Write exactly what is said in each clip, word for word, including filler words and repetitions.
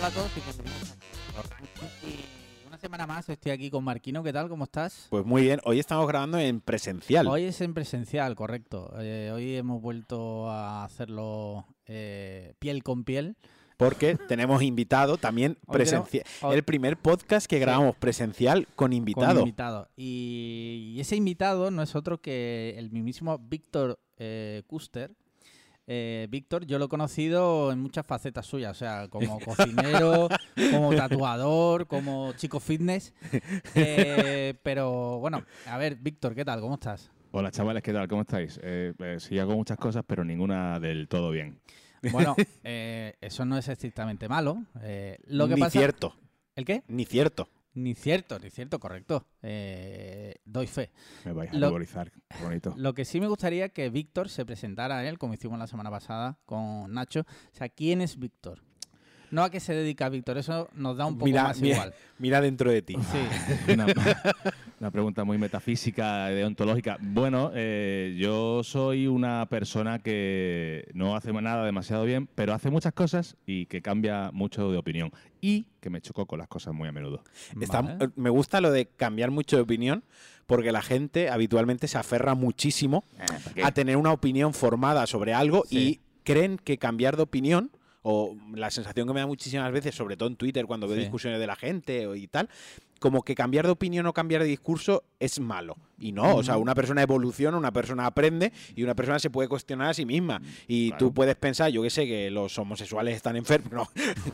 Hola a todos y bienvenidos a y una semana más estoy aquí con Marquino. ¿Qué tal? ¿Cómo estás? Pues muy bien, hoy estamos grabando en presencial. Hoy es en presencial, correcto. Eh, hoy hemos vuelto a hacerlo eh, piel con piel. Porque tenemos invitado también presencial. El primer podcast que grabamos sí. presencial con invitado. Con invitado. Y, y ese invitado no es otro que el mismísimo Víctor eh, Kuster. Eh, Víctor, yo lo he conocido en muchas facetas suyas, o sea, como cocinero, como tatuador, como chico fitness. Eh, pero bueno, a ver, Víctor, ¿qué tal? ¿Cómo estás? Hola, chavales, ¿qué tal? ¿Cómo estáis? Eh, eh, sí, hago muchas cosas, pero ninguna del todo bien. Bueno, eh, eso no es estrictamente malo. Eh, lo que Ni pasa... cierto. ¿El qué? Ni cierto. Ni cierto, ni cierto, correcto. Eh, doy fe. Me vais a lo, ruborizar, qué bonito. Lo que sí me gustaría que Víctor se presentara a él, como hicimos la semana pasada con Nacho. O sea, ¿quién es Víctor? No a qué se dedica Víctor, eso nos da un poco mira, más mira, igual. Mira dentro de ti. Sí. Una, una pregunta muy metafísica, deontológica. Bueno, eh, yo soy una persona que no hace nada demasiado bien, pero hace muchas cosas y que cambia mucho de opinión. Y que me chocó con las cosas muy a menudo. Está, Vale. Me gusta lo de cambiar mucho de opinión, porque la gente habitualmente se aferra muchísimo eh, a tener una opinión formada sobre algo Sí. y creen que cambiar de opinión, o la sensación que me da muchísimas veces, sobre todo en Twitter, cuando veo Sí. discusiones de la gente o y tal, como que cambiar de opinión o cambiar de discurso es malo. Y no, uh-huh. o sea, una persona evoluciona, una persona aprende y una persona se puede cuestionar a sí misma. Y claro. tú puedes pensar, yo qué sé, que los homosexuales están enfermos. No.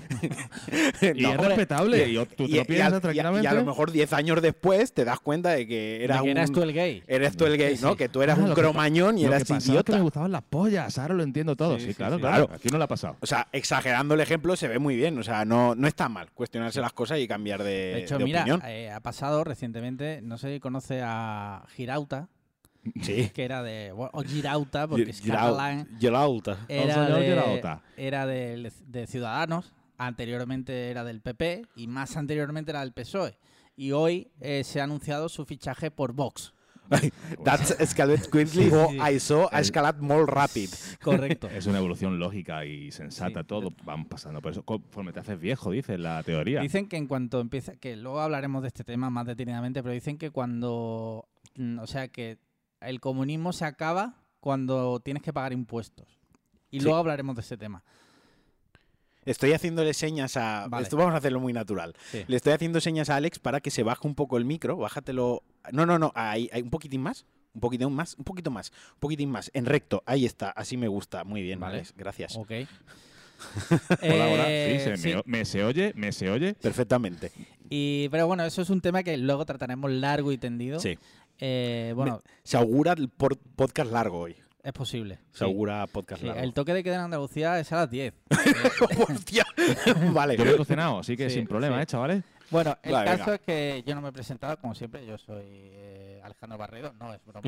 Y no. es respetable. Y, y tú te y, lo piensas y a, tranquilamente. Y a lo mejor diez años después te das cuenta de que eras, de que eras un, tú el gay. Eres tú el gay, sí, ¿no? sí. Que tú eras ah, un cromañón y lo eras que pasaba idiota. Es que me gustaban las pollas, ahora lo entiendo todo. Sí, Sí, sí, claro, sí. claro, Claro. Aquí no lo ha pasado. O sea, exagerando el ejemplo se ve muy bien. O sea, no, no está mal cuestionarse las cosas y cambiar de, De hecho, de mira, opinión. eh, ha pasado recientemente, no sé si conoce a Girauta, Sí. que era de... Bueno, o Girauta, porque es Girau- catalán. Girauta. Era, señor de, Girauta. era de, de Ciudadanos, anteriormente era del P P y más anteriormente era del P S O E. Y hoy eh, se ha anunciado su fichaje por Vox. That's escalat quickly Sí, o sí. això ha escalat molt ràpid. Correcto. Es una evolución lógica y sensata, Sí. todo van pasando. Por eso, conforme te haces viejo, dice la teoría. Dicen que en cuanto empieza, que luego hablaremos de este tema más detenidamente, pero dicen que cuando, mm, o sea, que el comunismo se acaba cuando tienes que pagar impuestos. Y Sí. luego hablaremos de ese tema. Estoy haciéndole señas a... Vale. Esto vamos a hacerlo muy natural. Sí. Le estoy haciendo señas a Alex para que se baje un poco el micro. Bájatelo... No, no, no. Ahí, ahí, un poquitín más. Un poquitín más. Un poquito más. Un poquitín más. En recto. Ahí está. Así me gusta. Muy bien, Vale. Alex. Gracias. Ok. Hola, hola. Eh, Sí, se sí. Me, me se oye, me se oye. Perfectamente. Y, pero bueno, eso es un tema que luego trataremos largo y tendido. Sí. Eh, bueno, Me- se augura el por- podcast largo hoy. es posible. Se sí. augura podcast Sí, largo. el toque de queda en Andalucía es a las diez. ¡Hostia! Vale. Yo lo he cocinado, así que Sí, sin problema, sí. ¿eh, chavales? Bueno, el Vale, caso venga. es que yo no me he presentado, como siempre, yo soy eh, Alejandro Barredo, no es broma.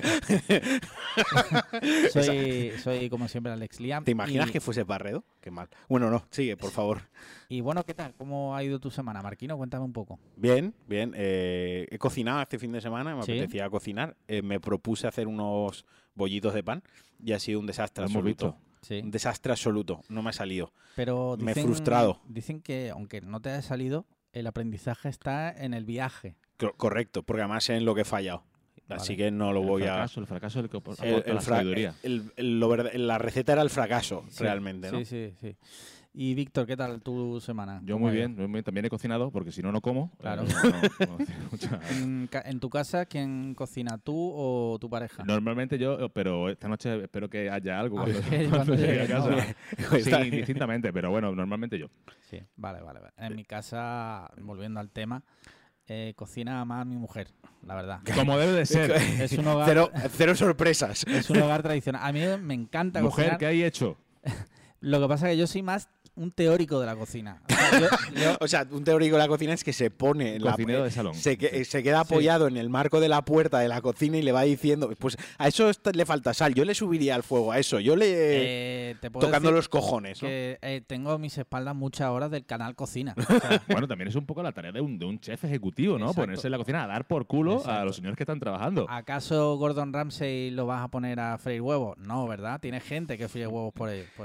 soy, soy, como siempre, Alex Liam. ¿Te imaginas y, que fuese Barredo? Qué mal. Bueno, no. Sigue, por favor. Y bueno, ¿qué tal? ¿Cómo ha ido tu semana, Marquino? Cuéntame un poco. Bien, bien. Eh, he cocinado este fin de semana, me Sí. apetecía cocinar. Eh, me propuse hacer unos bollitos de pan y ha sido un desastre Lo hemos absoluto. visto. Sí. Un desastre absoluto. No me ha salido. Pero Me he dicen, frustrado. Dicen que, aunque no te haya salido, el aprendizaje está en el viaje. Co- correcto, porque además es en lo que he fallado. Así Vale. que no lo el voy fracaso, El fracaso es el que aporta a... El, el la fra- sabiduría. el- el- lo verdad- la receta era el fracaso, Sí, realmente, ¿no? Sí, sí, sí. Y Víctor, ¿qué tal tu semana? Yo ¿Cómo muy ha ido? bien, muy bien, también he cocinado, porque si no, no como. Claro. Eh, no- no- no- mucha- En, ca- en tu casa, ¿quién cocina, tú o tu pareja? Normalmente yo, pero esta noche espero que haya algo Ah, cuando, ok, cuando cuando llegue a llegue, casa. ¿no? Está- Sí, distintamente, pero bueno, normalmente yo. Sí, vale, vale, vale. En mi casa, volviendo al tema, eh, cocina más mi mujer, la verdad. Como debe de ser. Es un hogar, Cero, cero sorpresas. es un hogar tradicional. A mí me encanta Mujer, cocinar. ¿qué hay hecho? Lo que pasa es que yo soy más un teórico de la cocina. O sea, yo- yo- O sea, un teórico de la cocina es que se pone en la Cocinero de salón. Se, que- se queda apoyado en el marco de la puerta de la cocina y le va diciendo, pues a eso est- le falta sal, yo le subiría al fuego a eso, yo le eh, te puedo tocando decir los cojones, ¿no? que eh, tengo a mis espaldas muchas horas del canal Cocina. O sea, Bueno, también es un poco la tarea de un, de un chef ejecutivo, ¿no? Exacto. Ponerse en la cocina a dar por culo Exacto. a los señores que están trabajando. ¿acaso Gordon Ramsay lo vas a poner a freír huevos? No, ¿verdad? Tiene gente que fríe huevos por ello. Pues yo soy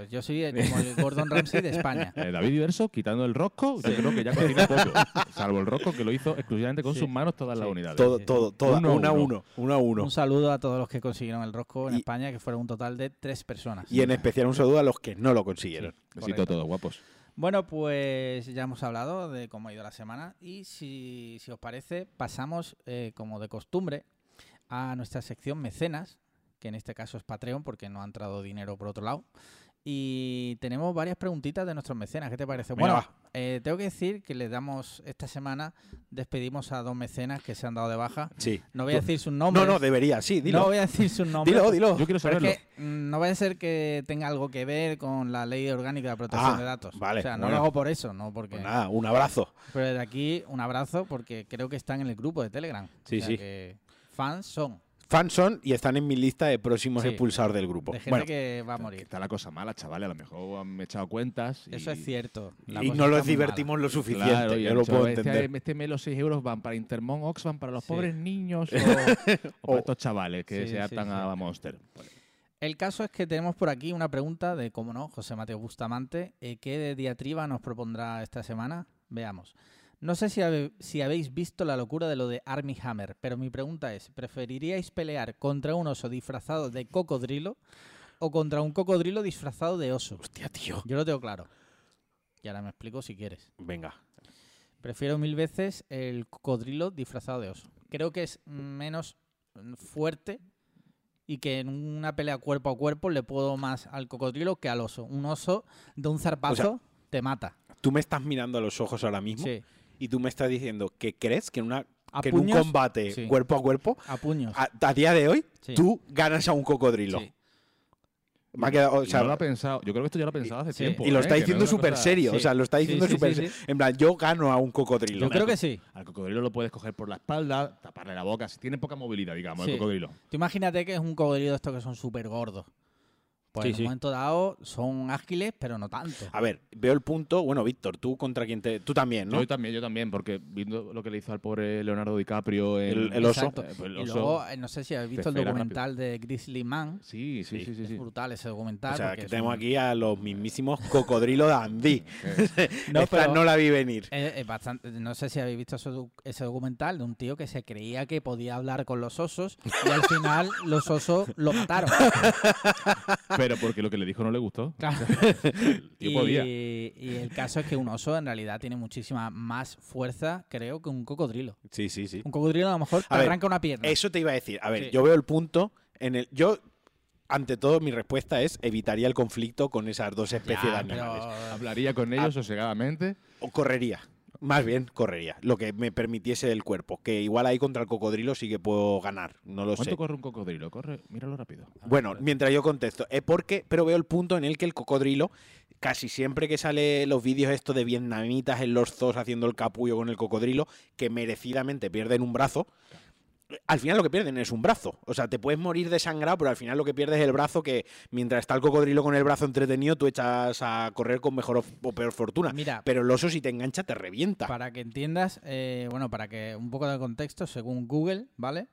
eh, como el Gordon Ramsay de España. Eh, David Diverso, quitando el rosco, yo creo que ya cocina poco. Salvo el rosco, que lo hizo exclusivamente con Sí. sus manos todas Sí. las unidades. Todo, sí, todo, todo. Uno a Uno a uno. uno. Uno a uno. Un saludo a todos los que consiguieron el rosco en Y- España, que fueron un total de tres personas. Y en especial un saludo a los que no lo consiguieron. Besito correcto. a todos, guapos. Bueno, pues ya hemos hablado de cómo ha ido la semana y si, si os parece, pasamos, eh, como de costumbre, a nuestra sección mecenas, que en este caso es Patreon porque no ha entrado dinero por otro lado. Y tenemos varias preguntitas de nuestros mecenas. ¿Qué te parece? Venga, bueno, va. eh, tengo que decir que les damos, esta semana, despedimos a dos mecenas que se han dado de baja. Sí. No voy a decir sus nombres. No, no, debería, sí, dilo. No voy a decir sus nombres. Dilo, dilo. Yo quiero Pero saberlo. es que mm, no vaya a ser que tenga algo que ver con la ley orgánica de protección Ah, de datos. vale, O sea, no bueno. lo hago por eso, no porque. Pues nada, un abrazo. Pero desde aquí un abrazo porque creo que están en el grupo de Telegram. Sí, O sea sí. que fans son Fans son y están en mi lista de próximos Sí. expulsados del grupo. de gente Bueno, que va a Que morir. está la cosa mala, chavales. A lo mejor han echado cuentas. Y... Eso es cierto. La y cosa no está los muy divertimos lo suficiente, Claro, y yo han lo dicho, puedo este, entender. este mes los seis euros van para Intermon Oxfam, para los Sí. pobres niños o, o O- para estos chavales que Sí, se sí, atan sí. a Monster. Vale. El caso es que tenemos por aquí una pregunta de, cómo no, José Mateo Bustamante. Eh, ¿Qué diatriba nos propondrá esta semana? Veamos. No sé si, habe- si habéis visto la locura de lo de Armie Hammer, pero mi pregunta es, ¿preferiríais pelear contra un oso disfrazado de cocodrilo o contra un cocodrilo disfrazado de oso? Hostia, tío. Yo lo tengo claro. Y ahora me explico si quieres. Venga. Prefiero mil veces el cocodrilo disfrazado de oso. Creo que es menos mm, fuerte y que en una pelea cuerpo a cuerpo le puedo más al cocodrilo que al oso. Un oso de un zarpazo O sea, te mata. Tú me estás mirando a los ojos ahora mismo Sí. y tú me estás diciendo que crees que en, una, A que en un puños, combate sí. cuerpo a cuerpo, A puños. a, a día de hoy, Sí. tú ganas a un cocodrilo. Sí. Me ha quedado, o Y sea, no lo ha pensado. Yo creo que esto ya lo ha pensado hace Sí. tiempo. y lo ¿eh? está Que no diciendo es una súper cosa- serio. Sí. O sea, lo está Sí, diciendo sí, súper sí, serio. sí. En plan, yo gano a un cocodrilo. Yo creo que sí. Al cocodrilo lo puedes coger por la espalda, taparle la boca. Si tiene poca movilidad, digamos, Sí. el cocodrilo. Tú imagínate que es un cocodrilo de estos que son súper gordos. Pues Sí, en sí. un momento dado son ágiles, pero no tanto. A ver, veo el punto. Bueno, Víctor, tú contra quién te. Tú también, ¿no? Yo también, yo también, porque viendo lo que le hizo al pobre Leonardo DiCaprio en El- el oso. Exacto. eh, pues el Y oso- luego, eh, no sé si habéis visto el Fefera documental de Grizzly Man. Sí, sí, Sí. sí, sí. sí. Es brutal ese documental. O sea, porque que es tenemos un- aquí a los mismísimos cocodrilos de Andy. No, Esta pero- no la vi venir. Es, es bastante, no sé si habéis visto ese, doc- ese documental de un tío que se creía que podía hablar con los osos y al final los osos lo mataron. Pero porque lo que le dijo no le gustó. Claro. El tío Y, podía. y el caso es que un oso en realidad tiene muchísima más fuerza, creo, que un cocodrilo. Sí, sí, sí. Un cocodrilo a lo mejor te A ver, arranca una pierna. Eso te iba a decir. A ver, Sí. yo veo el punto en el. Yo, ante todo, mi respuesta es evitaría el conflicto con esas dos especies Ya, de pero- animales. Hablaría con ellos sosegadamente. O correría. Más bien, correría. Lo que me permitiese el cuerpo. Que igual ahí contra el cocodrilo sí que puedo ganar. No lo ¿Cuánto sé. corre un cocodrilo? Corre, míralo rápido. Bueno, mientras yo contesto. Es porque, pero veo el punto en el que el cocodrilo, casi siempre que sale los vídeos estos de vietnamitas en los zoos haciendo el capullo con el cocodrilo, que merecidamente pierden un brazo, al final lo que pierden es un brazo. O sea, te puedes morir desangrado, pero al final lo que pierdes es el brazo que mientras está el cocodrilo con el brazo entretenido, tú echas a correr con mejor o, o peor fortuna. Mira, Pero el oso si te engancha te revienta. para que entiendas, eh, bueno, para que un poco de contexto, según Google, ¿vale?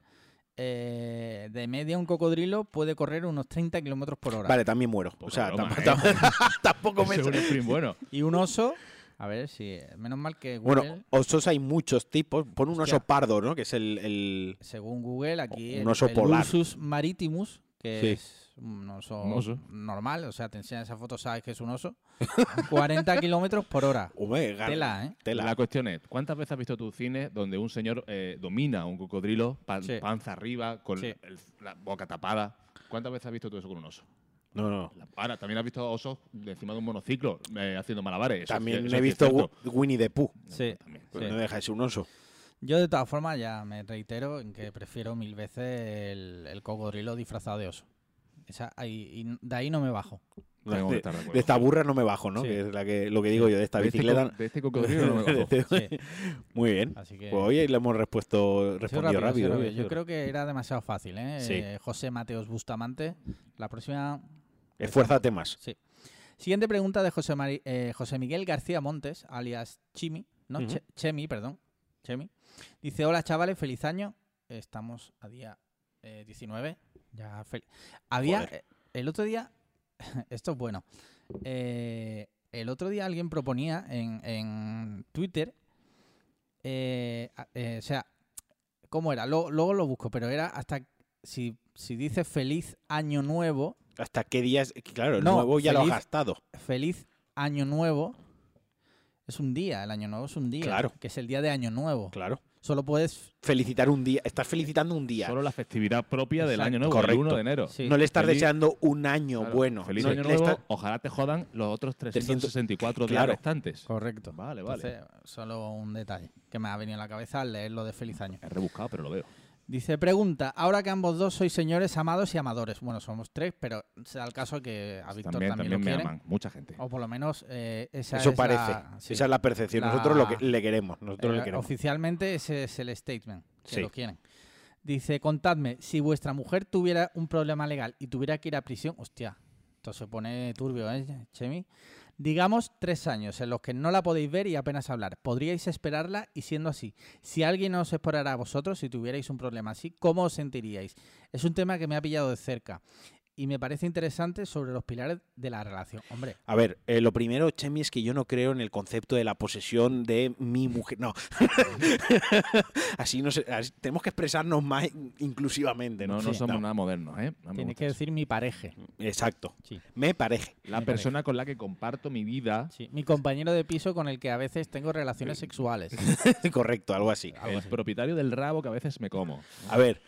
Eh, de media un cocodrilo puede correr unos treinta kilómetros por hora. Vale, también muero. Poca O sea, broma, tampoco, ¿eh? tampoco me... Ese es un sprint bueno. Y un oso, a ver si, menos mal que Google, Bueno, osos hay muchos tipos. Pon un Hostia. oso pardo, ¿no? Que es el... el- según Google, aquí un el, oso el polar. Ursus maritimus, que Sí. es un oso, Un oso. normal, o sea, te enseñan esa foto, sabes que es un oso, cuarenta kilómetros por hora. Hombre, gar- Tela, ¿eh? tela. La cuestión es, ¿cuántas veces has visto tu cine donde un señor eh, domina a un cocodrilo, pan- Sí. panza arriba, con Sí. el- la boca tapada? ¿Cuántas veces has visto tú eso con un oso? No, no. La para, también has visto osos de encima de un monociclo eh, haciendo malabares. Eso También es- eso he es visto cierto. Wi- Winnie the Pooh. Sí. También. Pues Sí. no deja de ser un oso. Yo de todas formas ya me reitero en que prefiero mil veces el, el cocodrilo disfrazado de oso. Esa, ahí, y de ahí no me bajo. Tengo que De, estar de acuerdo. de esta burra no me bajo, ¿no? Sí. Que es la que, lo que digo yo, de esta De este bicicleta. co- de este cocodrilo no me bajo. Sí. Muy bien. Así que Pues hoy le hemos respuesto, ha sido respondido rápido. ha sido ¿eh? rápido. Yo creo que era demasiado fácil, ¿eh? Sí. Eh, José Mateos Bustamante. La próxima. Esfuérzate más. Sí. Siguiente pregunta de José, Mari- eh, José Miguel García Montes, alias Chimi, no, Ujú. Che- Chemi, perdón. Chemi. Dice, hola chavales, feliz año. Estamos a día eh, diecinueve. Ya fel- Había, Joder. eh, el otro día, esto es bueno. Eh, el otro día alguien proponía en, en Twitter, eh, eh, o sea, ¿cómo era? Luego, luego lo busco, pero era hasta si, si dice feliz año nuevo. ¿Hasta qué días? Claro, el No, nuevo ya lo feliz- has gastado. Feliz año nuevo es un día, el año nuevo es un día, Claro. que es el día de año nuevo. Claro. Solo puedes... Felicitar un día. Estás felicitando un día. Solo la festividad propia del Exacto. año nuevo, Correcto. el uno de enero. Sí. No le estás Feliz- deseando un año Claro, bueno. Feliz No año le nuevo. estás- Ojalá te jodan los otros trescientos sesenta y cuatro días claro. restantes. Correcto. Vale, vale. Entonces, solo un detalle que me ha venido a la cabeza al leer lo de feliz año. Es rebuscado, pero lo veo. Dice, pregunta, ahora que ambos dos sois señores amados y amadores. Bueno, somos tres, pero se da el caso que a Víctor También, también, también lo me quieren. aman, mucha gente. O por lo menos eh, esa Eso es parece. la... sí. Esa es la percepción. La- Nosotros lo que le queremos. Nosotros Eh, le queremos. Oficialmente ese es el statement, que Sí. lo quieren. Dice, contadme, si vuestra mujer tuviera un problema legal y tuviera que ir a prisión, hostia, esto se pone turbio, ¿eh, Chemi? Digamos tres años en los que no la podéis ver y apenas hablar. ¿Podríais esperarla? Y siendo así, si alguien os esperara a vosotros, si tuvierais un problema así, ¿cómo os sentiríais? Es un tema que me ha pillado de cerca y me parece interesante sobre los pilares de la relación. Hombre, A ver, eh, lo primero, Chemi, es que yo no creo en el concepto de la posesión de mi mujer. No. Así no sé. así- tenemos que expresarnos más in- inclusivamente. No, No, no Sí, somos no. nada modernos, ¿eh? No me tienes gusta que eso. decir mi pareja. Exacto. Sí. Me parece. La me persona con la que comparto mi vida, Sí, mi compañero de piso con el que a veces tengo relaciones sexuales. Correcto, algo así. Algo el así. propietario del rabo que a veces me como. A ver,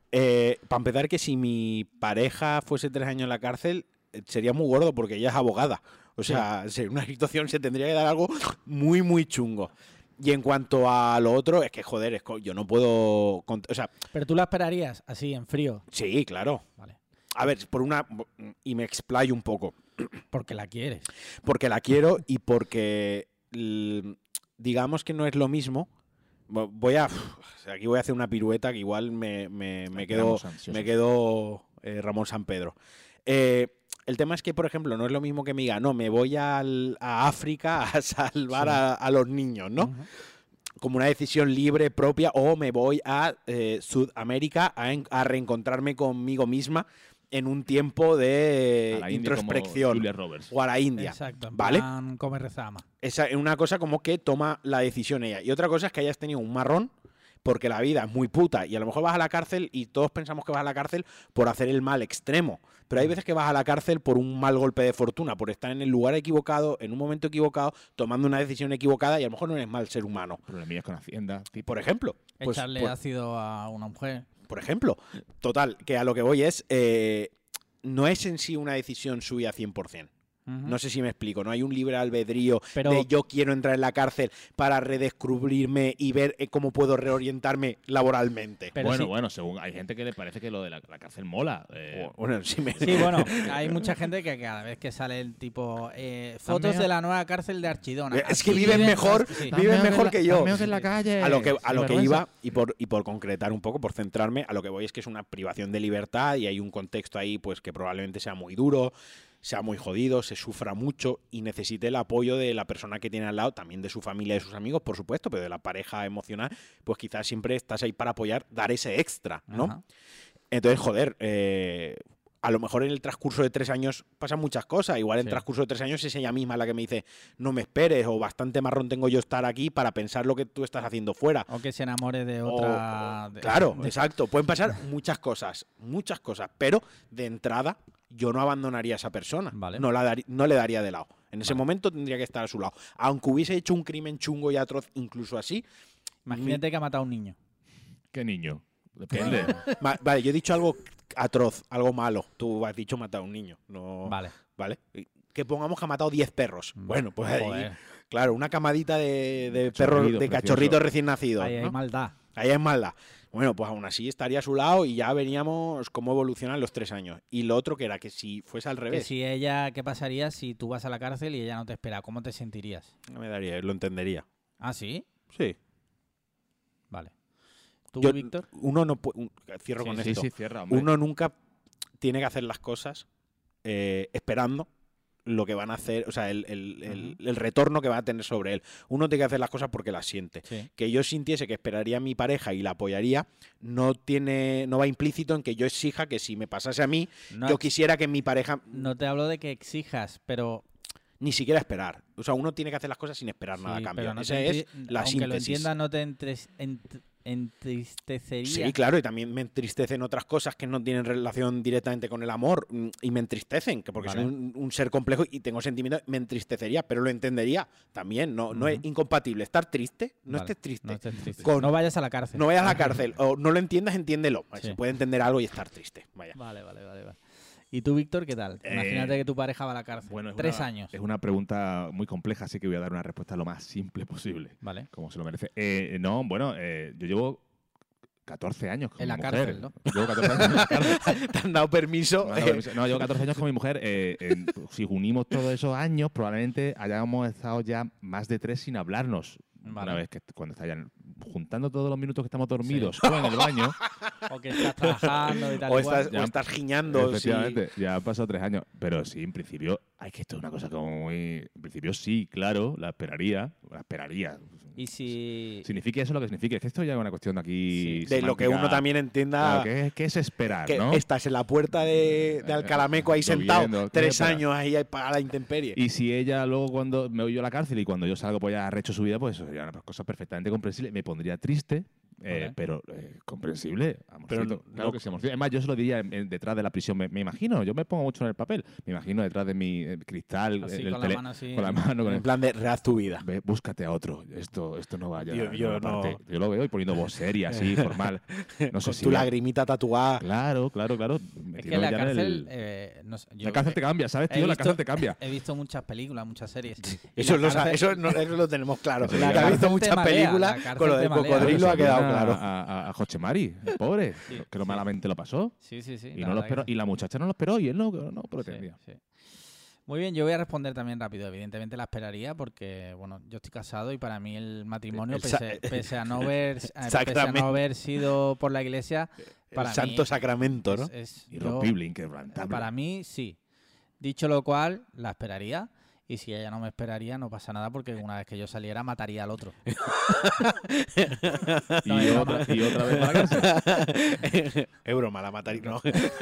eh, para empezar, que si mi pareja fuese tres años en la cárcel, eh, sería muy gordo porque ella es abogada. O sea, sería una situación, se tendría que dar algo muy, muy chungo. Y en cuanto a lo otro, es que, joder, es co- yo no puedo... cont- O sea, Pero tú la esperarías así, en frío. sí, claro. Vale. A ver, por una... Y me explayo un poco. Porque la quieres. Porque la quiero y porque... l- digamos que no es lo mismo. Vo- Voy a... Aquí voy a hacer una pirueta que igual me, me, me quedo... Quedamos ansiosos. Me quedó eh, Ramón San Pedro. Eh, el tema es que, por ejemplo, no es lo mismo que me diga, no, me voy al- a África a salvar Sí. a, a los niños, ¿no? Ujú. Como una decisión libre, propia, o me voy a eh, Sudamérica a, en- a reencontrarme conmigo misma en un tiempo de A la India como introspección. Julia Roberts. O a la India. Exacto. En ¿Vale? plan, come rezama. Esa es una cosa como que toma la decisión ella. Y otra cosa es que hayas tenido un marrón, porque la vida es muy puta y a lo mejor vas a la cárcel y todos pensamos que vas a la cárcel por hacer el mal extremo. Pero hay veces que vas a la cárcel por un mal golpe de fortuna, por estar en el lugar equivocado, en un momento equivocado, tomando una decisión equivocada y a lo mejor no eres mal ser humano. Problemillas con Hacienda. tipo. Por ejemplo. Pues, Echarle pues, ácido a una mujer. por ejemplo. Total, que a lo que voy es, eh, no es en sí una decisión suya cien por ciento. Ujú. No sé si me explico, no hay un libre albedrío Pero- de yo quiero entrar en la cárcel para redescubrirme y ver eh, cómo puedo reorientarme laboralmente. Pero bueno, sí- bueno, según hay gente que le parece que lo de la, la cárcel mola. eh, O- Bueno, sí me... Sí, bueno, hay mucha gente que cada vez que sale el tipo eh, fotos También- de la nueva cárcel de Archidona. Es Aquí que viven mejor, sí. viven mejor que yo. en la calle. A lo que, a lo que sinvergüenza. iba, y por, y por concretar un poco, por centrarme, a lo que voy es que es una privación de libertad y hay un contexto ahí pues que probablemente sea muy duro, sea muy jodido, se sufra mucho y necesite el apoyo de la persona que tiene al lado, también de su familia y de sus amigos, por supuesto, pero de la pareja emocional, pues quizás siempre estás ahí para apoyar, dar ese extra, ¿no? Ajá. Entonces, joder, eh, a lo mejor en el transcurso de tres años pasan muchas cosas. Igual en el Sí. transcurso de tres años es ella misma la que me dice, no me esperes, o bastante marrón tengo yo estar aquí para pensar lo que tú estás haciendo fuera. O que se enamore de O- otra. o- de- claro, de- exacto. Pueden pasar muchas cosas, muchas cosas. Pero de entrada, yo no abandonaría a esa persona. Vale. No, la dar- no le daría de lado. En ese Vale. momento tendría que estar a su lado. Aunque hubiese hecho un crimen chungo y atroz, incluso así. Imagínate que ha matado a un niño. ¿Qué niño? Depende. Ma- Vale, yo he dicho algo atroz, algo malo. Tú has dicho matar a un niño. No, Vale. ¿Vale? Que pongamos que ha matado diez perros. Bueno, pues ahí, Joder, claro, una camadita de, de De perros, cachorritos de preciosos. cachorritos recién nacidos. ahí hay ¿no? maldad. Ahí es maldad. Bueno, pues aún así estaría a su lado y ya veríamos cómo evolucionan los tres años. Y lo otro que era que si fuese al Que revés, si ella, ¿qué pasaría si tú vas a la cárcel y ella no te espera? ¿Cómo te sentirías? no me daría, lo entendería. Ah, sí. Sí. Vale. ¿Tú, Yo- Víctor? Uno no pu- un- cierro Sí, con sí, esto. sí, cierra, hombre. Uno nunca tiene que hacer las cosas eh, esperando lo que van a hacer, o sea, el, el, el, el retorno que va a tener sobre él. Uno tiene que hacer las cosas porque las siente. Sí. Que yo sintiese que esperaría a mi pareja y la apoyaría, no tiene, no va implícito en que yo exija que si me pasase a mí, No, yo quisiera que mi pareja no te hablo de que exijas, pero ni siquiera esperar. O sea, uno tiene que hacer las cosas sin esperar nada a sí, cambio. pero no Esa te es entri- la aunque síntesis. lo entiendas, no te entres- ent- entristecería. Sí, claro, y también me entristecen otras cosas que no tienen relación directamente con el amor mm, y me entristecen, que porque Vale. soy un, un ser complejo y tengo sentimientos, me entristecería, pero lo entendería también. No, no es Ujú. incompatible estar triste, no Vale, estés triste. No, estés triste. Con- No vayas a la cárcel. No vayas a la cárcel, o no lo entiendas, entiéndelo. Vale, Sí. Se puede entender algo y estar triste. Vaya. Vale, vale, vale, vale. ¿Y tú, Víctor, qué tal? Eh, Imagínate que tu pareja va a la cárcel. Bueno, es Tres una- años. Es una pregunta muy compleja, así que voy a dar una respuesta lo más simple posible, Vale. como se lo merece. Eh, no, bueno, eh, yo llevo catorce años con En mi la mujer. cárcel, ¿no? Llevo catorce años en la cárcel. Te han dado permiso. Me han dado permiso. No, llevo catorce años con mi mujer. eh, en- si unimos todos esos años, probablemente hayamos estado ya más de tres sin hablarnos. Vale. Una vez que cuando estayan juntando todos los minutos que estamos dormidos o en el baño, O que estás trabajando y tal. o, y cual. estás, o Ya- estás giñando. sí. efectivamente, ya han pasado tres años. Pero sí, en principio, hay que esto es una cosa como muy. En principio, sí, claro, la esperaría. La esperaría. Y si... Signifique eso lo que signifique. Es que esto ya es una cuestión de aquí. De lo que semántica. uno también entienda. Claro, ¿qué, es- qué es esperar, que no? estás en la puerta de, de Alcalameco ahí sentado, Lloviendo, ¿qué tres espera? años ahí para la intemperie. Y si ella luego cuando me voy yo a la cárcel y cuando yo salgo pues ya ha rehecho su vida, pues eso sería una cosa perfectamente comprensible. Me pondría triste, eh, Vale. pero eh, comprensible. Amorcito. Pero no- claro no- que sí, amorcito. Es más, yo se lo diría en- en- detrás de la prisión. Me, me imagino, yo me pongo mucho en el papel. Me imagino detrás de mi eh, cristal, Así, en el con la tele- mano así. con la mano, con En el, plan de rehaz tu vida. Ve, búscate a otro. Esto, esto no vaya. Yo- yo no- parte. Yo lo veo y poniendo voz seria, así, formal. No sé Con si. tu me- lagrimita tatuada. Claro, claro, claro. Es Metido que la ya en el- cárcel... eh, no sé, yo la cárcel he- te cambia, ¿sabes, he tío? La visto- cárcel te cambia. He visto muchas películas, muchas series. Y Eso, la lo, sa- cárcel- eso, no- eso lo tenemos claro. Sí, Que la ha cárcel visto te muchas marea, películas, la cárcel con lo te del marea. cocodrilo ha Se quedado viene a- claro. A, a, a Jochemari, el pobre, Sí, que lo sí. malamente lo pasó. Sí, sí, sí. Y, la no lo verdad esperó, que y la muchacha no lo esperó y él no, no sí, pretendía. sí. Muy bien, yo voy a responder también rápido. Evidentemente la esperaría porque, bueno, yo estoy casado y para mí el matrimonio, El sa- pese, pese a no haber, eh, pese a Exactamente. no haber sido por la iglesia, para El santo mí sacramento, ¿no? es, es- yo- Irrompible, inquebrantable. para mí sí. Dicho lo cual, la esperaría. Y si ella no me esperaría, no pasa nada porque una vez que yo saliera mataría al otro. y, No, es otra, y otra vez para la cárcel. Es broma, la mataría. No.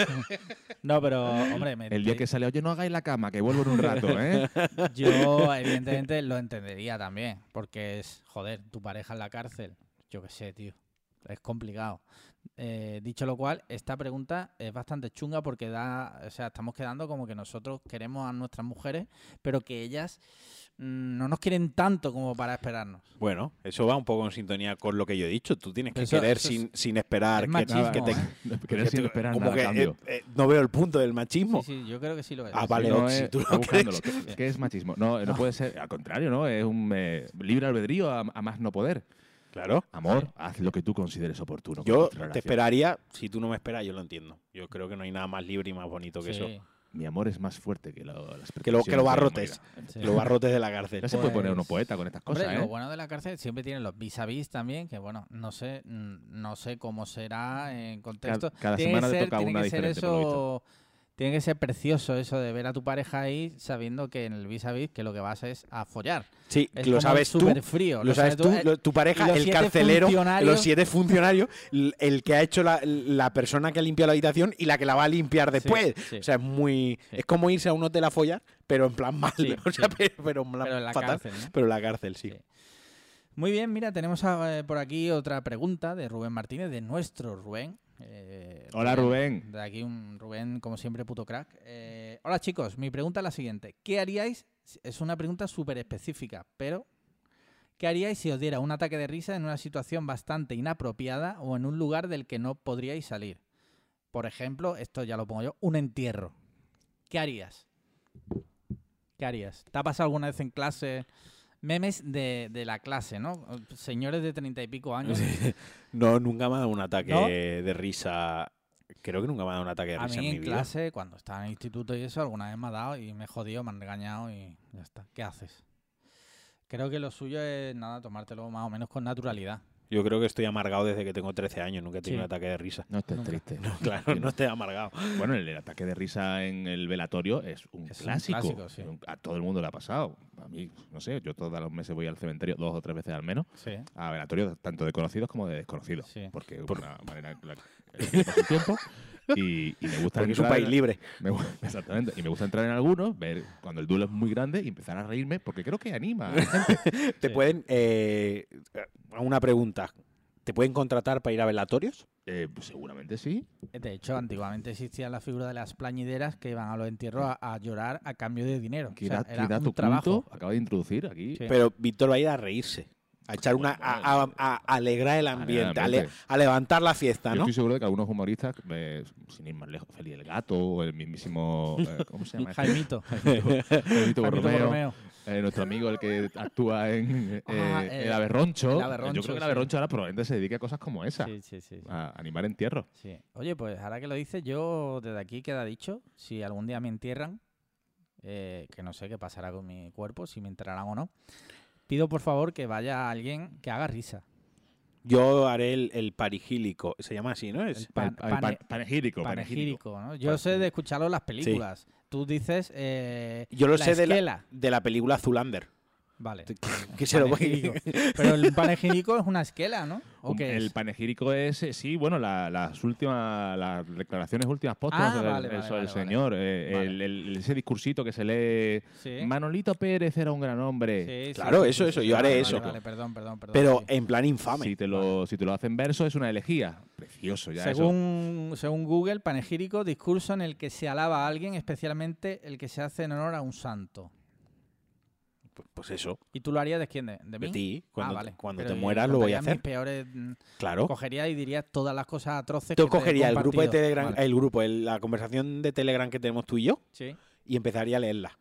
No, pero, hombre, me- El día que sale, oye, no hagáis la cama, que vuelvo en un rato, ¿eh? yo evidentemente lo entendería también. Porque es, joder, tu pareja en la cárcel. Yo qué sé, tío. Es complicado. Eh, dicho lo cual, esta pregunta es bastante chunga porque da, o sea, estamos quedando como que nosotros queremos a nuestras mujeres, pero que ellas mm, no nos quieren tanto como para esperarnos. Bueno, eso va un poco en sintonía con lo que yo he dicho. Tú tienes que Eso- querer eso es- sin, sin esperar es que, machismo, que te. ¿eh? Querer que sin tú- esperar como nada a que, cambio. eh, eh, no veo el punto del machismo. Sí, sí, yo creo que sí lo es. Ah, vale, No si es- tú lo está buscándolo. crees. ¿Qué, qué es machismo? No, no puede ser, al contrario, ¿no? Es un eh, libre albedrío a, a más no poder. Claro. Amor, haz lo que tú consideres oportuno. con Yo nuestra te relación. esperaría, si tú no me esperas, yo lo entiendo. Yo creo que no hay nada más libre y más bonito que Sí, eso. Mi amor es más fuerte que, lo, las Que, lo, que pretensiones los de la barrotes. humanidad. sí. Los barrotes de la cárcel. Ya se puede poner Pues, uno poeta con estas cosas, Hombre, ¿eh? lo bueno de la cárcel siempre tienen los vis a vis también, que bueno, no sé, mm, no sé cómo será en contexto. Cada- cada Tiene semana que te ser, toca tiene una que ser diferente, por lo eso, tiene que ser precioso eso de ver a tu pareja ahí sabiendo que en el vis a vis que lo que vas es a follar. Sí, Es lo como sabes tú. súper frío. Lo sabes tú, eh, lo- tu y pareja, los el siete carcelero, funcionarios- los siete funcionarios, l- el que ha hecho la, la persona que ha limpiado la habitación y la que la va a limpiar después. sí. O sea, es muy. Sí. Es como irse a un hotel a follar, pero en plan mal. Sí, o sea, sí. pero, pero en plan pero en la fatal. cárcel, ¿no? Pero en la cárcel, sí. Sí. Muy bien, mira, tenemos a- eh, por aquí otra pregunta de Rubén Martínez, de nuestro Rubén. Eh, Hola, Rubén. De aquí un Rubén, como siempre, puto crack. Eh, hola, chicos, mi pregunta es la siguiente. ¿Qué haríais? Es una pregunta súper específica, pero ¿qué haríais si os diera un ataque de risa en una situación bastante inapropiada o en un lugar del que no podríais salir? Por ejemplo, esto ya lo pongo yo, un entierro. ¿Qué harías? ¿Qué harías? ¿Te ha pasado alguna vez en clase? Memes de, de la clase, ¿no? Señores de treinta y pico años. No, nunca me ha dado un ataque ¿No? de risa. Creo que nunca me ha dado un ataque de A risa mí en en mi vida. clase, cuando estaba en el instituto y eso, alguna vez me ha dado y me he jodido, me han regañado y ya está. ¿Qué haces? Creo que lo suyo es, nada, tomártelo más o menos con naturalidad. Yo creo que estoy amargado desde que tengo trece años. Nunca he tenido Sí. un ataque de risa. No estés Nunca. triste. No, claro, no estoy amargado. Bueno, el, el ataque de risa en el velatorio es un Es un clásico. clásico, sí. A todo el mundo le ha pasado. A mí, no sé, yo todos los meses voy al cementerio dos o tres veces al menos. Sí. A velatorios tanto de conocidos como de desconocidos. Sí. Porque es una manera en la que pasa el tiempo. Y, y me gusta Porque es un entrar país en- libre. me gu- exactamente. Y me gusta entrar en algunos, ver cuando el duelo es muy grande y empezar a reírme porque creo que anima a la gente. Te Sí. pueden... Eh, una pregunta. ¿Te pueden contratar para ir a velatorios? Eh, pues seguramente sí. De hecho, antiguamente existía la figura de las plañideras que iban a los entierros a, a llorar a cambio de dinero. ¿Qué O sea, da- era qué dato un trabajo. culto acaba de introducir aquí? Sí. Pero Víctor va a ir a reírse. A echar una... A, a- a alegrar el ambiente. A, le- ambiente. a levantar la fiesta, Yo ¿no? estoy seguro de que algunos humoristas, eh, sin ir más lejos, Feli el Gato, o el mismísimo. eh, ¿Cómo se llama? este? Jaimito. Jaimito, Jaimito Jaimito Borromeo, Borromeo. eh, nuestro amigo, el que actúa en eh, Ah, eh, El Aberroncho. El Aberroncho, Yo creo que el sí. Aberroncho ahora probablemente se dedique a cosas como esa, Sí, sí, sí. sí. a animar entierros. Sí. Oye, pues ahora que lo dices, yo desde aquí queda dicho, si algún día me entierran, eh, que no sé qué pasará con mi cuerpo, si me enterrarán o no, pido por favor que vaya alguien que haga risa. Yo haré el, el parigílico. Se llama así, ¿no? Es, El pan- Pa- pa- pane- panegírico, panegírico. panegírico, ¿no? Yo sé de escucharlo en las películas. Tú dices eh, Yo lo la sé de la, esquela. de la película Zulander. Vale. Que se lo voy... Panegírico. Pero el panegírico es una esquela, ¿no? ¿O Um, qué el es? panegírico es, eh, sí, bueno, la- las últimas, las declaraciones últimas póstumas Ah, del vale, del- vale, del vale, señor. eh, Vale. el- el- ese discursito que se lee. Sí. Manolito Pérez era un gran hombre. Sí, sí, Claro, sí, eso, sí, eso, sí, yo haré vale, eso. Vale, vale, perdón, perdón, perdón. Pero sí. en plan infame. Si te, lo, si te lo hacen verso, es una elegía. Precioso, ya eso. Según, según Google, panegírico, discurso en el que se alaba a alguien, especialmente el que se hace en honor a un santo. Pues, pues eso, ¿Y tú lo harías de quién? ¿De, de mí? de ti. Cuando, ah, vale. cuando Pero te yo mueras lo voy a contaría hacer. mis peores... mm, Claro. Cogería y diría todas las cosas atroces Tú que te he cogerías el grupo de compartido. Telegram, Vale. el grupo, el- la conversación de Telegram que tenemos tú y yo, Sí, y empezaría a leerla.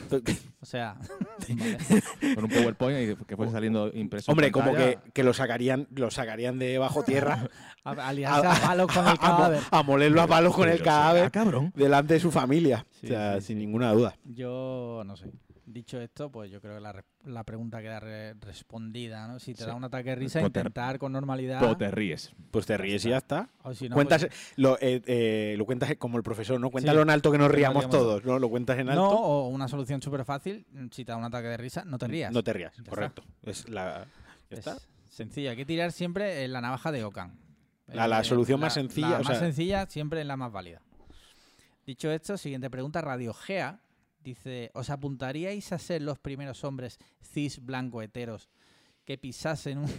o sea... vale. Con un PowerPoint y que fuese saliendo impreso. en Hombre, como que, pantalla. que lo sacarían, lo sacarían de bajo tierra A, a liarse a palos con el a mo- cadáver. a molerlo a palos con el Pero será cadáver cabrón. delante de su familia. Sí, o sea, sí, sin sí. ninguna duda. Yo no sé. Dicho esto, pues yo creo que la, re- la pregunta queda re- respondida, ¿no? Si te Sí. da un ataque de risa, Pues te- intentar con normalidad. Pues te ríes. Pues te ríes y ya está. O si no, cuentas, pues- lo, eh, eh, lo cuentas como el profesor, ¿no? Cuéntalo Sí, en alto que nos que nos riamos riamos todos, ¿no? Lo cuentas en no, alto. o una solución súper fácil, si te da un ataque de risa, no te rías. No te rías, Ya correcto. Es la, ya Es está. sencillo, hay que tirar siempre en la navaja de Occam. La- la Eh, solución más sencilla, La o más sea- sencilla siempre es la más válida. Dicho esto, siguiente pregunta, Radio Gea. Dice, ¿os apuntaríais a ser los primeros hombres cis blanco heteros que pisasen un,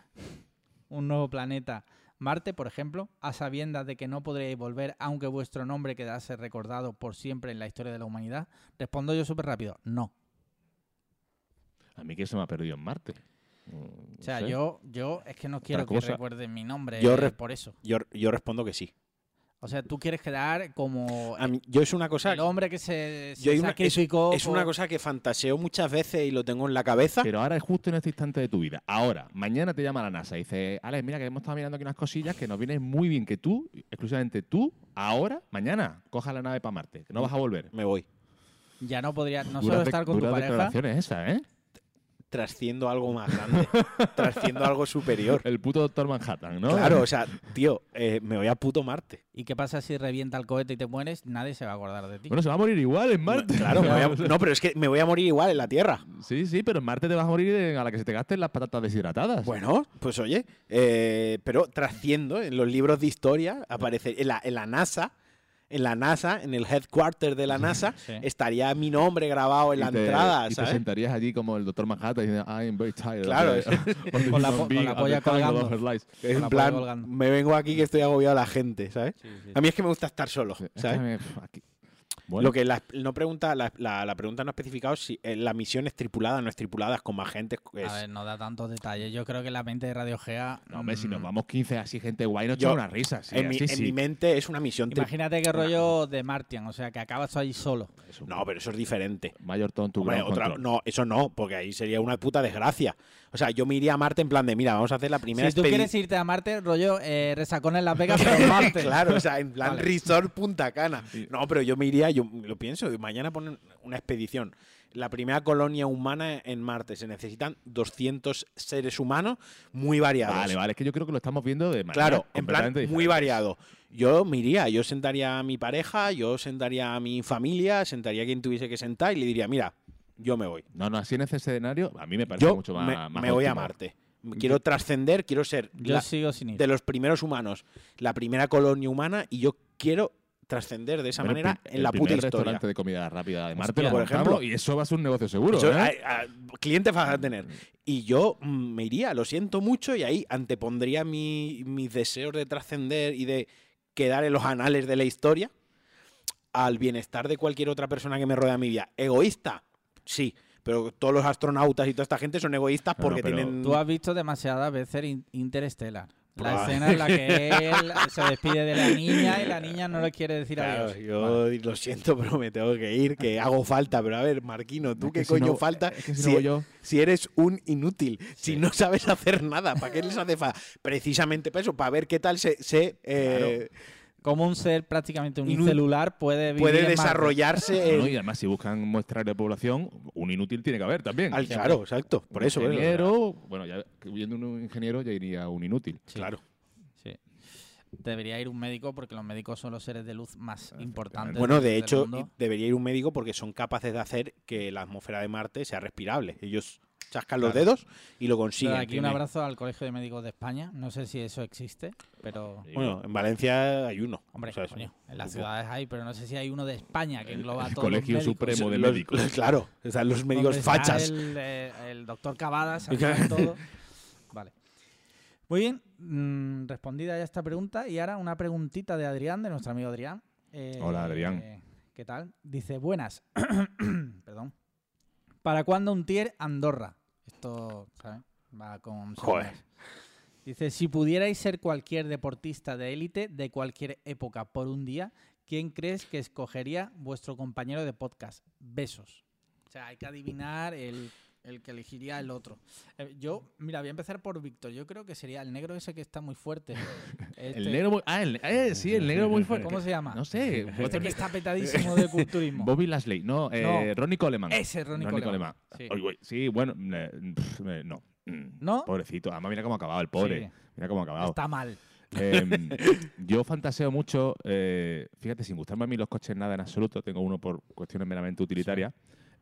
un nuevo planeta, Marte, por ejemplo, a sabiendas de que no podríais volver aunque vuestro nombre quedase recordado por siempre en la historia de la humanidad? Respondo yo súper rápido, no. A mí que se me ha perdido en Marte. Mm, no O sea, sé. yo, yo es que no quiero que cosa. recuerden mi nombre Yo eh, re- por eso. Yo, yo respondo que sí. O sea, tú quieres quedar como A mí, yo es una cosa... el hombre que se, se yo hay una- es, sacrificó. es una por- cosa que fantaseo muchas veces y lo tengo en la cabeza. Pero ahora es justo en este instante de tu vida. Ahora, mañana te llama la NASA y dice, Alex, mira que hemos estado mirando aquí unas cosillas que nos viene muy bien que tú, exclusivamente tú, ahora, mañana, cojas la nave para Marte, que no vas a volver. Me voy. Ya no podría, no Duras solo de- estar con tu duras pareja. declaraciones esas, ¿eh? Trasciendo algo más grande. Trasciendo algo superior. El puto Doctor Manhattan, ¿no? Claro, o sea, tío, eh, me voy a puto Marte. ¿Y qué pasa si revienta el cohete y te mueres? Nadie se va a acordar de ti. Bueno, se va a morir igual en Marte. Claro, me voy a- no, pero es que me voy a morir igual en la Tierra. Sí, sí, pero en Marte te vas a morir en- a la que se te gasten las patatas deshidratadas. Bueno, pues oye, eh, pero trasciendo en los libros de historia, aparece en la, en la NASA, en la NASA, en el headquarter de la NASA, Sí. estaría mi nombre grabado en la Y te- entrada, y te ¿sabes? sentarías allí como el Doctor Manhattan diciendo, I'm very tired. Claro, of the- of the Con la human po- con being la at polla the time colgando. of her life". Es Con en la plan, polla colgando. me vengo aquí que estoy agobiado a la gente, ¿sabes? Sí, sí. A mí es que me gusta estar solo, Es que ¿sabes? me- aquí- Bueno, Lo que la, no pregunta, la, la- la pregunta no ha especificado si eh, la misión es tripulada o no es tripulada, es con más gente. es- A ver, no da tantos detalles. Yo creo que la mente de Radio Gea. no, hombre, si mm, nos vamos quince así, gente guay, nos Yo- echamos una risa. Sí, en, mi, así en sí. mi mente es una misión tripulada. Imagínate qué rollo de Martian, o sea, que acabas ahí solo. Eso, No, pero eso es diferente. Mayor tonto, Hombre, ground otra- control. no, eso no, porque ahí sería una puta desgracia. O sea, yo me iría a Marte en plan de, mira, vamos a hacer la primera Si tú expedi- quieres irte a Marte, rollo eh, resacón en Las Vegas, pero en Marte. Claro, o sea, en plan Vale. Resort Punta Cana. Sí. No, pero yo me iría, yo lo pienso, mañana ponen una expedición la primera colonia humana en Marte. Se necesitan doscientos seres humanos muy variados. Vale, vale, es que yo creo que lo estamos viendo de manera Claro, en plan completamente muy diferente. variado. Yo me iría, yo sentaría a mi pareja, yo sentaría a mi familia, sentaría a quien tuviese que sentar y le diría, mira, yo me voy. No, no, así en ese escenario a mí me parece Yo mucho más. me, más me voy a óptimo. Marte. Quiero trascender, quiero ser Yo la- sigo sin ir. de los primeros humanos, la primera colonia humana y yo quiero trascender de esa Bueno, manera pri- en la el puta primer historia. restaurante de comida rápida de Marte, Hostia, lo por montamos ejemplo. y eso va a ser un negocio seguro. Eso, ¿eh? a- a- clientes vas a tener. Y yo mm, me iría, lo siento mucho, y ahí antepondría mi- mis deseos de trascender y de quedar en los anales de la historia al bienestar de cualquier otra persona que me rodea en mi vida. ¿Egoísta? Sí. Pero todos los astronautas y toda esta gente son egoístas No, no, porque pero- tienen... Tú has visto demasiadas veces In- Interstellar. La Buah. escena en la que él se despide de la niña y la niña no le quiere decir Claro, adiós. yo Vale. lo siento, pero me tengo que ir, que hago falta. Pero a ver, Marquino, ¿tú Es qué que si coño no- falta es que si si, no voy yo- si eres un inútil? Si Sí. no sabes hacer nada, ¿para qué les hace falta? Precisamente para eso, para ver qué tal se, se, eh, Como un ser prácticamente un Inu- celular puede vivir puede en Marte. desarrollarse. No, en- y además, si buscan muestras de población, un inútil tiene que haber también. al- claro, exacto. Por Un eso. por eso. ingeniero, bueno, ya viendo un ingeniero ya iría un inútil. Sí, Claro. sí. Debería ir un médico porque los médicos son los seres de luz más importantes. Bueno, de del hecho, mundo. debería ir un médico porque son capaces de hacer que la atmósfera de Marte sea respirable. Ellos chascan los Claro. dedos y lo Pero consiguen. aquí un Tiene- abrazo al Colegio de Médicos de España. No sé si eso existe, pero... Bueno, en Valencia hay uno. Hombre, O sea, es- coño, en las ciudades hay, pero no sé si hay uno de España que engloba a El todos Colegio los médicos. Supremo de los- médicos. los- claro, están los médicos Donde está fachas. El, eh, el doctor Cavadas, arriba de todo. Vale. Muy bien, mm, respondida ya esta pregunta. Y ahora una preguntita de Adrián, de nuestro amigo Adrián. Eh, Hola, Adrián. eh, ¿Qué tal? Dice, buenas. Perdón. ¿Para cuándo un tier Andorra? Esto, ¿sabes? Va con... Joder. segundas. Dice, si pudierais ser cualquier deportista de élite de cualquier época por un día, ¿quién crees que escogería vuestro compañero de podcast? Besos. O sea, hay que adivinar el, el que elegiría el otro. Eh, yo, mira, voy a empezar por Víctor. Yo creo que sería el negro ese que está muy fuerte. El Este- negro muy, ah, el, eh, sí, el negro muy fuerte. ¿Cómo se llama? No sé. Este que está petadísimo de culturismo. Bobby Lashley, no, eh, No. Ronnie Coleman. Ese Ronnie Coleman. Sí. Oye, güey, sí, bueno, eh, pff, eh, no. Mm, ¿No? Pobrecito. Además, mira cómo ha acabado el pobre. Sí. Mira cómo ha acabado. Está mal. Em, yo fantaseo mucho, eh, fíjate, sin gustarme a mí los coches nada en absoluto, tengo uno por cuestiones meramente utilitarias.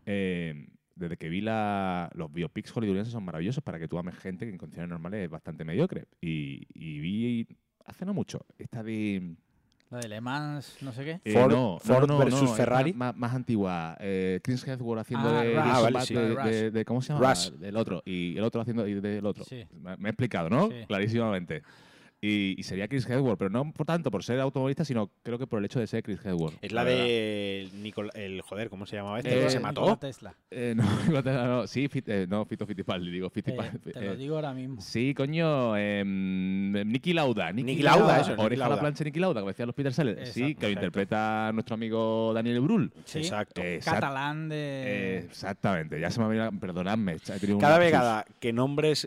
em, desde que vi la, los biopics hollywoodenses son maravillosos para que tú ames gente que en condiciones normales es bastante mediocre. Y, y vi hace no mucho esta de... La de Le Mans, no sé qué. eh, Ford- no, Ford no, no, versus no, es Ferrari. Más, más- más antigua. Eh, Chris Hemsworth haciendo Ah, de, Rush. de Ah, vale, Bat- sí. de- Rush. de- de- ¿cómo se llama? Rush. Del otro. Y el otro haciendo y del otro. Sí. Me me he explicado, ¿no? Sí. Clarísimamente. Y, y sería Chris Hemsworth, pero no por tanto por ser automovilista, sino creo que por el hecho de ser Chris Hemsworth. Es la verdad. de Nicol el joder, ¿cómo se llamaba este? Eh, que se Nikola mató. Tesla. Eh, no, no, sí, Fit- eh, no, Fito Fittipaldi, digo Eh, Fittipaldi. te lo eh, digo ahora mismo. Sí, coño, eh, Niki Lauda. Niki Lauda, eso, Niki Oreja a Lauda. la plancha Niki Lauda, como decían los Peter Sellers. Sí, Exacto. que lo interpreta nuestro amigo Daniel Brühl. Sí. Exacto. Eh, Catalán de... Eh, exactamente, ya se me ha venido, perdonadme. he tenido un Cada lapsus. vegada que nombres,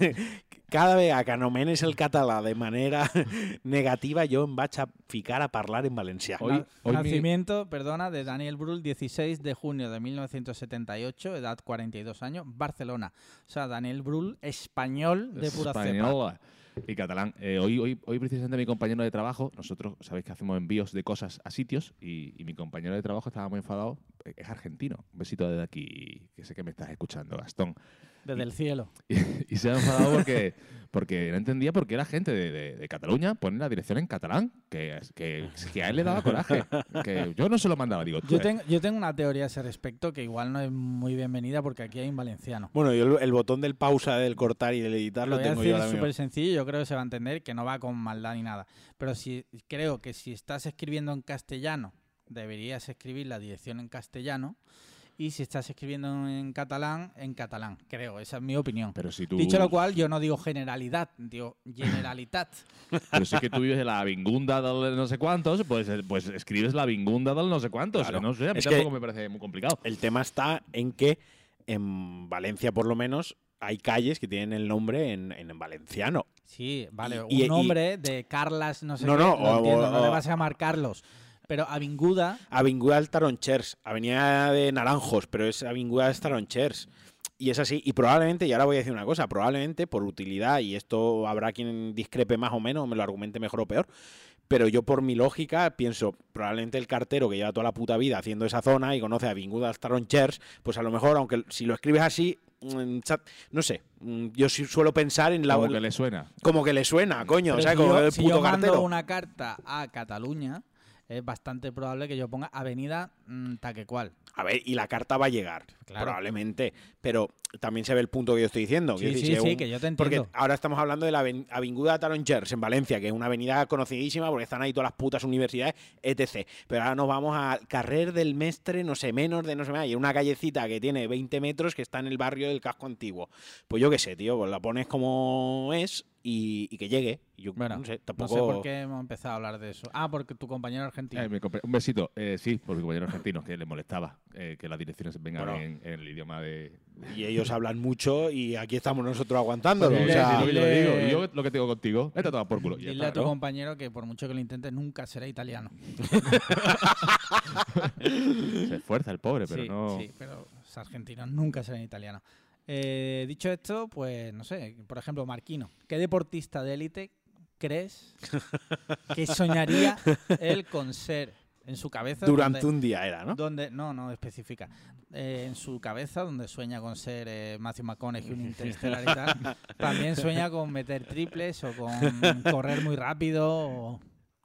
cada vegada que anomenes el català de manera negativa, yo em vaig a ficar a parlar en valencià. Hoy- Na- hoy mi- Nacimiento, perdona, de Daniel Brühl, dieciséis de junio de mil novecientos setenta y ocho, edad cuarenta y dos años, Barcelona. O sea, Daniel Brühl, español de pura cepa. Española y catalán. Eh, hoy, hoy, hoy precisamente mi compañero de trabajo, nosotros sabéis que hacemos envíos de cosas a sitios y, y mi compañero de trabajo estaba muy enfadado. Eh, Es argentino. Un besito desde aquí, que sé que me estás escuchando, Gastón. Desde el cielo. Y, y se ha enfadado porque, porque no entendía por qué la gente de, de- de Cataluña pone la dirección en catalán, que, que, que a él le daba coraje. Que yo no se lo mandaba, digo, tú, Yo eh, tengo, yo tengo una teoría a ese respecto que igual no es muy bienvenida porque aquí hay un valenciano. Bueno, yo el, el botón del pausa, del cortar y del editar Lo lo voy a tengo yo decir ahora mismo. súper sencillo, yo creo que se va a entender que no va con maldad ni nada. Pero si creo que si estás escribiendo en castellano, deberías escribir la dirección en castellano. Y si estás escribiendo en catalán, en catalán. Creo, esa es mi opinión. Pero si tú, Dicho lo cual, yo no digo generalidad, digo generalitat. pero si es que tú vives en la vingunda del no sé cuántos, pues, eh, pues escribes la vingunda del no sé cuántos. Claro. No sé, a mí Es que- tampoco me parece muy complicado. El tema está en que en Valencia, por lo menos, hay calles que tienen el nombre en, en valenciano. Sí, vale, Y- y- un nombre de Carlas, no sé No, qué, no, lo o- entiendo, o- no le o- vas a llamar Carlos. Pero Avinguda... Avinguda del Taronchers, Avenida de Naranjos, pero es Avinguda del Taronchers. Y es así, y probablemente, y ahora voy a decir una cosa, probablemente por utilidad, y esto habrá quien discrepe más o menos, o me lo argumente mejor o peor, pero yo por mi lógica pienso, probablemente el cartero que lleva toda la puta vida haciendo esa zona y conoce a Avinguda del Taronchers, pues a lo mejor, aunque si lo escribes así, no sé, yo sí suelo pensar en la... Como que le suena. Como que le suena, coño, Pero o sea, si como yo, el si puto yo mando cartero. una carta a Cataluña, es bastante probable que yo ponga Avenida mmm, Taquecual. A ver, y la carta va a llegar, Claro. probablemente, pero también se ve el punto que yo estoy diciendo. Sí, Quiero sí, decir, si sí, es un- que yo te Porque entiendo. ahora estamos hablando de la aven- Avinguda Taronchers en Valencia, que es una avenida conocidísima porque están ahí todas las putas universidades, etcétera. Pero ahora nos vamos a Carrer del Mestre, no sé, menos de no sé más, y una callecita que tiene veinte metros que está en el barrio del Casco Antiguo. Pues yo qué sé, tío, pues la pones como es y, y que llegue. Yo Bueno, no sé, no tampoco... sé por qué hemos empezado a hablar de eso. Ah, porque tu compañero argentino. Eh, mi compa- un besito. Eh, sí, por mi compañero argentino, que le molestaba eh, que las direcciones vengan Bueno. en, en el idioma de... Y ellos hablan mucho y aquí estamos nosotros aguantándolo. Dile, o sea, sí, lo que yo le dile- digo. Y yo lo que tengo contigo, vete a tomar por culo. Y ya Dile está, a tu ¿no? compañero que por mucho que lo intentes, nunca será italiano. Se esfuerza el pobre, pero sí, no... sí, pero los argentinos nunca serán italianos. Eh, dicho esto, pues no sé, por ejemplo, Marquino. ¿Qué deportista de élite crees que soñaría él con ser en su cabeza? durante donde, un día era, ¿no? donde no, no especifica. Eh, en su cabeza, donde sueña con ser eh, Matthew McConaughey, un interestelar y tal, también sueña con meter triples o con correr muy rápido. o-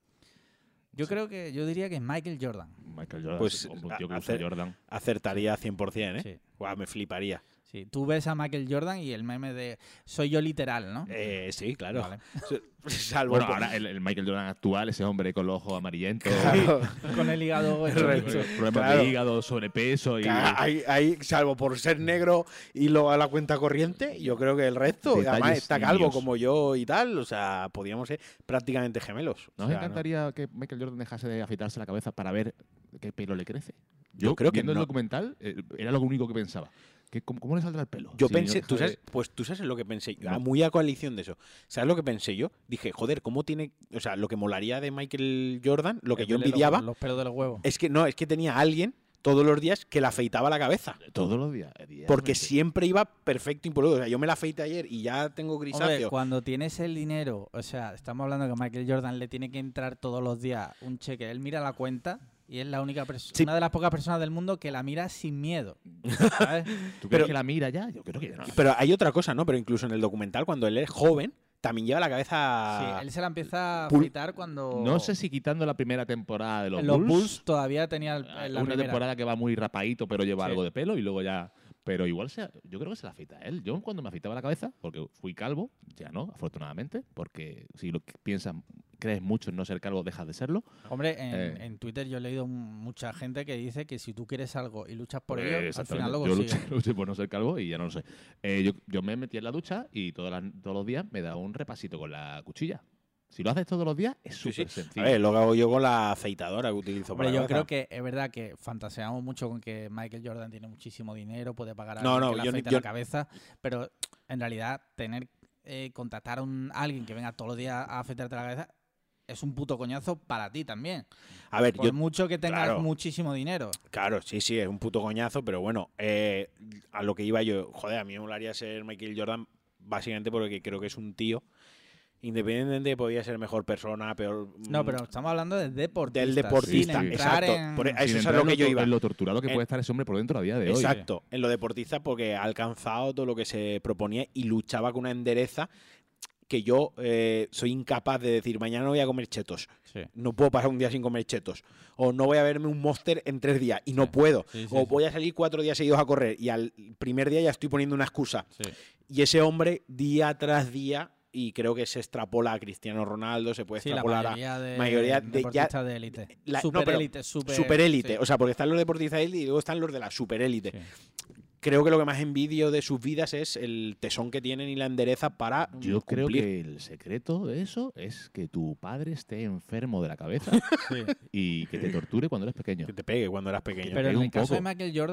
Yo creo que, yo diría que es Michael Jordan. Michael Jordan, Pues, un tío que usa hacer- Jordan. Acertaría cien por cien, ¿eh? Sí. Guau, me fliparía. Sí, tú ves a Michael Jordan y el meme de soy yo literal, ¿no? Eh, sí, claro. Vale. Salvo Bueno, por- ahora el, el Michael Jordan actual, ese hombre con los ojos amarillentos, Claro. Con el hígado hecho Correcto. bicho. problemas Claro. de hígado, sobrepeso y... Que hay, hay- salvo por ser negro y lo a la cuenta corriente, yo creo que el resto, y además Detalles está calvo niños. como yo y tal, o sea, podríamos ser prácticamente gemelos. ¿Nos O sea, encantaría que Michael Jordan dejase de afeitarse la cabeza para ver qué pelo le crece? Yo creo que viendo no. el documental, eh, era lo único que pensaba. ¿Qué, cómo, cómo le saldrá el pelo? Yo Si pensé, no tú deja de- sabes, pues tú sabes lo que pensé, yo, No. muy a coalición de eso. ¿Sabes lo que pensé yo? Dije, joder, ¿cómo tiene, o sea, lo que molaría de Michael Jordan, lo que yo Verle los- envidiaba, Los, pelos de los huevos. es que no, es que tenía a alguien todos los días que le afeitaba la cabeza. Todos los días. Porque diariamente. siempre iba perfecto impoluto. O sea, yo me la afeité ayer y ya tengo Hombre, grisáceo. cuando tienes el dinero, o sea, estamos hablando que a Michael Jordan le tiene que entrar todos los días un cheque. Él mira la cuenta y es la única persona, Sí. una de las pocas personas del mundo que la mira sin miedo. ¿sabes? ¿Tú crees pero- que la mira ya? Yo creo que no. Pero hay otra cosa, ¿no? Pero incluso en el documental, cuando él es joven, también lleva la cabeza... Sí, él se la empieza a Pul- afeitar cuando No sé si quitando la primera temporada de los, en los Bulls, Bulls todavía tenía el- hay la una primera. temporada que va muy rapadito, pero lleva Sí. algo de pelo y luego ya... Pero igual se, yo creo que se la afeita él. Yo cuando me afeitaba la cabeza, porque fui calvo, ya no, afortunadamente, porque si lo que piensas, crees mucho en no ser calvo, dejas de serlo. Hombre, en, Eh. en Twitter yo he leído mucha gente que dice que si tú quieres algo y luchas por Pues, ello, al exactamente. final lo Yo consigues. luché, luché por no ser calvo y ya no lo sé. Eh, yo, yo me metí en la ducha y todas las- todos los días me daba un repasito con la cuchilla. Si lo haces todos los días, es Sí, súper sí. sencillo. A ver, lo que hago yo con la afeitadora que utilizo Hombre, para yo la creo cabeza. que es verdad que fantaseamos mucho con que Michael Jordan tiene muchísimo dinero, puede pagar a No, alguien no, que le yo ni- afeite yo- la cabeza, pero en realidad tener eh, contactar a un, alguien que venga todos los días a afeitarte la cabeza es un puto coñazo para ti también. A ver, Por yo... mucho que tengas claro. muchísimo dinero. Claro, sí, sí, es un puto coñazo, pero bueno, eh, a lo que iba yo, joder, a mí me molaría ser Michael Jordan básicamente porque creo que es un tío, independientemente de podía ser mejor persona, peor... No, mm, pero estamos hablando de deportista. Del deportista, sin entrar exacto. en- Por e- a Sin eso es entrar a lo en que yo to- iba. en lo torturado que En- puede estar ese hombre por dentro a día de hoy. Exacto, en lo deportista porque ha alcanzado todo lo que se proponía y luchaba con una endereza que yo eh, soy incapaz de decir, mañana no voy a comer chetos. Sí. No puedo pasar un día sin comer chetos. O no voy a verme un Monster en tres días y no Sí. puedo. Sí, sí, o sí. voy a salir cuatro días seguidos a correr y al primer día ya estoy poniendo una excusa. Sí. Y ese hombre, día tras día, y creo que se extrapola a Cristiano Ronaldo, se puede Sí, la extrapolar a mayoría de, mayoría de ya- deportistas de élite. la- no, Super pero élite, super, superélite. sí. O sea, porque están los deportistas de élite y luego están los de la superélite. Sí. Creo que lo que más envidio de sus vidas es el tesón que tienen y la endereza para Yo creo cumplir. que el secreto de eso es que tu padre esté enfermo de la cabeza Sí. y que te torture cuando eres pequeño. Que te pegue cuando eras pequeño. Que Pero pegue en un el caso poco. de Michael Jordan,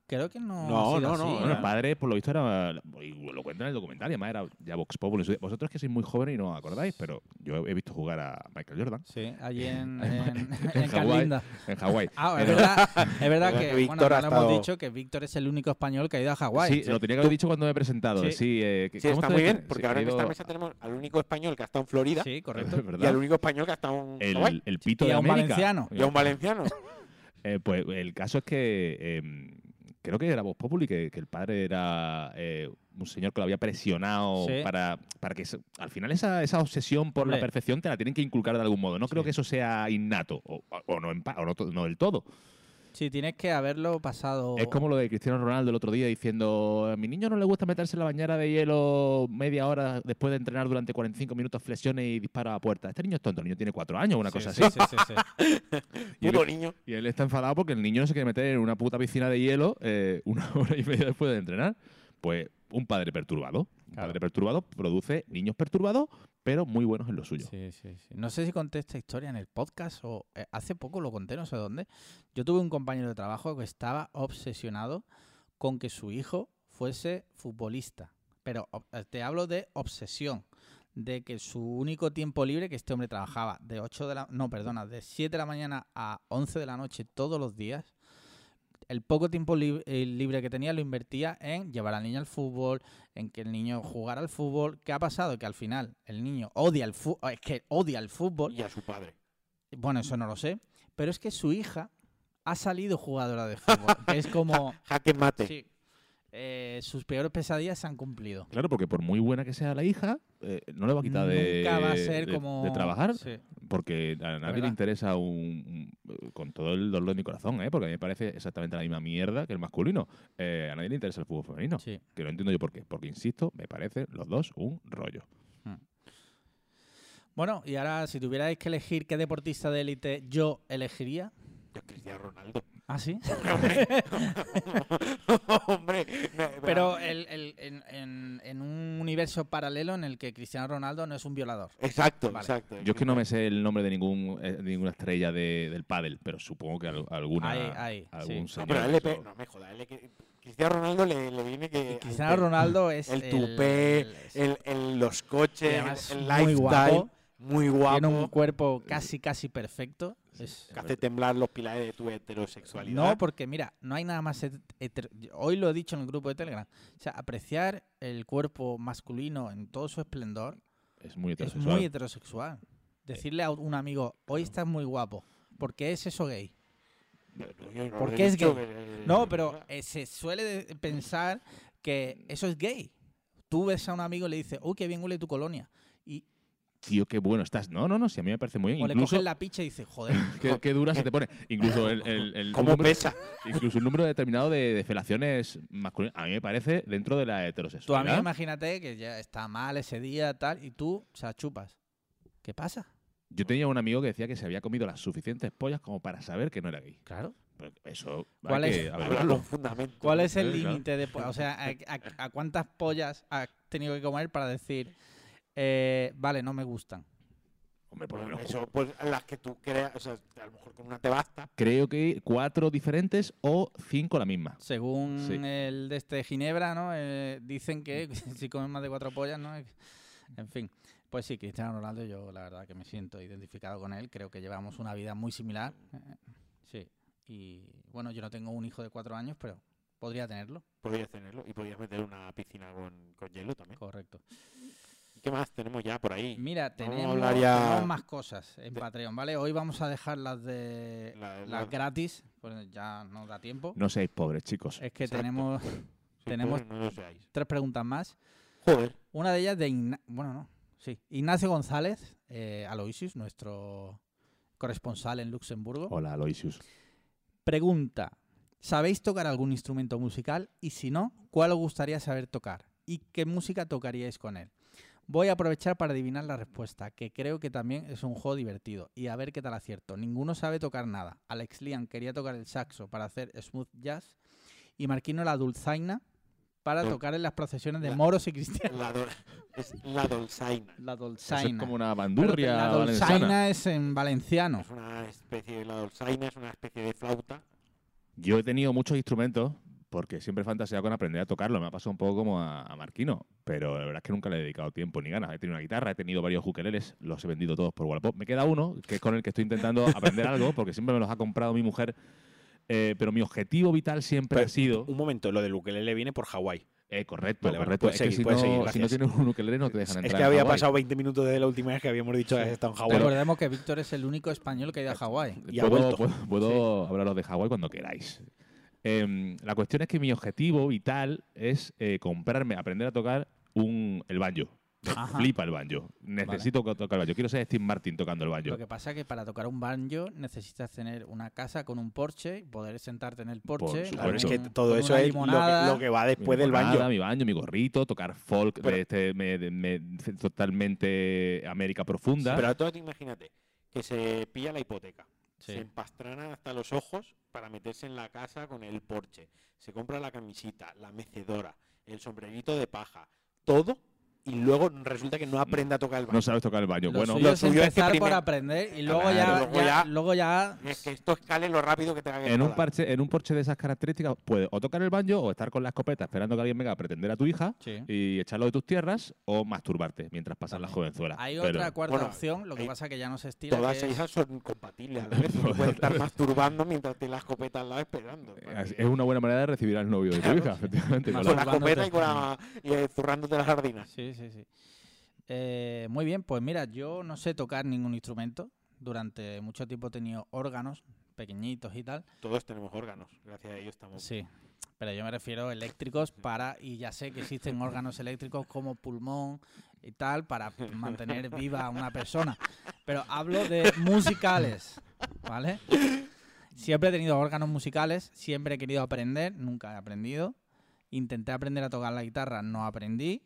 Creo que no. No, ha sido no, así, no, Bueno, no. el padre, por lo visto, era. Y lo cuenta en el documental, y además era ya Vox Populi. Vosotros que sois muy jóvenes y no os acordáis, pero yo he visto jugar a Michael Jordan Sí, allí en, En- en, en en Hawái. Carlinda. en Hawái. Ah, es Eh, verdad, es verdad verdad que, que bueno, Víctor no ha lo hemos estado- dicho que Víctor es el único español que ha ido a Hawái. Sí, lo tenía que haber dicho cuando me he presentado. Sí. Sí, eh, que- Sí, ¿cómo está te muy define- bien, porque sí, ahora he en esta ido- mesa tenemos al único español que ha estado en Florida Sí, Es correcto. y verdad. al único español que ha estado en El, Hawái. el pito Y de a un América. valenciano. Y a un valenciano. Eh, pues el caso es que eh, creo que era Vox Populi, que, que el padre era eh, un señor que lo había presionado Sí. para, para que se- al final esa, esa obsesión por Hombre. la perfección te la tienen que inculcar de algún modo. No creo Sí. que eso sea innato o, o- o no, en pa- o no, to- no del todo. Sí, tienes que haberlo pasado. Es como lo de Cristiano Ronaldo el otro día diciendo a mi niño no le gusta meterse en la bañera de hielo media hora después de entrenar durante cuarenta y cinco minutos flexiones y dispara a puerta. Este niño es tonto, el niño tiene cuatro años, una Sí, cosa sí, así. sí, sí, sí. Y Puto él, niño. y él está enfadado porque el niño no se quiere meter en una puta piscina de hielo eh, una hora y media después de entrenar. Pues un padre perturbado. Un Claro. padre perturbado produce niños perturbados, pero muy buenos en lo suyo. Sí, sí, sí. No sé si conté esta historia en el podcast o eh, hace poco lo conté, no sé dónde. Yo tuve un compañero de trabajo que estaba obsesionado con que su hijo fuese futbolista. Pero ob- eh, te hablo de obsesión, de que su único tiempo libre, que este hombre trabajaba de ocho de la no, perdona, de siete de la mañana a once de la noche todos los días. El poco tiempo lib- eh, libre que tenía lo invertía en llevar al niño al fútbol, en que el niño jugara al fútbol. ¿Qué ha pasado? Que al final el niño odia el fútbol, es que odia el fútbol. Y a su padre. Bueno, eso no lo sé, pero es que su hija ha salido jugadora de fútbol, que es como Jaque mate. sí, eh, sus peores pesadillas se han cumplido. Claro, porque por muy buena que sea la hija, eh, no le va a quitar de, Nunca va a ser de- como de trabajar. Sí. Porque a nadie verdad. le interesa un, un- con todo el dolor de mi corazón, ¿eh? Porque a mí me parece exactamente la misma mierda que el masculino. Eh, a nadie le interesa el fútbol femenino. Sí. Que no entiendo yo por qué. Porque, insisto, me parecen los dos un rollo. Bueno, y ahora si tuvierais que elegir qué deportista de élite yo elegiría. Yo, Cristiano Ronaldo. ¿Ah, sí? Hombre. no, Pero el, el- en, en- en un universo paralelo en el que Cristiano Ronaldo no es un violador. Exacto, Vale. exacto. Yo es que no me sé el nombre de ningún eh, de ninguna estrella de- del pádel, pero supongo que al- alguna Ahí, ahí, algún sí. señor No, pero a él de le eso- pe- no me jodas. él le que- Cristiano Ronaldo le, le viene que. Y Cristiano Ronaldo es El tupé, el- el, el- los coches, Y además el, el muy lifestyle. guapo. Muy tiene guapo. un cuerpo casi, casi perfecto. Es- Que hace temblar los pilares de tu heterosexualidad. No, porque mira, no hay nada más. het- heter- Hoy lo he dicho en el grupo de Telegram. O sea, apreciar el cuerpo masculino en todo su esplendor es muy es heterosexual. muy heterosexual. Decirle a un amigo, hoy estás muy guapo, ¿por qué es eso gay? No, yo no ¿Por lo he qué es dicho gay? que- No, pero eh, se suele de- pensar que eso es gay. Tú ves a un amigo y le dices, uy, qué bien huele tu colonia. Y Tío, qué bueno estás. No, no, no, si a mí me parece muy bien. o le Incluso, coges la picha y dices, joder. qué, qué dura se te pone. Incluso el, el, el ¿Cómo número, pesa? incluso un número determinado de, de felaciones masculinas. A mí me parece dentro de la Tu amigo, heterosexualidad. imagínate que ya está mal ese día, tal, y tú se la chupas. ¿Qué pasa? Yo tenía un amigo que decía que se había comido las suficientes pollas como para saber que no era gay. Claro. Pero eso ¿Cuál hay es? que Habla averiguarlo. con fundamento. ¿Cuál es el Sí, claro. límite de po- O sea, a, a- a cuántas pollas has tenido que comer para decir, eh, vale, no me gustan? Hombre, por lo Bueno, menos eso, pues las que tú creas, o sea, a lo mejor con una te basta. creo que cuatro diferentes o cinco la misma. Según Sí. el de este Ginebra, ¿no? Eh, dicen que si comen más de cuatro pollas, ¿no? En fin. Pues sí, Cristiano Ronaldo, yo la verdad que me siento identificado con él. Creo que llevamos una vida muy similar. Eh, Sí. Y bueno, yo no tengo un hijo de cuatro años, pero podría tenerlo. Podrías tenerlo y podrías meter una piscina con, con hielo también. Correcto. ¿Y qué más tenemos ya por ahí? Mira, Vamos a tenemos, hablar ya tenemos más cosas en de- Patreon, ¿vale? Hoy vamos a dejar las de La- las la- gratis, pues ya no da tiempo. No seáis pobres, chicos. Es que Exacto. tenemos Sí, tenemos- pues, no lo seáis. tres preguntas más. Joder. Una de ellas de Igna- bueno, no, sí, Ignacio González, eh, Aloysius, nuestro corresponsal en Luxemburgo. Hola, Aloysius. Pregunta: ¿sabéis tocar algún instrumento musical? Y si no, ¿cuál os gustaría saber tocar? ¿Y qué música tocaríais con él? Voy a aprovechar para adivinar la respuesta, que creo que también es un juego divertido. Y a ver qué tal acierto. Ninguno sabe tocar nada. Alex Lian quería tocar el saxo para hacer smooth jazz. Y Marquino la dulzaina para Dol- tocar en las procesiones de la- moros y cristianos. La dol- es la dolzaina. La Eso dolzaina. es como una Pero bandurria la valenciana. dolzaina es en valenciano. Es una especie de la dolzaina, es una especie de flauta. Yo he tenido muchos instrumentos porque siempre he fantaseado con aprender a tocarlo. Me ha pasado un poco como a, a Marquino, pero la verdad es que nunca le he dedicado tiempo ni ganas. He tenido una guitarra, he tenido varios ukeleles, los he vendido todos por Wallapop. Me queda uno, que es con el que estoy intentando aprender algo, porque siempre me los ha comprado mi mujer. Eh, pero mi objetivo vital siempre Pero, ha sido... Un momento, lo del ukelele viene por Hawái. Eh, correcto, Vale, vale, correcto. puedes Es que seguir, si, puedes no, seguir, si no gracias. tienes un ukelele no te dejan Es entrar que en había Hawái. pasado veinte minutos desde la última vez que habíamos dicho que has estado en Hawái. Recordemos que Víctor es el único español que ha ido a Hawái. Y ha puedo vuelto. puedo, puedo hablaros de Hawái cuando queráis. Eh, la cuestión es que mi objetivo vital es eh, comprarme, aprender a tocar un, el banjo. Me Ajá. flipa el banjo. Necesito tocar el banjo. Quiero ser Steve Martin tocando el banjo. Lo que pasa es que para tocar un banjo necesitas tener una casa con un porche, poder sentarte en el porche. supuesto. Claro, es con que un- todo con eso una es lo que, limonada. lo que va después Mi del limonada, banjo. Mi banjo, mi gorrito, tocar folk Pero- de este, me- de- me- totalmente América profunda. Pero tú imagínate que se pilla la hipoteca, Sí. se empastrana hasta los ojos para meterse en la casa con el porche, se compra la camisita, la mecedora, el sombrerito de paja, todo, y luego resulta que no aprende a tocar el banjo. no sabes tocar el banjo. Lo Bueno, suyo lo es suyo es que empezar por primero- aprender y luego, Claro, ya, luego ya- ya- luego ya Es que esto escale lo rápido que tenga que en un, volar. parche, en un porche de esas características puedes o tocar el banjo o estar con la escopeta esperando que alguien venga a pretender a tu hija Sí. y echarlo de tus tierras o masturbarte mientras pasas la jovenzuela. Hay Pero- otra cuarta bueno, opción, lo que hay- pasa que ya no se estila. Todas que es- ellas son compatibles a la vez. No puedes estar masturbando mientras tienes la escopeta al lado esperando. Es es una buena manera de recibir al novio de tu Claro. hija, efectivamente. Más con Con la- la Masturbándote. escopeta y, con la, y eh, zurrándote las sardinas. Sí, sí, sí. Eh, muy bien, pues mira, yo no sé tocar ningún instrumento. Durante mucho tiempo he tenido órganos pequeñitos y tal. Todos tenemos órganos. Gracias a ellos estamos. Sí, pero yo me refiero a eléctricos para, y ya sé que existen órganos eléctricos como pulmón y tal para mantener viva a una persona. Pero hablo de musicales, ¿vale? Siempre he tenido órganos musicales, siempre he querido aprender, nunca he aprendido. Intenté aprender a tocar la guitarra, no aprendí.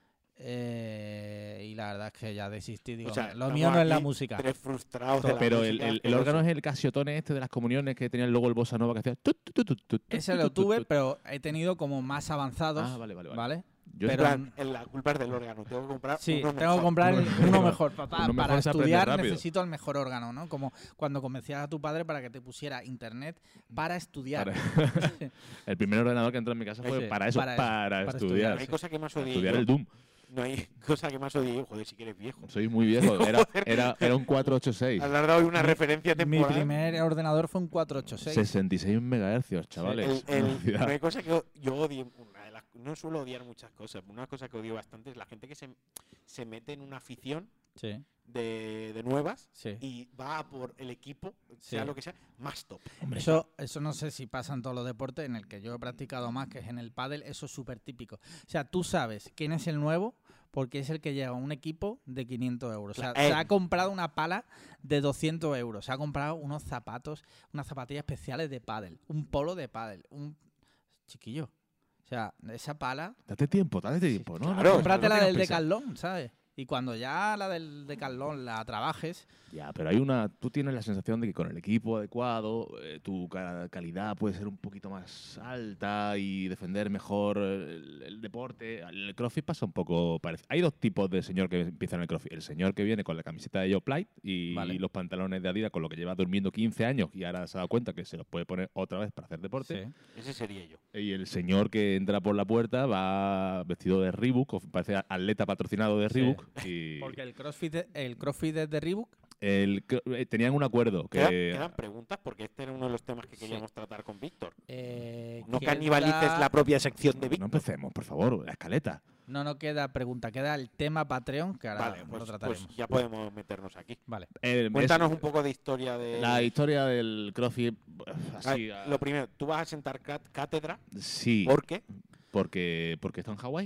Eh, y la verdad es que ya desistí. Digo, O sea, lo estamos mío no es la aquí música. Tres frustrados de la Pero el, música, el- el pero órgano sí. es el casiotone este de las comuniones que tenía luego el bossa nova que hacía... tut, tut, tut, tut, tut, Ese tut, lo tut, tut, tuve, tut. pero he tenido como más avanzados, Ah, vale, vale, vale. ¿vale? Yo pero- En plan, en la culpa es del órgano. Tengo que comprar Sí, uno tengo que mejor. comprar el- uno mejor. Papá, Uno mejor para se aprende estudiar rápido. necesito el mejor órgano, ¿no? Como cuando convencías a tu padre para que te pusiera internet para estudiar. Para- el primer ordenador que entró en mi casa fue Sí, para eso, para para, eso, para estudiar. estudiar, No hay cosa que más Para odie estudiar yo. el Doom. No hay cosa que más odie yo. Joder, si que eres viejo. Soy muy viejo. Era, era, era un cuatrocientos ochenta y seis. Has dado hoy una Mi- referencia Mi temporal. primer ordenador fue un cuatrocientos ochenta y seis. sesenta y seis megahercios, chavales. El- el- Una velocidad. no hay cosa que o- yo odie. Una de las, no suelo odiar muchas cosas. Una cosa que odio bastante es la gente que se, se mete en una afición Sí, de, de nuevas sí. y va a por el equipo, sea Sí. lo que sea, más top. Hombre, Eso, eso no sé si pasa en todos los deportes, en el que yo he practicado más, que es en el pádel, eso es súper típico. O sea, tú sabes quién es el nuevo porque es el que lleva un equipo de quinientos euros. O sea, Claro, se eh. ha comprado una pala de doscientos euros, se ha comprado unos zapatos, unas zapatillas especiales de pádel, un polo de pádel, un... Chiquillo, o sea, esa pala, Date tiempo, date tiempo, ¿no? claro, No, cómprate no la tengas del prisa. Decathlon, ¿sabes? Y cuando ya la del Decathlon la trabajes, Ya, pero hay una. Tú tienes la sensación de que con el equipo adecuado, eh, tu ca- calidad puede ser un poquito más alta y defender mejor el, el deporte. El CrossFit pasa un poco parecido. Hay dos tipos de señor que empiezan el CrossFit. El señor que viene con la camiseta de Yoplait y Vale. los pantalones de Adidas, con lo que lleva durmiendo quince años y ahora se ha dado cuenta que se los puede poner otra vez para hacer deporte. sí. Ese sería yo. Y el señor que entra por la puerta va vestido de Reebok, o parece atleta patrocinado de Sí. Reebok. Y Porque el CrossFit, el CrossFit es de Reebok. el, eh, tenían un acuerdo que. ¿Quedan, quedan preguntas? Porque este era uno de los temas que queríamos tratar con Víctor. Eh, No queda- canibalices la propia sección de No Víctor. empecemos, por favor, la escaleta. No, no queda pregunta, queda el tema Patreon, que ahora Vale, lo pues, trataremos. pues ya podemos meternos aquí. Vale. Eh, Cuéntanos es- un poco de historia de... La historia del CrossFit, así, Ah, ah, Lo primero, tú vas a sentar cat- cátedra sí, porque porque, porque está en Hawái.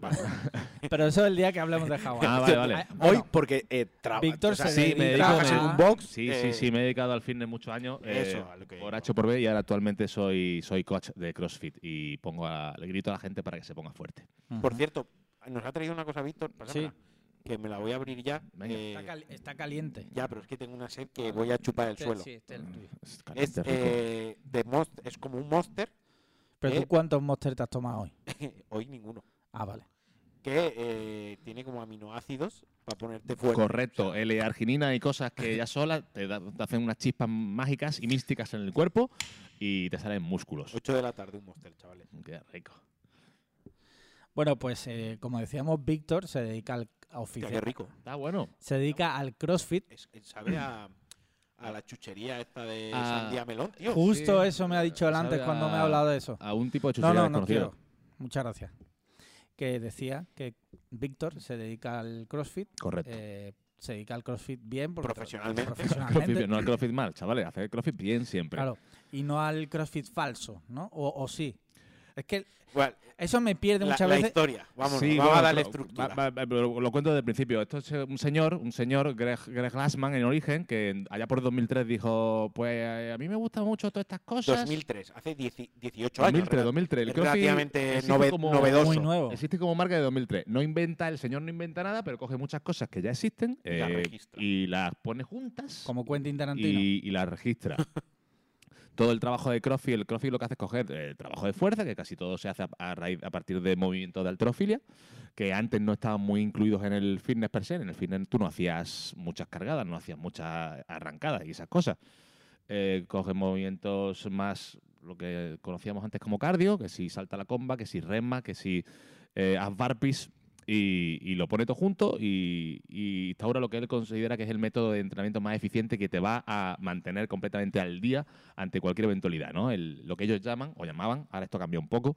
Pero eso es el día que hablemos de Hawái. Ah, vale, vale. Ah, hoy, bueno, porque eh, traba- Víctor o sea, se sí, dedica me dedico- trabajas me- en un box. Sí, eh, sí, sí, me he dedicado al fitness muchos años. eh, Eso, a lo que por iba. H por B y ahora actualmente soy, soy coach de CrossFit y pongo a- le grito a la gente para que se ponga fuerte. Por ujú. cierto, nos ha traído una cosa Víctor, pásamela, que me la voy a abrir ya. Venga. eh, Está, cali- está caliente. ya, pero es que tengo una sed que voy a chupar el Este- suelo. sí, este es el tuyo. Es Es, caliente, rico. eh, de Monst- es como un monster. Pero eh. tú, ¿cuántos Monster te has tomado hoy? Hoy ninguno. Ah, vale. que eh, tiene como aminoácidos para ponerte fuerte. Correcto, L-arginina y cosas que ya solas te, da- te hacen unas chispas mágicas y místicas en el cuerpo y te salen músculos. ocho de la tarde un Monster, chavales. Qué rico. Bueno, pues eh, como decíamos, Víctor se dedica al a Hostia, oficial- qué rico. Está bueno. se dedica al CrossFit. Es- es- sabe a, a la chuchería esta de Ah, sandía melón, tío. Justo sí. eso me ha dicho él antes Sabe cuando me a- ha hablado de eso. A un tipo de No, chuchería no, no desconocido. quiero. Muchas gracias. Que decía que Víctor se dedica al CrossFit. Correcto. eh, se dedica al CrossFit bien. Porque Profesionalmente. profesionalmente, Crossfit bien, no al CrossFit mal, chavales. Hacer CrossFit bien siempre. claro. Y no al CrossFit falso, ¿no? O, o sí. Es que Bueno, eso me pierde la, muchas la veces. historia. Vámonos, Sí, vamos bueno, a darle pero- estructura. va- va- va- pero lo cuento desde el principio. Esto es un señor, un señor, Greg, Greg Glassman, en origen, que en- allá por dos mil tres dijo, pues eh, a mí me gustan mucho todas estas cosas. dos mil tres, hace dieci- dieciocho dos mil años. tres, ¿verdad? dos mil tres. El Es CrossFit relativamente existe nove- como- novedoso. Muy nuevo. Existe como marca de dos mil tres. No inventa, el señor no inventa nada, pero coge muchas cosas que ya existen Y las eh, registra. y las pone juntas Como Quentin Tarantino. y, y las registra. Todo el trabajo de CrossFit, el CrossFit lo que hace es coger eh, trabajo de fuerza, que casi todo se hace a, a raíz, a partir de movimientos de halterofilia, que antes no estaban muy incluidos en el fitness per se. En el fitness tú no hacías muchas cargadas, no hacías muchas arrancadas y esas cosas. Eh, coges movimientos más, lo que conocíamos antes como cardio, que si salta la comba, que si rema, que si eh, haz burpees, y, y lo pone todo junto y, y instaura lo que él considera que es el método de entrenamiento más eficiente que te va a mantener completamente al día ante cualquier eventualidad, ¿no? El- lo que ellos llaman, o llamaban, ahora esto cambió un poco,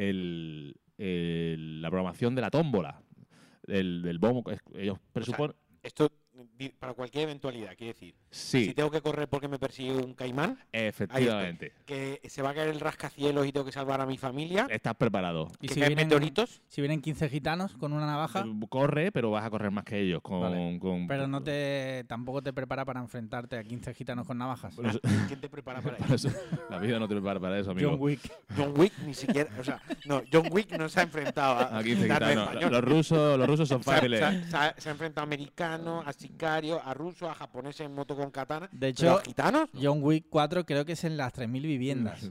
el- el- la programación de la tómbola, del, del bombo. es- Ellos presuponen... Esto, di- para cualquier eventualidad, quiere decir, sí, si tengo que correr porque me persigue un caimán, efectivamente. que se va a caer el rascacielos y tengo que salvar a mi familia, Estás preparado. Y que si caen vienen, meteoritos, si vienen quince gitanos con una navaja, Eh, Corre, pero vas a correr más que ellos. Con, Vale. con- pero no te tampoco te prepara para enfrentarte a quince gitanos con navajas. Por eso- ¿quién te prepara para por eso? eso, la vida no te prepara para eso, amigo. John Wick. John Wick ni siquiera, o sea, no, John Wick no se ha enfrentado a, Aquí se gitano quita, no, español. los rusos, los rusos son Se ha- fáciles. se ha- se ha- se ha enfrentado a americanos, a sicarios, a rusos, a japoneses en moto con katana. De Pero hecho, a gitanos, John Wick cuatro creo que es en las tres mil viviendas.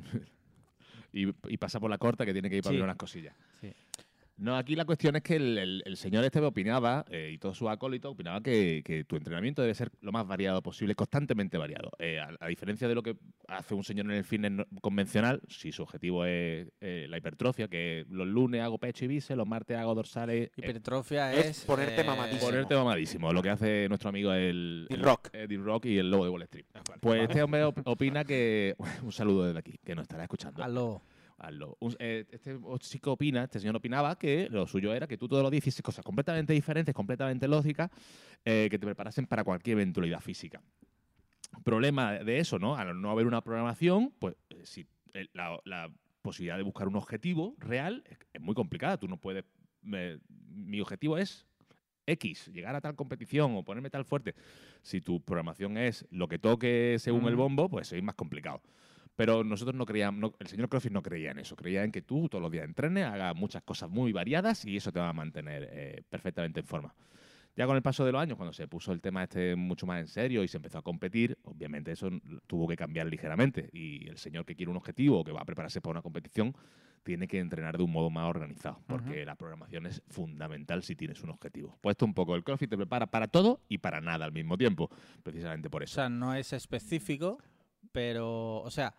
y, y pasa por la corta que tiene que ir para Sí. ver unas cosillas. Sí. No, aquí la cuestión es que el, el- el señor este opinaba, eh, y todos sus acólitos opinaba que, que tu entrenamiento debe ser lo más variado posible, constantemente variado. Eh, a, a diferencia de lo que hace un señor en el fitness no- convencional, si su objetivo es eh, la hipertrofia, que los lunes hago pecho y bíceps, los martes hago dorsales, eh, Hipertrofia es es, ponerte mamadísimo. ponerte mamadísimo, lo que hace nuestro amigo el Dean el- Rock. eh, Dean Rock y el lobo de Wall Street. Pues este hombre op- opina que... Un saludo desde aquí, que nos estará escuchando. Aló. Hazlo. Un- eh, este chico opina, este señor opinaba que lo suyo era que tú todos los días hicieses cosas completamente diferentes, completamente lógicas, eh, que te preparasen para cualquier eventualidad física. Problema de eso, ¿no? Al no haber una programación, pues eh, si eh, la, la posibilidad de buscar un objetivo real es, es muy complicada. Tú no puedes... me- mi objetivo es X, llegar a tal competición o ponerme tal fuerte. Si tu programación es lo que toque según el Ujú. bombo, pues es más complicado. Pero nosotros no creíamos, no- el señor CrossFit no creía en eso, creía en que tú todos los días entrenes, hagas muchas cosas muy variadas y eso te va a mantener eh, perfectamente en forma. Ya con el paso de los años, cuando se puso el tema este mucho más en serio y se empezó a competir, obviamente eso n- tuvo que cambiar ligeramente. Y el señor que quiere un objetivo o que va a prepararse para una competición tiene que entrenar de un modo más organizado, porque la programación es fundamental si tienes un objetivo. Puesto un poco, el CrossFit te prepara para todo y para nada al mismo tiempo, precisamente por O eso. sea, no es específico, pero, o sea,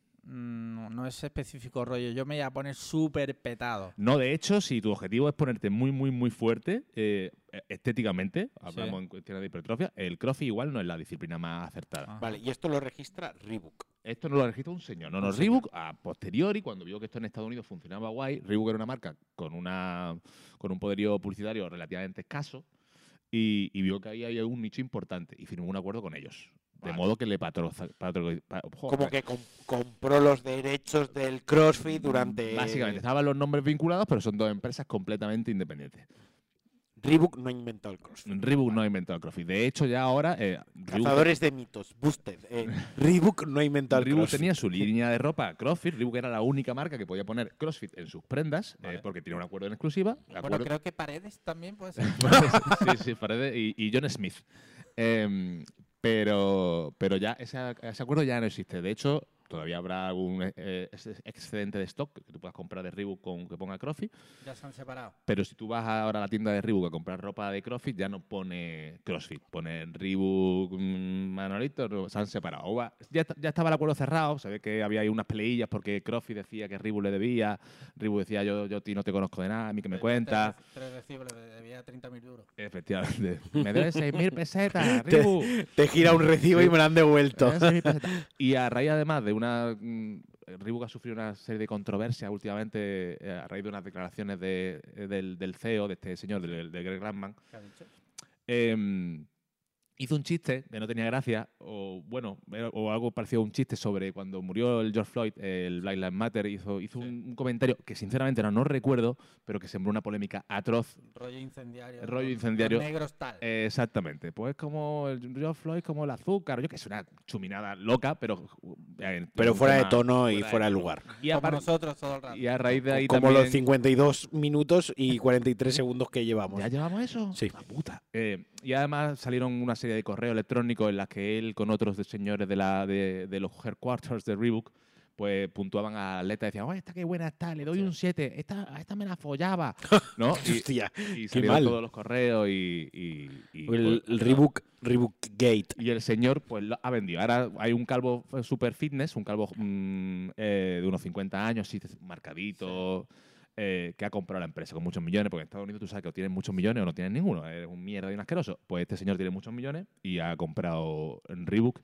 mm, no es específico rollo. Yo me voy a poner súper petado. No, de hecho, si tu objetivo es ponerte muy, muy, muy fuerte eh, estéticamente, hablamos Sí. en cuestiones de hipertrofia, el CrossFit igual no es la disciplina más acertada. Ah. Vale, y esto lo registra Reebok. Esto no lo registra un señor. No, no, Un señor. Reebok, a posteriori, cuando vio que esto en Estados Unidos funcionaba guay, Reebok era una marca con, una, con un poderío publicitario relativamente escaso y, y vio que ahí había un nicho importante y firmó un acuerdo con ellos. De Vale. modo que le patrocina... Como que com- compró los derechos del CrossFit durante... Básicamente, estaban los nombres vinculados, pero son dos empresas completamente independientes. Reebok no ha inventado el CrossFit. Reebok no ha inventado el CrossFit. De hecho, ya ahora... Eh, Reebok- Cazadores de mitos, Busted. Eh, Reebok no ha inventado el Reebok CrossFit. tenía su línea de ropa CrossFit. Reebok era la única marca que podía poner CrossFit en sus prendas, eh, Vale. porque tiene un acuerdo en exclusiva. Bueno, acuerdo- creo que Paredes también puede ser. sí, sí, Paredes y, y John Smith. Em, pero, pero ya ese, ese acuerdo ya no existe. De hecho, todavía habrá algún eh, excedente de stock que tú puedas comprar de Reebok con que ponga CrossFit. Ya se han separado. Pero si tú vas ahora a la tienda de Reebok a comprar ropa de CrossFit, ya no pone CrossFit, pone Reebok, mmm, Manolito, no, se han separado. O va, ya, ya estaba el acuerdo cerrado, se ve que había ahí unas peleillas porque CrossFit decía que Reebok le debía, Reebok decía yo, yo a ti no te conozco de nada, a mí que me cuentas. Tres recibos, le debía treinta mil euros. Efectivamente. Me debes seis mil pesetas, Reebok. Te, te gira un recibo sí. y me lo han devuelto. Y a raíz además de una... Reebok ha sufrido una serie de controversias últimamente eh, a raíz de unas declaraciones de, del, del C E O, de este señor, de, de Greg Glassman. ¿Qué ha dicho? Eh, hizo un chiste que no tenía gracia, o bueno, o algo parecido a un chiste sobre cuando murió el George Floyd, el Black Lives Matter, hizo, hizo sí. un, un comentario que sinceramente no, no recuerdo, pero que sembró una polémica atroz. Rollo incendiario. El rollo incendiario. Los negros tal. Eh, exactamente. Pues como el George Floyd, como el azúcar, yo que es una chuminada loca, pero... Eh, pero fuera de tono y fuera, fuera de lugar. Y a nosotros todo el rato. Y a raíz de ahí como también... los cincuenta y dos minutos y cuarenta y tres segundos que llevamos. ¿Ya llevamos eso? Sí. La puta. Eh, y además salieron una serie de correos electrónicos en las que él con otros de señores de, la, de, de los headquarters de Reebok pues puntuaban a Atleta y decían, oh, esta qué buena está, le doy sí. un siete, esta, esta me la follaba, ¿no? Y, Hostia, y salieron todos los correos y... y, y el, el Reebok, Reebok Gate. Y el señor pues lo ha vendido. Ahora hay un calvo super fitness, un calvo mmm, eh, de unos cincuenta años, así, marcadito... Sí. Eh, que ha comprado la empresa con muchos millones, porque en Estados Unidos tú sabes que o tienen muchos millones o no tienen ninguno, es un mierda y un asqueroso. Pues este señor tiene muchos millones y ha comprado en Reebok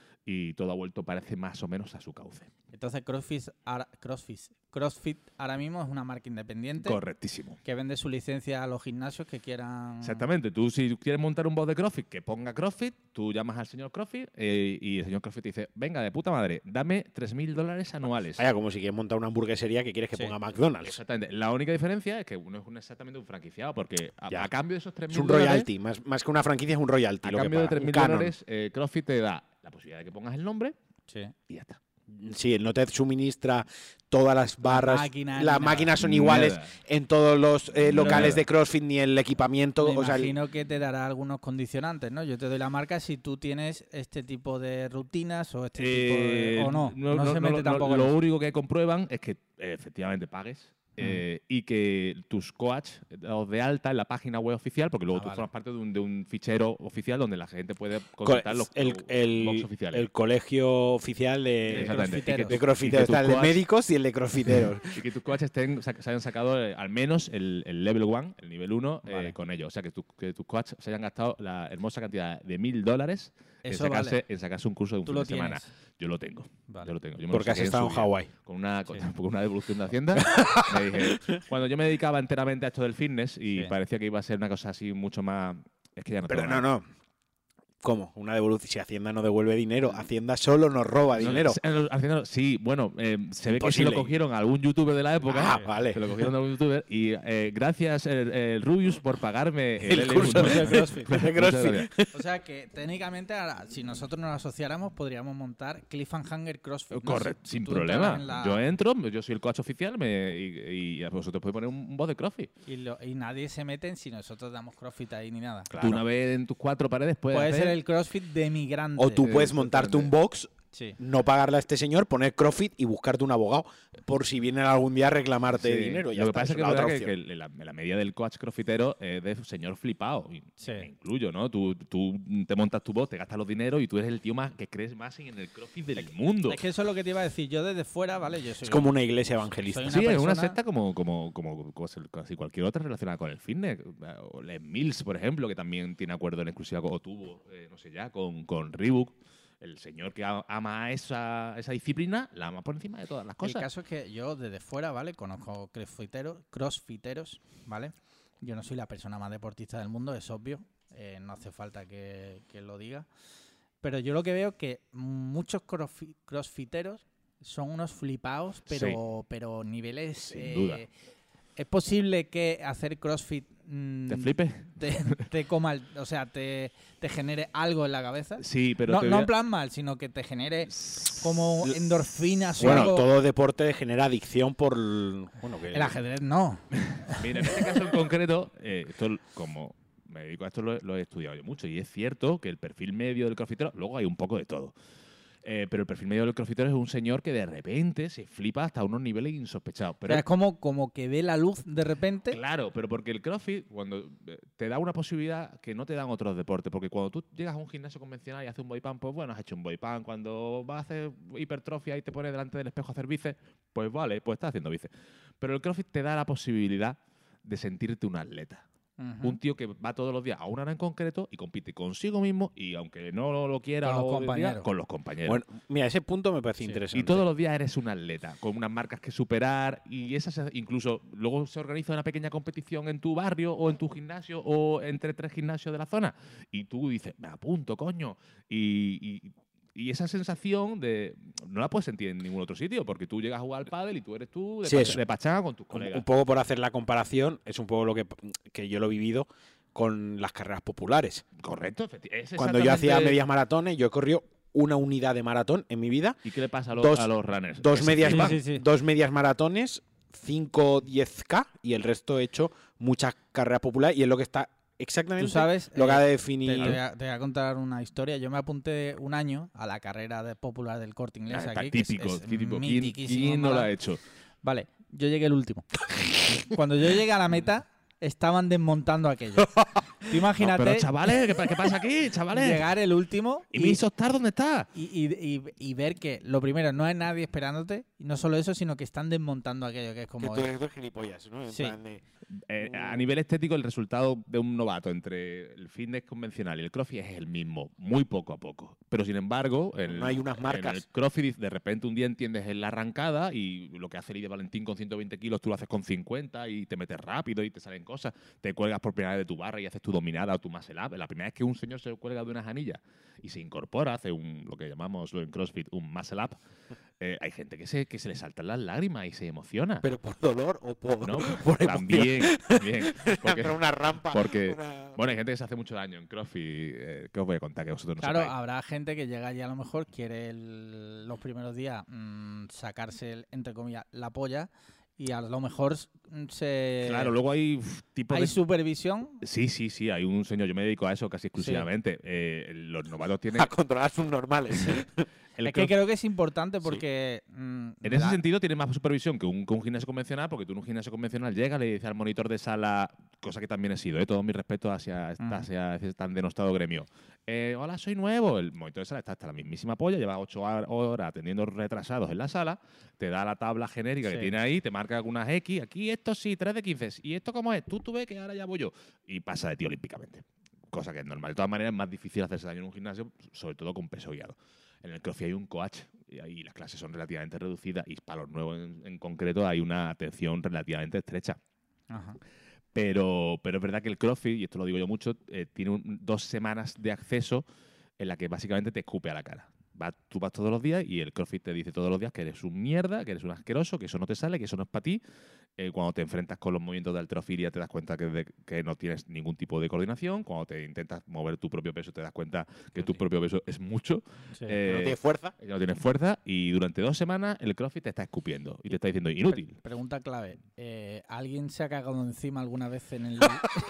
y todo ha vuelto, parece, más o menos a su cauce. Entonces CrossFit, CrossFit, CrossFit ahora mismo es una marca independiente. Correctísimo. Que vende su licencia a los gimnasios que quieran... Exactamente. Tú si quieres montar un box de CrossFit, que ponga CrossFit, tú llamas al señor CrossFit eh, y el señor CrossFit te dice, venga, de puta madre, dame tres mil dólares anuales. Vaya, como si quieres montar una hamburguesería que quieres que sí. ponga McDonald's. Exactamente. La única diferencia es que uno es un, exactamente un franquiciado, porque a, a cambio de esos tres mil dólares... Es un dólares, royalty, más, más que una franquicia es un royalty. A lo cambio que de tres mil dólares, eh, CrossFit te da la posibilidad de que pongas el nombre sí. y ya está. Sí, no te suministra todas las barras. La máquina, las máquinas son iguales nada. En todos los eh, locales nada. de CrossFit, ni el equipamiento. Me o sea, imagino que te dará algunos condicionantes, ¿no? Yo te doy la marca si tú tienes este tipo de rutinas o este eh, tipo de... O no, no, no, no se mete no, tampoco no, en Lo eso. único que comprueban es que eh, efectivamente pagues. Eh, y que tus coach los de alta en la página web oficial, porque luego ah, tú vale. formas parte de un, de un fichero oficial donde la gente puede consultar los, el, los el, blogs oficiales. El colegio oficial de crossfiteros. De crossfiteros. Está el de médicos y el de crossfiteros. Y que tus coaches estén, se hayan sacado eh, al menos el, el level one, el nivel uno, vale. eh, con ellos. O sea, que, tu, que tus coaches se hayan gastado la hermosa cantidad de mil dólares en sacarse, vale. en sacarse un curso de un ¿Tú fin lo de semana. tienes? Yo lo tengo. Vale. Yo lo tengo. Yo Porque has estado en Hawái. Con una, con, sí. con una devolución de Hacienda. Me dije, cuando yo me dedicaba enteramente a esto del fitness y sí. parecía que iba a ser una cosa así mucho más... Es que ya no Pero tengo no, nada. no. ¿Cómo? Una devolución. Si Hacienda no devuelve dinero, Hacienda solo nos roba no, dinero. Hacienda, sí, bueno, eh, se ve Imposible. que sí lo cogieron a algún youtuber de la época. Ah, vale. Se lo cogieron a algún youtuber. Y eh, gracias, el, el Rubius, por pagarme el, el curso de CrossFit. de CrossFit. O sea que técnicamente, ahora, si nosotros nos asociáramos, podríamos montar Cliffhanger CrossFit. ¿no? Correcto, si sin tú problema. La... Yo entro, yo soy el coach oficial me, y, y vosotros podéis poner un, un boss de CrossFit. Y, lo, y nadie se mete en si nosotros damos CrossFit ahí ni nada. Claro. Tú una vez en tus cuatro paredes puedes Puede hacer... ser el CrossFit de migrante. O tú puedes montarte un box, sí. no pagarle a este señor, poner CrossFit y buscarte un abogado por si vienen algún día a reclamarte sí. dinero. Ya Lo que está, pasa es que, la otra que, que la, la media del coach crossfitero es de señor flipado. Sí. Me incluyo, ¿no? Tú, tú te montas tu box, te gastas los dineros y tú eres el tío más que crees más en el CrossFit del mundo. Es que eso es lo que te iba a decir. Yo desde fuera, ¿vale? Yo soy es como una iglesia evangelista. Una sí, persona... es una secta como, como, como, como casi cualquier otra relacionada con el fitness. O Les Mills, por ejemplo, que también tiene acuerdo en exclusiva o tuvo, eh, no sé ya, con, con Reebok. El señor que ama esa, esa disciplina la ama por encima de todas las cosas. El caso es que yo desde fuera, ¿vale? Conozco crossfiteros, crossfiteros, ¿vale? Yo no soy la persona más deportista del mundo, es obvio. Eh, no hace falta que, que lo diga. Pero yo lo que veo es que muchos crossfit, crossfiteros son unos flipados, pero, sí. pero niveles... Sin eh, duda. ¿Es posible que hacer CrossFit mmm, te flipe? Te, te coma, o sea, te, te genere algo en la cabeza? Sí, pero no, te no a... en plan mal, sino que te genere como endorfinas bueno, o algo. Todo deporte genera adicción por bueno, que... El ajedrez no. Mira, en este caso en concreto, eh, esto como me dedico a esto lo, lo he estudiado yo mucho y es cierto que el perfil medio del crossfitero, luego hay un poco de todo. Eh, pero el perfil medio del crossfitter es un señor que de repente se flipa hasta unos niveles insospechados. Pero O sea, es como, como que ve la luz de repente. claro, pero porque el CrossFit cuando eh, te da una posibilidad que no te dan otros deportes. Porque cuando tú llegas a un gimnasio convencional y haces un body pump, pues bueno, has hecho un body pump. Cuando vas a hacer hipertrofia y te pones delante del espejo a hacer bíceps, pues vale, pues estás haciendo bíceps. Pero el CrossFit te da la posibilidad de sentirte un atleta. Ujú. Un tío que va todos los días a una hora en concreto y compite consigo mismo y aunque no lo quiera Con los o diga, compañeros. con los compañeros. Bueno, mira, ese punto me parece Sí. interesante. Y todos los días eres un atleta, con unas marcas que superar y esas incluso luego se organiza una pequeña competición en tu barrio o en tu gimnasio o entre tres gimnasios de la zona y tú dices, me apunto, coño. Y, y, y esa sensación de no la puedes sentir en ningún otro sitio porque tú llegas a jugar al pádel y tú eres tú de, Sí, pach- eso. de pachanga con tus Un, colegas. un poco por hacer la comparación, es un poco lo que, que yo lo he vivido con las carreras populares. Correcto. efecti- es Cuando yo hacía exactamente- medias maratones, yo he corrido una unidad de maratón en mi vida, ¿Y qué le pasa a los, dos- a los runners? dos Que se medias, flipan. Sí, sí, sí. dos medias maratones, cinco diez K y el resto he hecho muchas carreras populares y es lo que está exactamente Tú sabes, lo que eh, ha de Te, definir. te voy a, te voy a contar una historia. Yo me apunté un año a la carrera de popular del Corte Inglés Ah, está aquí. que es- típico, es típico. ¿Quién, mitiquísimo, quién no lo mala- ha hecho? Vale, yo llegué el último. Cuando yo llegué a la meta, estaban desmontando aquello. Tú imagínate Pero chavales, ¿qué, pa- qué pasa aquí, chavales? llegar el último ¿Y mi Isostar dónde está? y, y- y- y ver que, lo primero, no hay nadie esperándote. Y no solo eso, sino que están desmontando aquello, que es como... que tú eres gilipollas, ¿no? En Sí. plan de- Eh, a nivel estético, el resultado de un novato entre el fitness convencional y el CrossFit es el mismo, muy poco a poco. Pero sin embargo, en, No hay unas en marcas. el CrossFit de repente un día entiendes en la arrancada y lo que hace Lidia Valentín con ciento veinte kilos tú lo haces con cincuenta y te metes rápido y te salen cosas. Te cuelgas por primera vez de tu barra y haces tu dominada o tu muscle up. La primera vez que un señor se cuelga de unas anillas y se incorpora, hace un, lo que llamamos en CrossFit un muscle up, eh, hay gente que se, que se le saltan las lágrimas y se emociona. Pero por dolor o por, ¿no? por emoción. También, también. Porque, Pero una rampa. porque- una- bueno, hay gente que se hace mucho daño en CrossFit. Eh, ¿Qué os voy a contar que vosotros no Claro, sepáis? habrá gente que llega allí a lo mejor, quiere el- los primeros días mm, sacarse, el- entre comillas, la polla y a lo mejor mm, se... Claro, luego hay uf, tipos hay de... supervisión. Sí, sí, sí, hay un señor, yo me dedico a eso casi exclusivamente. Eh, los novatos tienen... a controlar sus normales. el Es que cross- creo que es importante porque... mm, En ese la- sentido tiene más supervisión que un, que un gimnasio convencional, porque tú en un gimnasio convencional llegas, le dices al monitor de sala, cosa que también he sido, ¿eh? Todo mi respeto hacia, esta- Ujú. hacia ese tan denostado gremio. Eh, hola, soy nuevo. El monitor de sala está hasta la mismísima polla, lleva ocho hor- horas atendiendo retrasados en la sala, te da la tabla genérica que Sí. tiene ahí, te marca algunas X, aquí esto sí, tres de quince. ¿Y esto cómo es? Tú, tú ves que ahora ya voy yo. Y pasa de ti olímpicamente. Cosa que es normal. De todas maneras, es más difícil hacerse daño en un gimnasio, sobre todo con peso guiado. En el CrossFit hay un coach y ahí las clases son relativamente reducidas y para los nuevos en, en concreto hay una atención relativamente estrecha. Ajá. Pero, pero es verdad que el CrossFit, y esto lo digo yo mucho, eh, tiene un- dos semanas de acceso en la que básicamente te escupe a la cara. Va, tú vas todos los días y el CrossFit te dice todos los días que eres un mierda, que eres un asqueroso, que eso no te sale, que eso no es para ti. Eh, cuando te enfrentas con los movimientos de halterofilia te das cuenta que, de- que no tienes ningún tipo de coordinación. Cuando te intentas mover tu propio peso te das cuenta que tu Sí. propio peso es mucho. Sí. Eh, no tiene fuerza. que no tienes fuerza y durante dos semanas el CrossFit te está escupiendo y te está diciendo inútil. Pre- Pregunta clave. Eh, ¿Alguien se ha cagado encima alguna vez en el...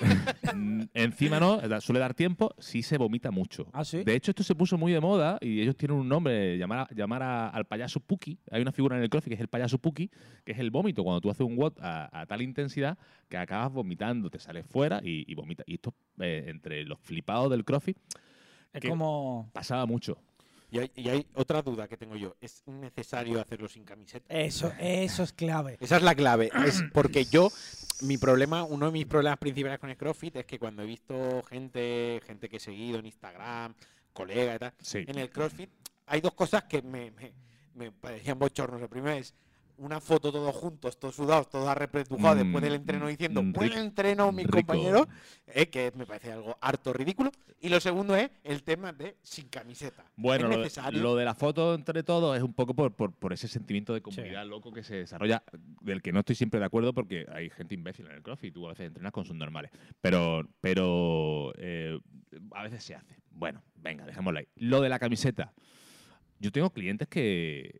Mm, Encima no, da- suele dar tiempo, sí se vomita mucho. ¿Ah, sí? De hecho, esto se puso muy de moda y ellos tienen un nombre, llamar, a- llamar a- al payaso Puki. Hay una figura en el CrossFit que es el payaso Puki, que es el vómito cuando tú haces un W O D a, a tal intensidad que acabas vomitando, te sales fuera y, y vomita. Y esto, eh, entre los flipados del CrossFit, Es que- como... pasaba mucho. Y hay, y hay otra duda que tengo yo. ¿Es necesario hacerlo sin camiseta? Eso, eso es clave. Esa es la clave. Es porque yo, mi problema, uno de mis problemas principales con el CrossFit es que cuando he visto gente, gente que he seguido en Instagram, colegas y tal, Sí. en el CrossFit hay dos cosas que me, me, me parecían bochornos. El primero es una foto todos juntos, todos sudados, todos arrepretujados Mm, después del entreno diciendo mm, buen rico, entreno, mis rico. compañeros, eh, que me parece algo harto ridículo. Y lo segundo es el tema de sin camiseta. Bueno, ¿Es lo de, necesario? lo de la foto entre todos es un poco por, por, por ese sentimiento de comunidad loco que se desarrolla, del que no estoy siempre de acuerdo porque hay gente imbécil en el CrossFit, tú a veces entrenas con sus normales, pero, pero eh, a veces se hace. Bueno, venga, dejémoslo ahí. Lo de la camiseta. Yo tengo clientes que,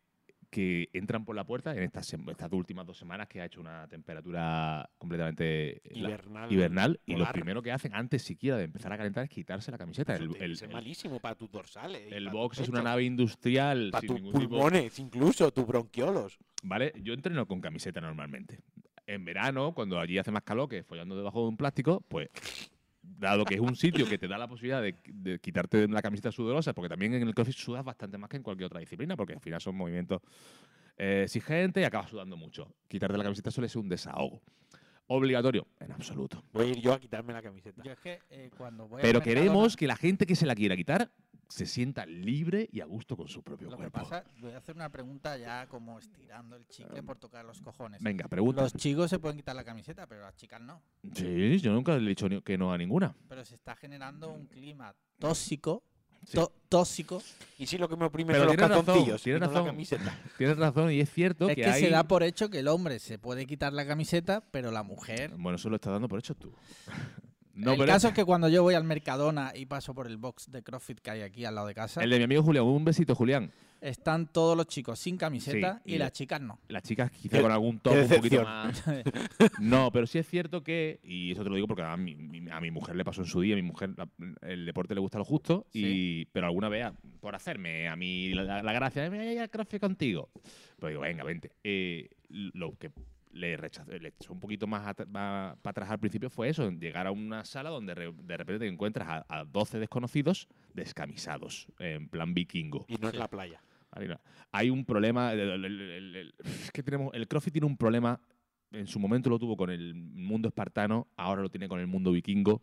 que entran por la puerta en estas, estas últimas dos semanas que ha hecho una temperatura completamente Hibernal, la, hibernal y lo polar. primero que hacen antes siquiera de empezar a calentar es quitarse la camiseta. Eso El, tiene el, que ser el- malísimo para tus dorsales. y el para box tus es una pechos, nave industrial para sin tus ningún tipo. pulmones, incluso tus bronquiolos. ¿Vale? Yo entreno con camiseta normalmente. En verano, cuando allí hace más calor que follando debajo de un plástico, pues dado que es un sitio que te da la posibilidad de, de quitarte la camiseta sudorosa, porque también en el CrossFit sudas bastante más que en cualquier otra disciplina, porque al final son movimientos eh, exigentes y acabas sudando mucho. Quitarte la camiseta suele ser un desahogo. ¿Obligatorio? En absoluto. Voy a ir yo a quitarme la camiseta. Yo es que eh, cuando voy Pero al queremos Mercadona, que la gente que se la quiera quitar se sienta libre y a gusto con su propio lo que cuerpo. pasa, voy a hacer una pregunta ya como estirando el chicle por tocar los cojones. Venga, pregunta. Los chicos se pueden quitar la camiseta, pero las chicas no. Sí, yo nunca le he dicho ni- que no a ninguna. Pero se está generando un clima tóxico, Sí. tó- tóxico. Y sí, lo que me oprime Pero son los tienes razón, calzoncillos. tienes y no la razón. camiseta. Tienes razón y es cierto Es que, que hay... se da por hecho que el hombre se puede quitar la camiseta, pero la mujer. Bueno, eso lo estás dando por hecho tú. No, el pero caso es que cuando yo voy al Mercadona y paso por el box de CrossFit que hay aquí al lado de casa, el de mi amigo Julián, un besito, Julián. están todos los chicos sin camiseta Sí, y, y las chicas no. Las chicas quizá Qué- con algún qué toque un poquito decepción. más. No, pero sí es cierto que, y eso te lo digo porque a mi, mi- a mi mujer le pasó en su día, a mi mujer la- el deporte le gusta lo justo, y, pero alguna vez, por hacerme a mí la, la gracia de me voy a ir al CrossFit contigo, pues digo, venga, vente. Eh, lo que le rechazó, le echó un poquito más, at- más para atrás al principio fue eso, llegar a una sala donde re- de repente te encuentras a, a doce desconocidos descamisados, en plan vikingo. Y no es la playa. Vale, no. Hay un problema. El, el- el- el- el- es que tenemos, el CrossFit tiene un problema. En su momento lo tuvo con el mundo espartano, ahora lo tiene con el mundo vikingo.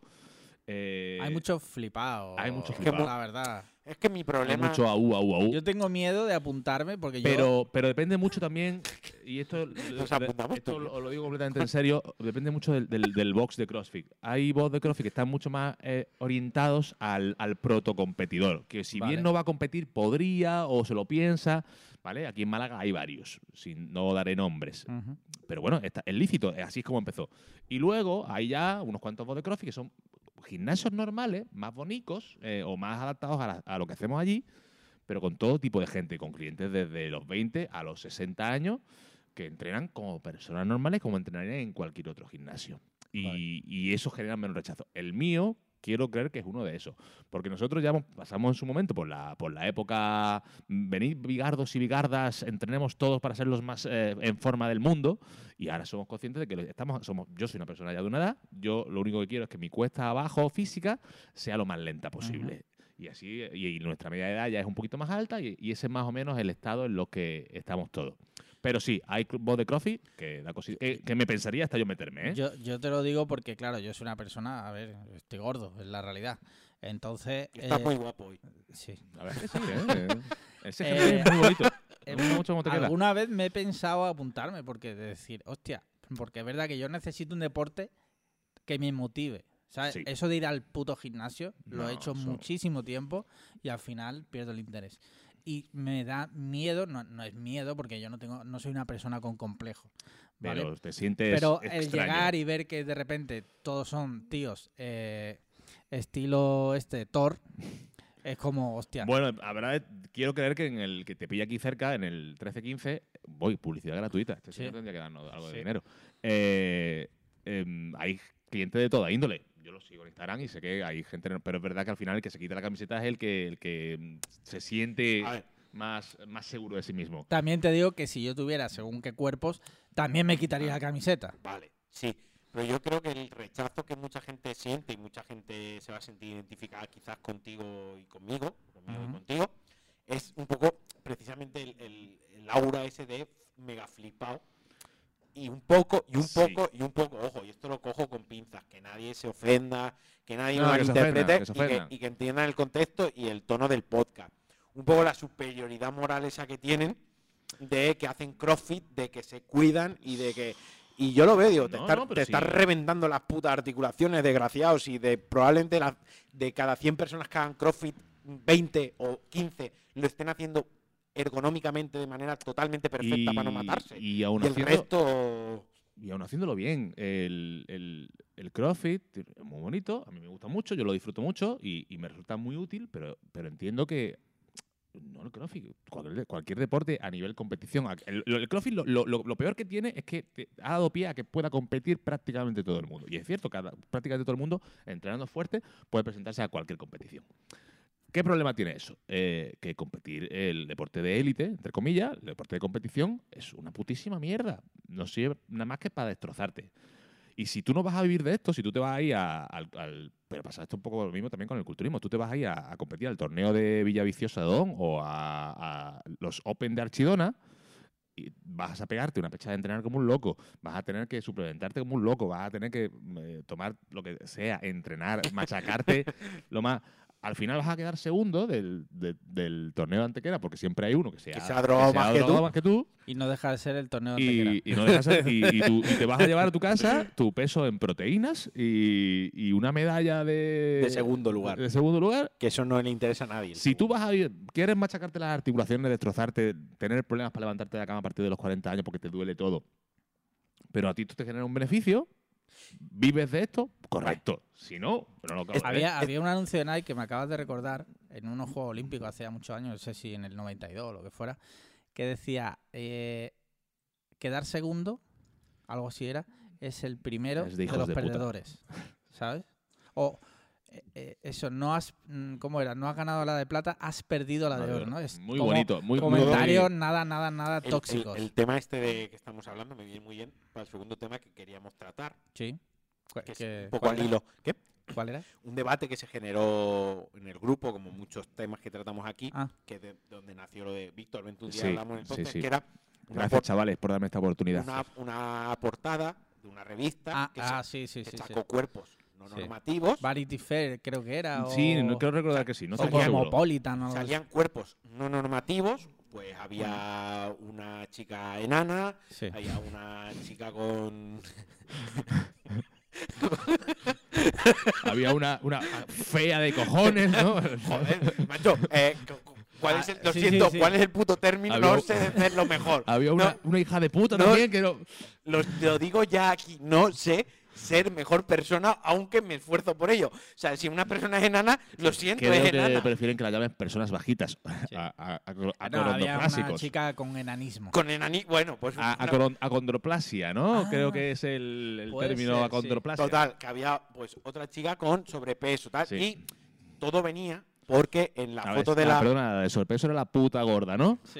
Eh, Hay muchos flipados. hay muchos flipados. La verdad. Es que mi hay problema. mucho aú, aú, aú. Yo tengo miedo de apuntarme porque yo. Pero, pero depende mucho también, y esto, Nos apuntamos esto todos. lo, lo digo completamente en serio, depende mucho del, del, del box de CrossFit. Hay box de CrossFit que están mucho más eh, orientados al, al protocompetidor, que si Vale. bien no va a competir, podría o se lo piensa. ¿Vale? Aquí en Málaga hay varios, sin, no daré nombres. Ujú. Pero bueno, está, es lícito, así es como empezó. Y luego hay ya unos cuantos box de CrossFit que son gimnasios normales, más bonitos eh, o más adaptados a, la- a lo que hacemos allí, pero con todo tipo de gente, con clientes desde los veinte a los sesenta años que entrenan como personas normales, como entrenarían en cualquier otro gimnasio. Y, Vale. y eso genera menos rechazo. El mío, quiero creer que es uno de esos. Porque nosotros ya hemos- pasamos en su momento por la, por la época, mm, venid bigardos y bigardas, entrenemos todos para ser los más eh, en forma del mundo. Y ahora somos conscientes de que lo- estamos, somos, yo soy una persona ya de una edad, yo lo único que quiero es que mi cuesta abajo física sea lo más lenta posible. Y así, y, y nuestra media de edad ya es un poquito más alta y, y ese es más o menos el estado en lo que estamos todos. Pero sí, hay box de CrossFit que, da cosi- que, que me pensaría hasta yo meterme, ¿eh? Yo, yo te lo digo porque, claro, yo soy una persona, a ver, estoy gordo, es la realidad. Entonces. Estás eh, muy guapo hoy. Sí. La verdad que sí, ¿eh? Ese Eh, jersey es muy bonito. eh, Me gusta mucho cómo te queda. Alguna vez me he pensado apuntarme porque de decir, hostia, porque es verdad que yo necesito un deporte que me motive. ¿Sabes? Sí. Eso de ir al puto gimnasio lo No, he hecho eso- muchísimo tiempo y al final pierdo el interés. Y me da miedo, no, no es miedo porque yo no tengo, no soy una persona con complejo. ¿vale? Pero te sientes Pero el extraño. llegar y ver que de repente todos son tíos eh, estilo este Thor, es como, hostia. Bueno, habrá, quiero creer que en el que te pilla aquí cerca, en el trece quince, voy, publicidad gratuita. Este Sí. señor tendría que darnos algo de Sí. dinero. Eh, em, hay clientes de toda índole. Yo lo sigo en Instagram y sé que hay gente, pero es verdad que al final el que se quita la camiseta es el que, el que mm, se siente A ver. más, más seguro de sí mismo. También te digo que si yo tuviera según qué cuerpos, también me quitaría la camiseta. Vale, sí. Pero yo creo que el rechazo que mucha gente siente y mucha gente se va a sentir identificada quizás contigo y conmigo, conmigo y Ujú. contigo, es un poco precisamente el, el- el aura ese de mega flipado. Y un poco, y un Sí. poco, y un poco, ojo, y esto lo cojo con pinzas, que nadie se ofenda, que nadie No, me que se malinterprete ofendan, que se y, que, ofendan. y que entiendan el contexto y el tono del podcast. Un poco la superioridad moral esa que tienen de que hacen CrossFit, de que se cuidan y de que... Y yo lo veo, digo, te, No, estás, no, pero te sí. estás reventando las putas articulaciones, desgraciados, y de probablemente las, de cada cien personas que hagan CrossFit, veinte o quince lo estén haciendo ergonómicamente de manera totalmente perfecta para no matarse. Y, Y aún el haciendo, resto... y aún haciéndolo bien. El, el, el CrossFit es muy bonito, a mí me gusta mucho, yo lo disfruto mucho y, y me resulta muy útil, pero, pero entiendo que No el CrossFit, cualquier, cualquier deporte a nivel competición. El, el CrossFit lo, lo, lo peor que tiene es que te ha dado pie a que pueda competir prácticamente todo el mundo. Y es cierto, cada, prácticamente todo el mundo, entrenando fuerte, puede presentarse a cualquier competición. ¿Qué problema tiene eso? Eh, que competir, el deporte de élite, entre comillas, el deporte de competición, es una putísima mierda. No sirve nada más que para destrozarte. Y si tú no vas a vivir de esto, si tú te vas a ir a, al, al… Pero pasa esto un poco lo mismo también con el culturismo. Tú te vas a ir a, a competir al torneo de Villaviciosa de Odón o a, a los Open de Archidona y vas a pegarte una pecha de entrenar como un loco. Vas a tener que suplementarte como un loco. Vas a tener que eh, tomar lo que sea, entrenar, machacarte lo más… Al final vas a quedar segundo del, de, del torneo de Antequera, porque siempre hay uno que se Que ha, se ha drogado que se ha más, que drogado tú. más que tú. Y no deja de ser el torneo de Y, Antequera. y, no dejas ser- y, y tú- y te vas a llevar a tu casa tu peso en proteínas y, y una medalla de, De segundo lugar. De segundo lugar. Que eso no le interesa a nadie. Si tú vas a ir, quieres machacarte las articulaciones, destrozarte, tener problemas para levantarte de la cama a partir de los cuarenta años porque te duele todo, pero a ti esto te genera un beneficio, ¿vives de esto? Correcto. Si no, pero no lo acabas de ver. Había, había un anuncio de Nike que me acabas de recordar en unos Juegos Olímpicos hace ya muchos años, no sé si en el noventa y dos o lo que fuera, que decía eh, quedar segundo, algo así era, es el primero Es de de, hijos los de puta. perdedores, ¿sabes? O eh, eh, eso, no has, mm, ¿cómo era? No has ganado la de plata, has perdido la de oro, ¿no? Es Muy como bonito, muy muy comentarios muy- nada, nada, nada El- tóxicos. El, el tema este de que estamos hablando me viene muy bien para el segundo tema que queríamos tratar, Sí. Cu- que es que- un poco ¿cuál al era? hilo. ¿Qué? ¿Cuál era? Un debate que se generó en el grupo, como muchos temas que tratamos aquí, Ah. que de donde nació lo de Víctor, vente un día Sí, hablamos en el sí, podcast, sí. que era una, Gracias, por- chavales, por darme esta oportunidad. una, una portada de una revista Ah, que, ah, se- sí, sí, que sí. sí. sacó cuerpos no Sí. normativos. Vanity Fair creo que era. Sí, o- no quiero recordar que sí, no o estoy muy seguro. Cosmopolitan o algo así. Salían cuerpos no normativos, pues había una chica enana, Sí. había una chica con… Había una, una fea de cojones, ¿no? Joder, macho, eh, cu- cu- ¿cuál es el, lo Ah, sí, siento, sí, sí. ¿cuál es el puto término? Había- No sé decirlo mejor. Había una, No, una hija de puta no. también que no… lo, lo digo ya aquí, no sé ser mejor persona, aunque me esfuerzo por ello. O sea, si una persona es enana, lo siento, Creo es que enana. prefieren que la llamen personas bajitas. Sí. A, a, a, No, había una acondroclásicos. chica con enanismo. Con enani, bueno, pues A, una- acoron- acondroplasia, ¿no? Ah, Creo que es el, el puede término ser, sí. acondroplasia. total, que había pues otra chica con sobrepeso, tal, Sí. y todo venía porque en la A ver, foto de ah, la Perdona, de sorpresa era la puta gorda, ¿no? Sí.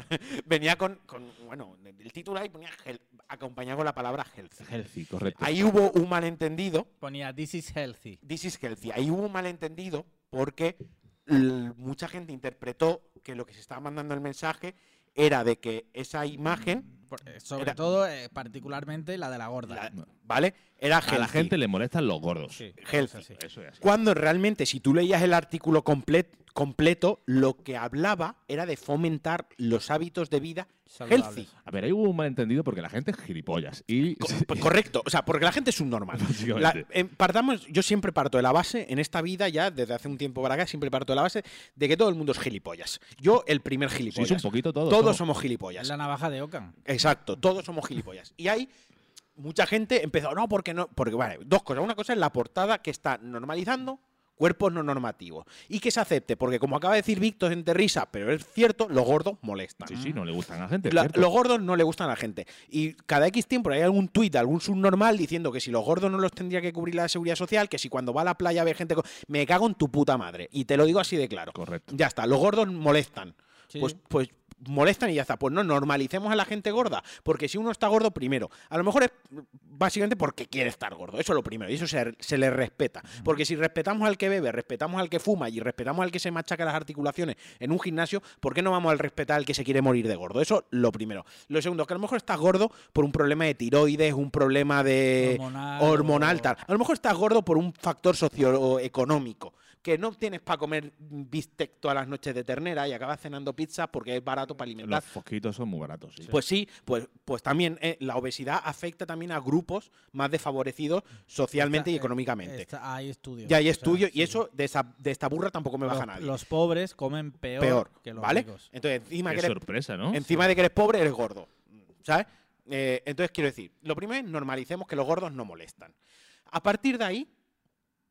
venía con, con bueno, el título ahí ponía hel- acompañado con la palabra healthy. Healthy, correcto. Ahí hubo un malentendido. Ponía This is healthy. This is healthy. Ahí hubo un malentendido porque l- mucha gente interpretó que lo que se estaba mandando el mensaje era de que esa imagen, Por- eh, sobre Era- todo, eh, particularmente la de la gorda. la- ¿vale? Era A la healthy. gente le molestan los gordos. Sí, Healthy. eso sí. Eso es así. Cuando realmente, si tú leías el artículo complet- completo, lo que hablaba era de fomentar los hábitos de vida Saludables. healthy. A ver, ahí hubo un malentendido porque la gente es gilipollas. Y Co- pues correcto, o sea, porque la gente es un normal. Básicamente. La- em, partamos, yo siempre parto de la base, en esta vida ya, desde hace un tiempo para acá, siempre parto de la base de que todo el mundo es gilipollas. Yo, el primer sí, gilipollas. es un poquito todo. Todos somos gilipollas. La navaja de Ocan. Exacto, todos somos gilipollas. Y hay mucha gente empezó, no, porque no, porque vale, dos cosas. Una cosa es la portada que está normalizando cuerpos no normativos. Y que se acepte, porque como acaba de decir Víctor entre risa, pero es cierto, los gordos molestan. Sí, sí, no le gustan a la gente. es La- cierto. los gordos no le gustan a la gente. Y cada X tiempo hay algún tuit de algún subnormal diciendo que si los gordos no los tendría que cubrir la seguridad social, que si cuando va a la playa ve gente con… Me cago en tu puta madre. Y te lo digo así de claro. Correcto. Ya está, los gordos molestan. Sí. Pues, pues molestan y ya está. Pues no, normalicemos a la gente gorda. Porque si uno está gordo, primero, a lo mejor es básicamente porque quiere estar gordo. Eso es lo primero. Y eso se, se le respeta. Porque si respetamos al que bebe, respetamos al que fuma y respetamos al que se machaca las articulaciones en un gimnasio, ¿por qué no vamos a respetar al que se quiere morir de gordo? Eso lo primero. Lo segundo, que a lo mejor estás gordo por un problema de tiroides, un problema de Hormonal hormonal o- tal. A lo mejor estás gordo por un factor socioeconómico. Que no tienes para comer bistec todas las noches de ternera y acabas cenando pizza porque es barato para alimentar. Los fosquitos son muy baratos, sí. Pues sí, pues, pues también eh, la obesidad afecta también a grupos más desfavorecidos socialmente y Está- eh, económicamente. está- hay estudios. Ya hay o sea, estudios y sí. eso de esta, de esta burra tampoco me baja los, nadie. los pobres comen peor, Peor, que los ¿vale? ricos. Entonces, encima, Qué que eres, sorpresa, ¿no? encima de que eres pobre, eres gordo. ¿Sabes? Eh, entonces, quiero decir, lo primero es normalicemos que los gordos no molestan. A partir de ahí,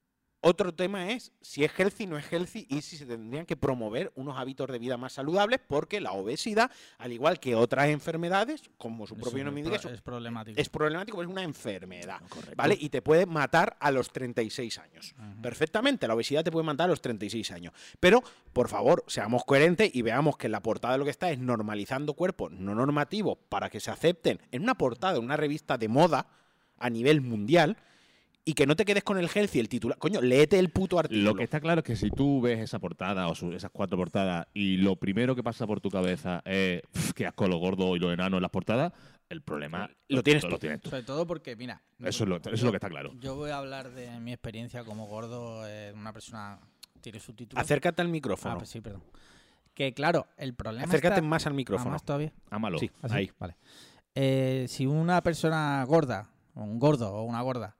Otro tema es si es healthy, no es healthy y si se tendrían que promover unos hábitos de vida más saludables porque la obesidad, al igual que otras enfermedades, como su Eso propio es nombre pro- indica, es problemático. es problemático, pero es una enfermedad, Correcto. ¿vale? Y te puede matar a los treinta y seis años. Ujú. Perfectamente, la obesidad te puede matar a los treinta y seis años. Pero, por favor, seamos coherentes y veamos que en la portada lo que está es normalizando cuerpos no normativos para que se acepten en una portada de una revista de moda a nivel mundial. Y que no te quedes con el healthy, el titular. Coño, léete el puto artículo. Lo que está claro es que si tú ves esa portada o su- esas cuatro portadas y lo primero que pasa por tu cabeza es "Pff, qué asco lo gordo y lo enano en las portadas", el problema Lo tienes lo, tú. lo tienes tú. Sobre todo porque, mira. Eso es lo, eso es lo que está claro. Yo voy a hablar de mi experiencia como gordo. eh, una persona tiene su título. Acércate al Ah, micrófono. pues sí, perdón. Que claro, el problema Acércate está... más al ¿Ah, micrófono. más todavía? Ámalo. Sí. ¿Ah, sí? Ahí. Vale. Eh, si una persona gorda, o un gordo o una gorda,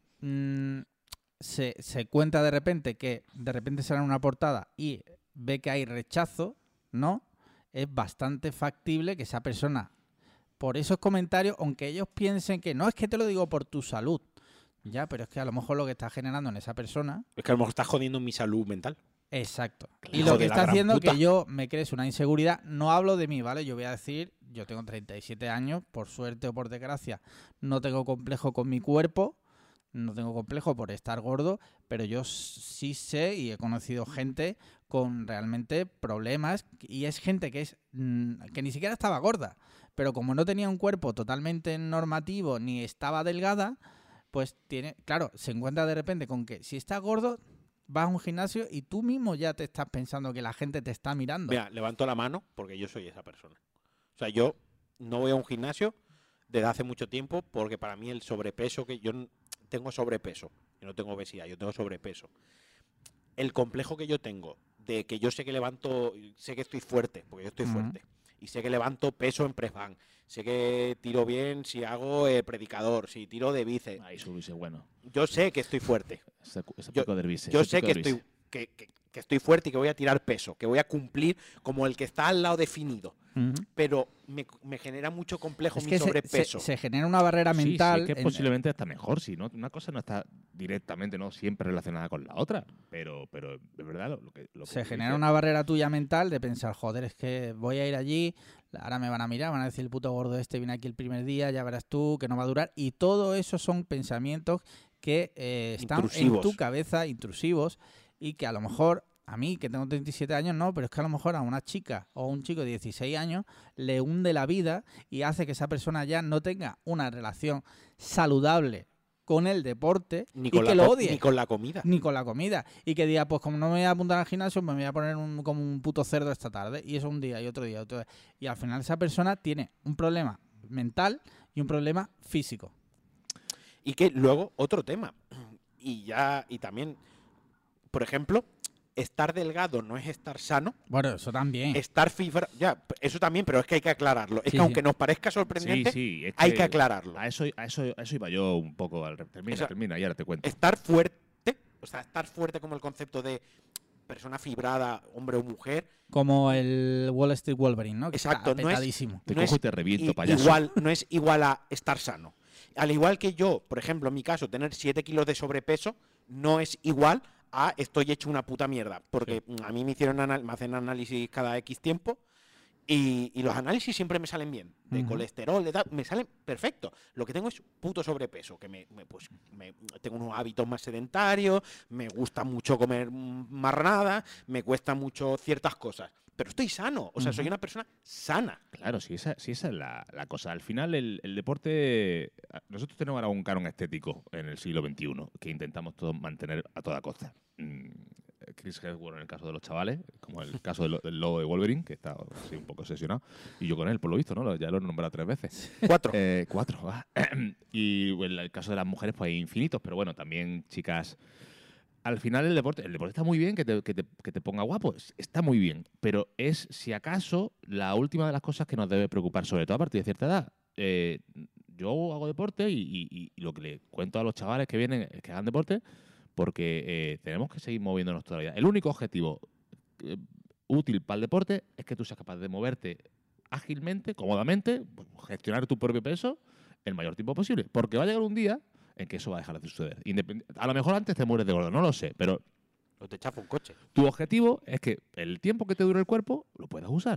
mm, se, se cuenta de repente que de repente sale en una portada y ve que hay rechazo, ¿no? Es bastante factible que esa persona, por esos comentarios, aunque ellos piensen que no, es que te lo digo por tu salud, ya, pero es que a lo mejor lo que está generando en esa persona... Es que a lo mejor estás jodiendo mi salud mental. Exacto. Hijo Y lo de que la está gran haciendo puta. que yo me crees una inseguridad, no hablo de mí, ¿vale? Yo voy a decir, yo tengo treinta y siete años, por suerte o por desgracia, no tengo complejo con mi cuerpo, no tengo complejo por estar gordo, pero yo sí sé y he conocido gente con realmente problemas y es gente que es mm, que ni siquiera estaba gorda, pero como no tenía un cuerpo totalmente normativo ni estaba delgada, pues tiene, claro, se encuentra de repente con que si estás gordo vas a un gimnasio y tú mismo ya te estás pensando que la gente te está mirando. Mira, levanto la mano porque yo soy esa persona. O sea, yo no voy a un gimnasio desde hace mucho tiempo porque para mí el sobrepeso, que yo n- tengo sobrepeso, yo no tengo obesidad, yo tengo sobrepeso. El complejo que yo tengo de que yo sé que levanto, sé que estoy fuerte, porque yo estoy Ujú. fuerte, y sé que levanto peso en press bank, sé que tiro bien si hago eh, predicador, si tiro de bíceps, Ahí subirse bueno. yo sé que estoy fuerte. Ese, ese Yo- pico del bíceps, Yo ese sé pico que del estoy, bíceps. que, que- que estoy fuerte y que voy a tirar peso, que voy a cumplir como el que está al lado definido. Ujú. Pero me, me genera mucho complejo Es mi que se, sobrepeso. se- se genera una barrera Sí, sí, mental. es que en- posiblemente hasta mejor, si no, una cosa no está directamente, no siempre relacionada con la otra, pero, pero de verdad lo, lo que lo que Se tú genera dices- una barrera tuya mental de pensar, joder, es que voy a ir allí, ahora me van a mirar, van a decir el puto gordo este viene aquí el primer día, ya verás tú, que no va a durar. Y todo eso son pensamientos que eh, están en Intrusivos. tu cabeza, intrusivos, y que a lo mejor, a mí que tengo treinta y siete años, no, pero es que a lo mejor a una chica o a un chico de dieciséis años le hunde la vida y hace que esa persona ya no tenga una relación saludable con el deporte Ni y con, que la lo co- odie ni con la comida. ni con la comida. Y que diga, pues como no me voy a apuntar al gimnasio, me voy a poner un- como un puto cerdo esta tarde. Y eso un día y otro día, otro día. Y al final esa persona tiene un problema mental y un problema físico. Y que luego, otro tema. Y ya, y también, por ejemplo, estar delgado no es estar sano. Bueno, eso también. Estar fibra. Ya, eso también, pero es que hay que aclararlo. Es Sí, que aunque sí. nos parezca Sí, sorprendente, sí, es hay que aclararlo. A eso, a, eso, a eso iba yo un poco al... re- Termina, O sea, termina, y ahora te cuento. Estar fuerte, o sea, estar fuerte como el concepto de persona fibrada, hombre o mujer, Como el Wall Street Wolverine, ¿no? Que Exacto, está no es- petadísimo. Te no cojo es y te reviento, i- payaso. igual, no es igual a estar sano. Al igual que yo, por ejemplo, en mi caso, tener siete kilos de sobrepeso no es igual a estoy hecho una puta mierda. Porque mm, a mí me hicieron anal- me hacen análisis cada X tiempo y, y los análisis siempre me salen bien. De Ujú. colesterol, de tal, me salen perfecto. Lo que tengo es puto sobrepeso, que me, me, pues, me- tengo unos hábitos más sedentarios, me gusta mucho comer mm, marranadas, me cuesta mucho ciertas cosas. Pero estoy sano, o sea, soy Ujú. una persona sana. Claro, sí, esa, sí, esa es la, la cosa. Al final, el, el deporte. Nosotros tenemos ahora un canon estético en el siglo veintiuno que intentamos todos mantener a toda costa. Mm, Chris Hemsworth en el caso de los chavales, como el caso del, del lobo de Wolverine, que está así un poco obsesionado. Y yo con él, por lo visto, ¿no? Ya lo he nombrado tres veces. Cuatro. Eh, cuatro, va. Y en el caso de las mujeres, pues hay infinitos, pero bueno, también chicas. Al final el deporte, el deporte está muy bien, que te, que te- que te ponga guapo, es- está muy bien, pero es, si acaso, la última de las cosas que nos debe preocupar, sobre todo a partir de cierta edad. Eh, yo hago deporte y, y- y lo que le cuento a los chavales que vienen es que hagan deporte porque eh, tenemos que seguir moviéndonos toda la vida. El único objetivo eh, útil para el deporte es que tú seas capaz de moverte ágilmente, cómodamente, pues, gestionar tu propio peso el mayor tiempo posible, porque va a llegar un día en que eso va a dejar de suceder. Independ- a lo mejor antes te mueres de gordo, no lo sé, pero O te chafa un coche. tu objetivo es que el tiempo que te dure el cuerpo lo puedas usar.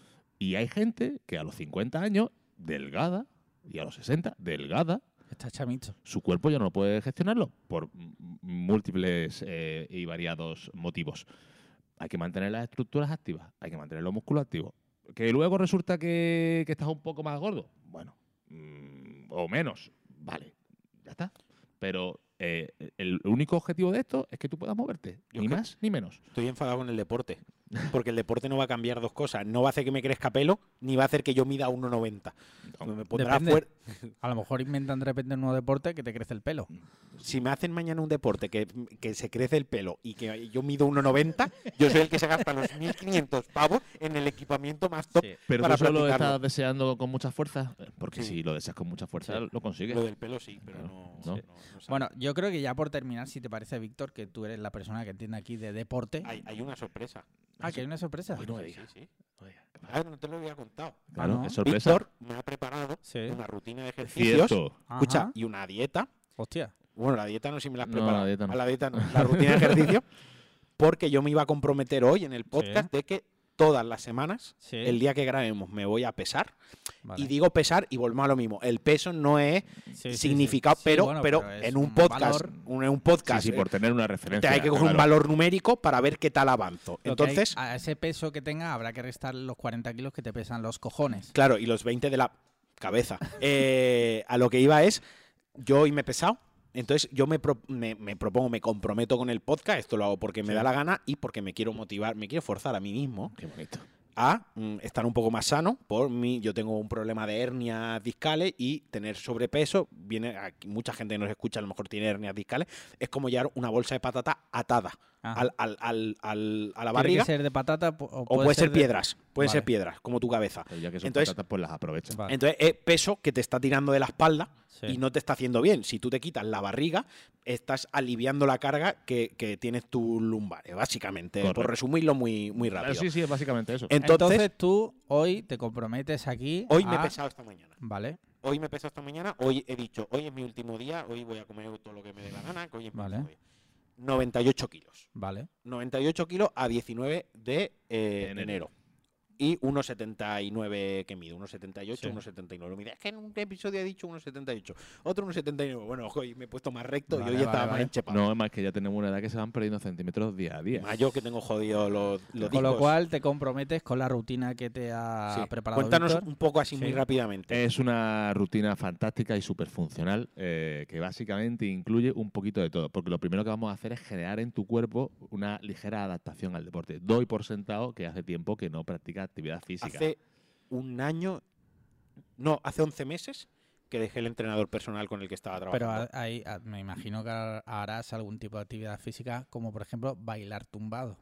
Y hay gente que a los cincuenta años, delgada, y a los sesenta, delgada, Está chamito. su cuerpo ya no puede gestionarlo por m- múltiples eh, y variados motivos. Hay que mantener las estructuras activas, hay que mantener los músculos activos. Que luego resulta que, que estás un poco más gordo, bueno, mm, o menos, vale, ya está. Pero eh, el único objetivo de esto es que tú puedas moverte, Yo ni es que- más ni menos. Estoy enfadado con el deporte. Porque el deporte no va a cambiar dos cosas. No va a hacer que me crezca pelo, ni va a hacer que yo mida uno noventa. No. Me pondrá Depende. fuer- A lo mejor inventan de repente un nuevo deporte que te crece el pelo. Si me hacen mañana un deporte que, que se crece el pelo y que yo mido uno noventa, yo soy el que se gasta los mil quinientos pavos en el equipamiento más top. Sí. Pero para tú solo practicarlo. estás deseando con mucha fuerza, porque Sí. si lo deseas con mucha fuerza, Sí. lo consigues. Lo del pelo sí, pero Claro, no. ¿no? no- no sabe. Bueno, yo creo que ya por terminar, si te parece, Víctor, que tú eres la persona que entiende aquí de deporte. hay, hay una sorpresa. Ah, que hay una sorpresa. Uy, no me Sí, digas. sí, sí. Oiga, ¿qué pasa? Ah, no te lo había contado. Claro, ¿no? es sorpresa. Víctor me ha preparado Sí. una rutina de ejercicios. Cierto. Escucha, Ajá. y una dieta. Hostia. Bueno, la dieta no sé si me la has No, preparado. la dieta no. A la dieta no. La rutina de ejercicio. Porque yo me iba a comprometer hoy en el podcast de que todas las semanas, Sí. el día que grabemos, me voy a pesar. Vale. Y digo pesar y volvemos a lo mismo. El peso no es Sí, sí, sí. significado, Sí, pero, bueno, pero, es en un podcast, valor. un, en un Sí, podcast, sí, eh, por tener una te referencia. hay que coger un claro. valor numérico para ver qué tal avanzo. Lo que hay- Entonces, a ese peso que tenga habrá que restar los cuarenta kilos que te pesan los cojones. claro, y los veinte de la cabeza. Eh, a lo que iba es, yo hoy me he pesado. Entonces yo me, pro- me, me propongo, me comprometo con el podcast, esto lo hago porque me Sí. da la gana y porque me quiero motivar, me quiero forzar a mí mismo Qué bonito. a mm, estar un poco más sano. Por mí, yo tengo un problema de hernias discales y tener sobrepeso, viene aquí, mucha gente que nos escucha a lo mejor tiene hernias discales, es como llevar una bolsa de patata atada Ajá. al, al- al- al- a la Tiene barriga, que ser de patata po- o o puede ser de- piedras, pueden ser Vale. piedras, como tu cabeza. Pero ya que son Entonces- patatas, pues las aprovechan. Vale. Entonces es peso que te está tirando de la espalda Sí. y no te está haciendo bien. Si tú te quitas la barriga, estás aliviando la carga que, que tienes tus lumbares, básicamente. Correcto. Por resumirlo muy, muy Ah, rápido. sí, sí, es básicamente eso. Entonces, Entonces tú hoy te comprometes aquí. hoy me he a- pesado esta mañana. Vale, Hoy me he pesado esta mañana. Hoy he dicho, hoy es mi último día. Hoy voy a comer todo lo que me dé la gana. Que hoy es mi Vale. último día. noventa y ocho kilos. vale. noventa y ocho kilos a diecinueve de eh, Enero. enero. Y uno setenta y nueve que mido, uno setenta y ocho, Sí. uno setenta y nueve. Mira, es que en un episodio he dicho uno setenta y ocho, otro uno setenta y nueve. Bueno, hoy me he puesto más recto Vale, y hoy vale, estaba vale. más enchepado. No, es más que ya tenemos una edad que se van perdiendo centímetros día a día. Más yo que tengo jodido los, los Con lo discos. cual te comprometes con la rutina que te ha Sí. preparado Cuéntanos Víctor. un poco así Sí. muy rápidamente. Es una rutina fantástica y súper funcional eh, que básicamente incluye un poquito de todo. Porque lo primero que vamos a hacer es generar en tu cuerpo una ligera adaptación al deporte. Doy por sentado que hace tiempo que no practica actividad física. Hace un año, no, hace once meses que dejé el entrenador personal con el que estaba Pero trabajando. a- ahí a- me imagino que har- harás algún tipo de actividad física, como por ejemplo bailar tumbado.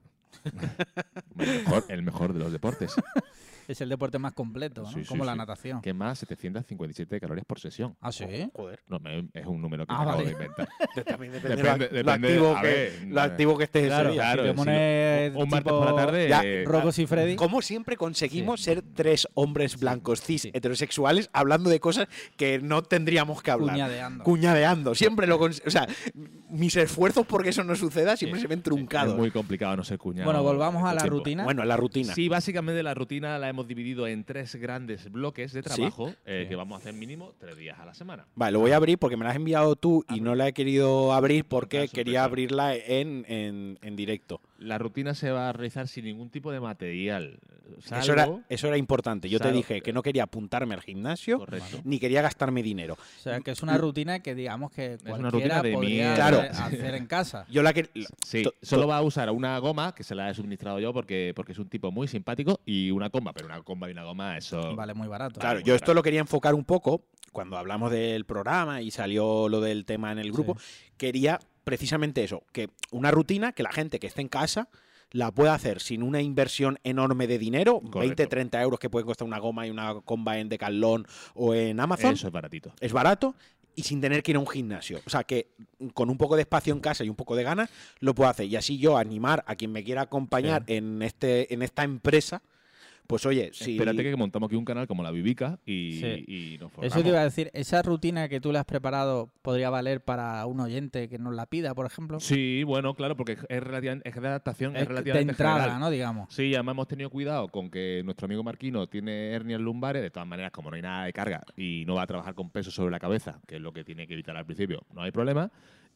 El mejor, el mejor de los deportes. Es el deporte más completo, ¿no? Sí, sí, como la sí. natación. Que más setecientas cincuenta y siete calorías por sesión. Ah, sí. Joder, No, me- es un número que Ah, me acabo vale. de inventar. también depende, Depende- lo, lo depende- activo a que, ver, lo activo que estés Claro, ese día. Claro, si te si pones no- un martes tipo por la tarde. Ya, eh, Rocos y Freddy. Como siempre conseguimos Sí. ser tres hombres blancos cis sí. heterosexuales hablando de cosas que no tendríamos que hablar. Cuñadeando. Cuñadeando. Siempre lo cons- O sea, mis esfuerzos porque eso no suceda siempre Sí, se ven es truncados. muy complicado no ser cuñado. Bueno, volvamos en a tu la tiempo. rutina. Bueno, la rutina. Sí, básicamente la rutina la hemos dividido en tres grandes bloques de Sí. trabajo eh, Sí. que vamos a hacer mínimo tres días a la semana. Vale, lo voy a abrir porque me la has enviado tú y Abre. no la he querido abrir porque Por caso, quería perfecto. abrirla en, en, en directo. La rutina se va a realizar sin ningún tipo de material. Salvo, Eso era, eso era importante. Yo te salvo- dije que no quería apuntarme al gimnasio Correcto. ni quería gastarme dinero. O sea, que es una rutina que digamos que una cualquiera rutina de podría mierda. Claro. hacer, hacer en casa. Yo la que Sí, to- solo to- va a usar una goma que se la he suministrado yo porque, porque es un tipo muy simpático y una comba, pero una comba y una goma, eso. Vale, muy barato. Claro, muy yo esto barato. lo quería enfocar un poco cuando hablamos del programa y salió lo del tema en el grupo. Quería precisamente eso, que una rutina que la gente que esté en casa la pueda hacer sin una inversión enorme de dinero, Correcto. veinte, treinta euros que puede costar una goma y una comba en Decathlon o en Amazon. Eso es baratito. Es barato y sin tener que ir a un gimnasio. O sea, que con un poco de espacio en casa y un poco de ganas lo puedo hacer. Y así yo animar a quien me quiera acompañar Sí. en, este, en esta empresa, Pues oye, si... Espérate que montamos aquí un canal como la Bibica y, Sí. y nos Eso forramos. te iba a decir, esa rutina que tú le has preparado podría valer para un oyente que nos la pida, por ejemplo. Sí, bueno, claro, porque es, relativamente, es de adaptación, es, Es relativamente de entrada, general. ¿no? Digamos. Sí, además hemos tenido cuidado con que nuestro amigo Marquino tiene hernias lumbares, de todas maneras, como no hay nada de carga y no va a trabajar con peso sobre la cabeza, que es lo que tiene que evitar al principio, no hay problema.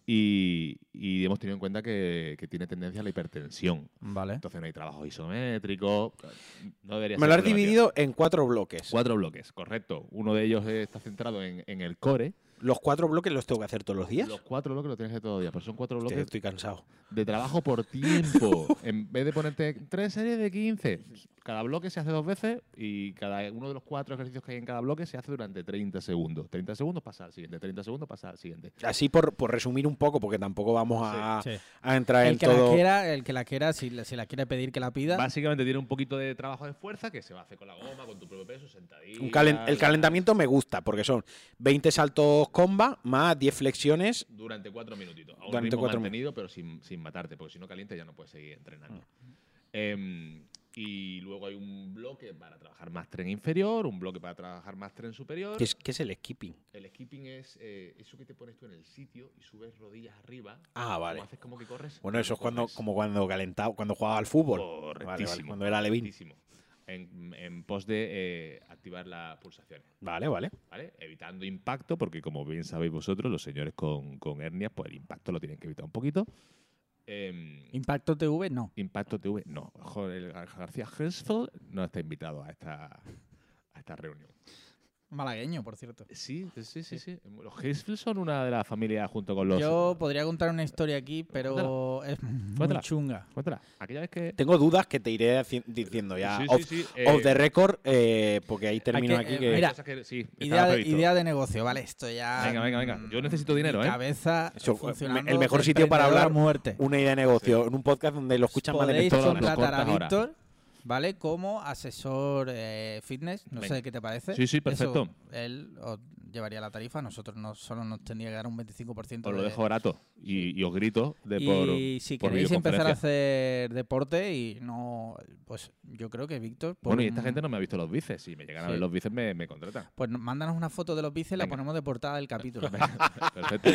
Y, y hemos tenido en cuenta que, que tiene tendencia a la hipertensión. Vale. Entonces no hay trabajo isométrico. No debería Me ser lo has problemática. dividido en cuatro bloques. Cuatro bloques, correcto. Uno de ellos está centrado en, en el core. ¿Los cuatro bloques los tengo que hacer todos los días? Los cuatro bloques los tienes que hacer todos los días, pero son cuatro Hostia, bloques estoy cansado. de trabajo por tiempo. En vez de ponerte tres series de quince, cada bloque se hace dos veces y cada uno de los cuatro ejercicios que hay en cada bloque se hace durante treinta segundos. treinta segundos pasa al siguiente, treinta segundos pasa al siguiente. Así por, por resumir un poco, porque tampoco vamos a, Sí. a entrar El en que, todo... la quiera, el que la quiera, si, la- si la quiere pedir que la pida. Básicamente tiene un poquito de trabajo de fuerza que se va a hacer con la goma, con tu propio peso, sentadilla. Un calen- el la- calentamiento me gusta, porque son veinte saltos comba más diez flexiones. Durante cuatro minutitos. A un Durante ritmo cuatro mantenido, pero sin, sin matarte, porque si no caliente ya no puedes seguir entrenando. Em, y luego hay un bloque para trabajar más tren inferior, un bloque para trabajar más tren superior. ¿Qué es, qué es el skipping? El skipping es eh, eso que te pones tú en el sitio y subes rodillas arriba. Ah, vale. Como haces como que corres. Bueno, eso es cuando, corres. como cuando calentaba, cuando jugaba al fútbol. Vale, vale, Correctísimo. cuando era Levin. correctísimo. En, en pos de eh, activar las pulsaciones. Vale, vale. ¿Vale? Evitando impacto, porque como bien sabéis vosotros, los señores con, con hernias, pues el impacto lo tienen que evitar un poquito. Em, Impacto T V, no. impacto T V, no. Joder, García Hesfeld no está invitado a esta, a esta reunión. Malagueño, por cierto. Sí, sí, sí, sí. Los Hesfeld son una de las familias junto con los... Yo podría contar una historia aquí, pero es muy Cuéntala. chunga. Cuéntala. Aquella vez que... Tengo dudas que te iré haci- diciendo ya Sí, off, sí, sí, off eh, the record, eh, porque ahí termino que- aquí eh, que... mira, cosas que- sí, Idea estaba de, previsto. idea de negocio, ¿vale? Esto ya. Venga, venga, venga. Yo necesito dinero, mi ¿eh? Cabeza Eso, funcionando el mejor de sitio para emprendedor a hablar, muerte. Una idea de negocio, en un podcast donde lo escuchan más de mil Podéis todos los personas. contratar a cortas ahora. Víctor, ¿vale? Como asesor eh, fitness. No Venga. sé qué te parece. Sí, sí, perfecto. Eso, él os llevaría la tarifa. Nosotros no, solo nos tendría que dar un veinticinco por ciento. Os lo de- dejo barato y, y os grito de y por, si por queréis empezar a videoconferencia. hacer deporte y no, pues yo creo que Víctor, por Bueno, y un- esta gente no me ha visto los bíceps. Si me llegan a Sí. ver los bíceps, me, me contratan. pues mándanos una foto de los bíceps y la Venga. ponemos de portada del capítulo. Perfecto.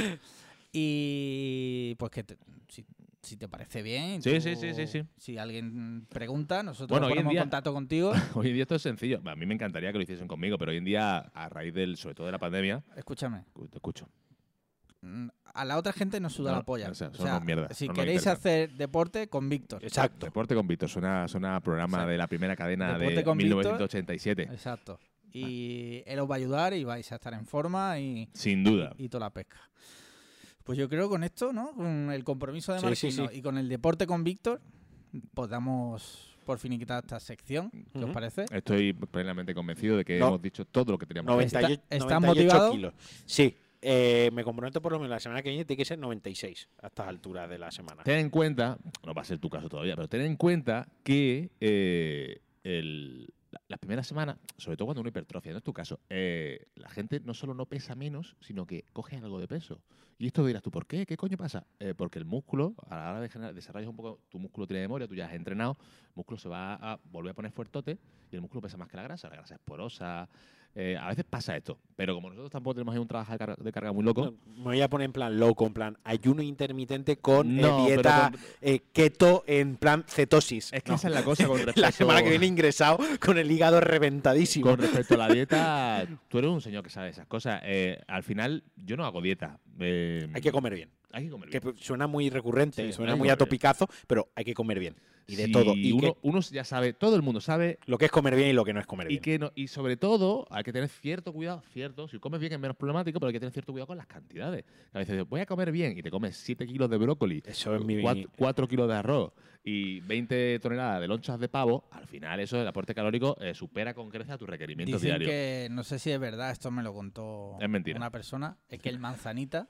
Y pues que te- si, si te parece bien, Sí, tú- sí, sí, sí, sí. si alguien pregunta, nosotros Bueno, nos hoy en ponemos día- en contacto contigo. Hoy en día esto es sencillo. A mí me encantaría que lo hiciesen conmigo, pero hoy en día, a raíz del, sobre todo de la pandemia, Escúchame, te escucho. mm, a la otra gente nos suda No, la polla. o sea, O son sea, unos mierdas, si no nos queréis interesan. hacer deporte, con Víctor. Exacto. Deporte con Víctor, suena, suena a programa Exacto. de la primera cadena Deporte de con mil Víctor. novecientos ochenta y siete. Exacto. Y él os va a ayudar y vais a estar en forma y, Sin duda. y toda la pesca. Pues yo creo con esto, ¿no? Con el compromiso de Sí, sí, Marquino sí. y con el deporte con Víctor, podamos por finiquitar esta sección. ¿Qué os Ujú. parece? Estoy plenamente convencido de que No. hemos dicho todo lo que teníamos que decir. noventa y ocho, ¿Está- noventa y ocho motivado? kilos. Sí, eh, me comprometo por lo menos la semana que viene tiene que ser noventa y seis a estas alturas de la semana. Ten en cuenta, no va a ser tu caso todavía, pero ten en cuenta que eh, el- la- las primeras semanas, sobre todo cuando uno hipertrofia, no es tu caso, eh, la gente no solo no pesa menos, sino que coge algo de peso. Y esto dirás tú, ¿por qué? ¿Qué coño pasa? Eh, porque el músculo, a la hora de generar, desarrollas un poco, tu músculo tiene memoria, tú ya has entrenado, el músculo se va a volver a poner fuertote y el músculo pesa más que la grasa, la grasa es porosa. Eh, a veces pasa esto, pero como nosotros tampoco tenemos ahí un trabajo de carga, de carga muy loco, No, me voy a poner en plan loco, en plan ayuno intermitente con eh, No, dieta pero eh, keto en plan cetosis. es que No. esa es la cosa con respecto La semana que viene ingresado con el hígado reventadísimo. Con respecto a la dieta, tú eres un señor que sabe esas cosas. Eh, al final, yo no hago dieta. Eh, Hay que comer bien. Hay que comer Que bien. suena muy recurrente, Sí, suena hay que muy comer a topicazo, pero hay que comer bien. Y de Sí, todo. Y uno, que- uno ya sabe, todo el mundo sabe. lo que es comer bien y lo que no es comer Y, bien. que no, y sobre todo, hay que tener cierto cuidado, cierto, si comes bien es menos problemático, pero hay que tener cierto cuidado con las cantidades. A veces dices, voy a comer bien y te comes siete kilos de brócoli, Eso es mi... cuatro kilos de arroz y veinte toneladas de lonchas de pavo, al final eso, el aporte calórico, eh, supera con creces a tus requerimientos Dicen diarios. que, no sé si es verdad, esto me lo contó Es mentira. una persona, es que el manzanita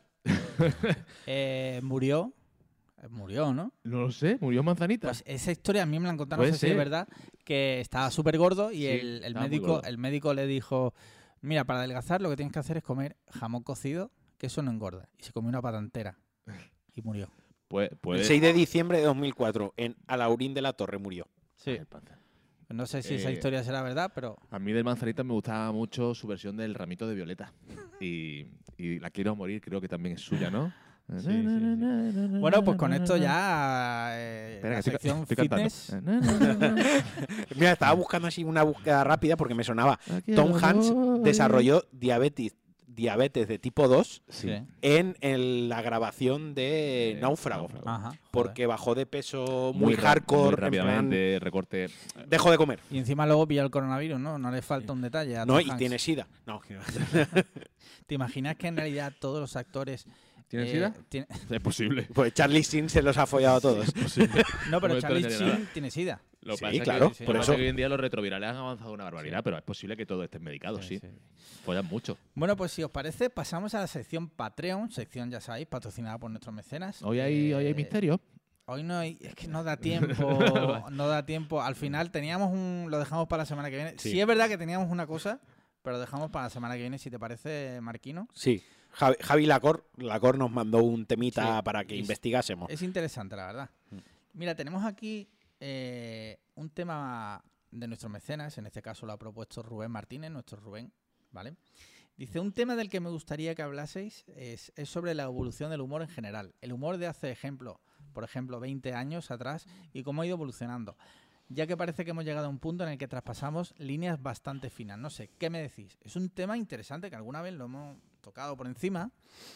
eh, murió, eh, murió, ¿no? No lo sé, murió Manzanita. Pues esa historia a mí me la han contado, no Puede sé si es ser. verdad, que estaba súper gordo y Sí, el, el estaba muy médico gordo. el médico le dijo, mira, para adelgazar lo que tienes que hacer es comer jamón cocido, que eso no engorda. Y se comió una pata entera y murió. Pues, El seis de diciembre de dos mil cuatro, en Alaurín de la Torre murió. Sí. El panza. No sé si esa Eh, historia será verdad, pero... A mí del Manzanita me gustaba mucho su versión del Ramito de Violeta. Y, y La quiero morir creo que también es suya, ¿no? Sí, sí, sí. Bueno, pues con esto ya eh, Espera, la que estoy, sección estoy fitness... cantando. Mira, estaba buscando así una búsqueda rápida porque me sonaba. Tom Hanks desarrolló diabetes, diabetes de tipo dos Sí. Sí. en, en la grabación de Eh, Náufrago. Náufrago. Ajá, joder. Porque bajó de peso muy, ra- hardcore. muy en plan, rápidamente, recorte. dejó de comer. Y encima luego pilló el coronavirus, ¿no? No le falta un detalle a No, Tom y Hanks. tiene sida. No, ¿Te imaginas que en realidad todos los actores... ¿Tienes eh, sida? tiene- Es posible. pues Charlie Sheen se los ha follado a todos. No, pero No me Charlie extrañaría Sheen nada. tiene sida. Lo Sí, pasa es claro, que, sí, por por eso eso- hoy en día los retrovirales han avanzado una barbaridad, pero es posible que todos estén medicados, sí. Sí, sí. Follan mucho. Bueno, pues si os parece, pasamos a la sección Patreon, sección, ya sabéis, patrocinada por nuestros mecenas. Hoy hay, hoy hay Eh, misterio. Hoy no hay, es que no da tiempo, no da tiempo. Al final teníamos un, lo dejamos para la semana que viene. Sí. Sí. Es verdad que teníamos una cosa, pero lo dejamos para la semana que viene, si te parece, Marquino. Sí. Javi, Javi Lacor, Lacor nos mandó un temita Sí. para que Y- investigásemos. Es interesante, la verdad. Mm. Mira, tenemos aquí eh, un tema de nuestros mecenas, en este caso lo ha propuesto Rubén Martínez, nuestro Rubén, ¿vale? Dice, un tema del que me gustaría que hablaseis es, es sobre la evolución del humor en general. El humor de hace ejemplo, por ejemplo, veinte años atrás y cómo ha ido evolucionando. Ya que parece que hemos llegado a un punto en el que traspasamos líneas bastante finas. No sé, ¿qué me decís? Es un tema interesante que alguna vez lo hemos tocado por encima,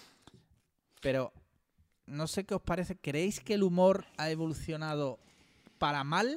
pero no sé qué os parece. ¿Creéis que el humor ha evolucionado para mal?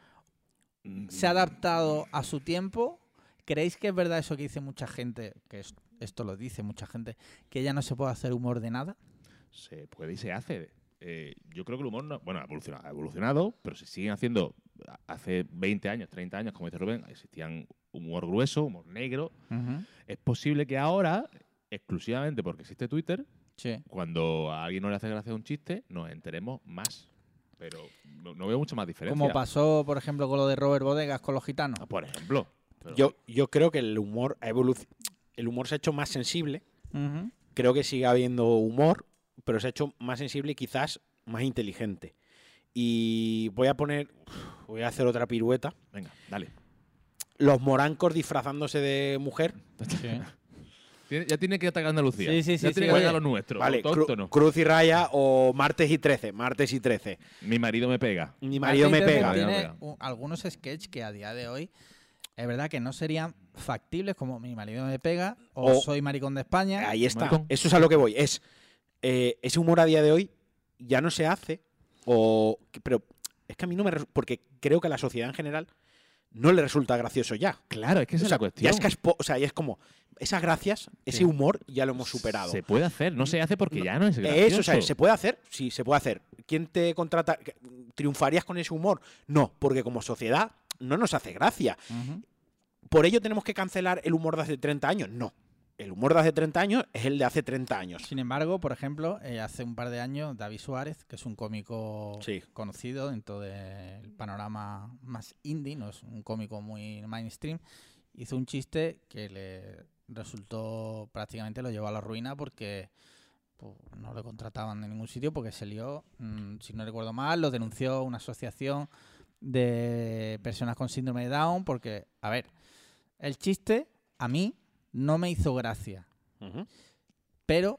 ¿Se ha adaptado a su tiempo? ¿Creéis que es verdad eso que dice mucha gente, que es- esto lo dice mucha gente, que ya no se puede hacer humor de nada? Se puede y se hace. Eh, yo creo que el humor, no, bueno, ha evolucionado, ha evolucionado, pero se siguen haciendo. Hace veinte años, treinta años, como dice Rubén, existían humor grueso, humor negro. Es posible que ahora, exclusivamente porque existe Twitter, Sí. cuando a alguien no le hace gracia un chiste, nos enteremos más. Pero no, no veo mucha más diferencia. Como pasó, por ejemplo, con lo de Robert Bodegas con los gitanos. Ah, por ejemplo. Pero- Yo, yo creo que el humor ha evoluc- el humor se ha hecho más sensible. Ujú. Creo que sigue habiendo humor, pero se ha hecho más sensible y quizás más inteligente. Y voy a poner, voy a hacer otra pirueta. Venga, dale. Los morancos disfrazándose de mujer. Sí. Tiene- Ya tiene que atacar a Andalucía. Sí, sí, sí, Ya tiene sí, que oye. atacar a los nuestros. Vale, cru- autóctonos. Cruz y Raya o Martes y Trece. Martes y Trece. Mi marido me pega. Mi marido me Martín pega. Tiene Marido me pega. un- algunos sketches que a día de hoy es verdad que no serían factibles, como Mi marido me pega o, O- Soy maricón de España. Ahí está. Maricón. Eso es a lo que voy. Es eh, ese humor a día de hoy ya no se hace. O, pero es que a mí no me resu- porque creo que a la sociedad en general no le resulta gracioso ya. Claro, es que esa O es sea, la cuestión. ya es caspo- o sea, ya es como esas gracias, ese Sí. humor ya lo hemos superado. Se puede hacer, no se hace porque No, ya no es gracioso. Eso, o sea, ¿se puede hacer? Sí, se puede hacer. ¿Quién te contrata? ¿Triunfarías con ese humor? No, porque como sociedad no nos hace gracia. Ujú. ¿Por ello tenemos que cancelar el humor de hace treinta años? No. El humor de hace treinta años es el de hace treinta años. Sin embargo, por ejemplo, eh, hace un par de años David Suárez, que es un cómico Sí. conocido dentro del panorama más indie, no es un cómico muy mainstream, hizo un chiste que le resultó, prácticamente lo llevó a la ruina porque pues, no le contrataban en ningún sitio porque se lió, mm, si no recuerdo mal, lo denunció una asociación de personas con síndrome de Down porque, a ver, el chiste a mí no me hizo gracia. Ujú. Pero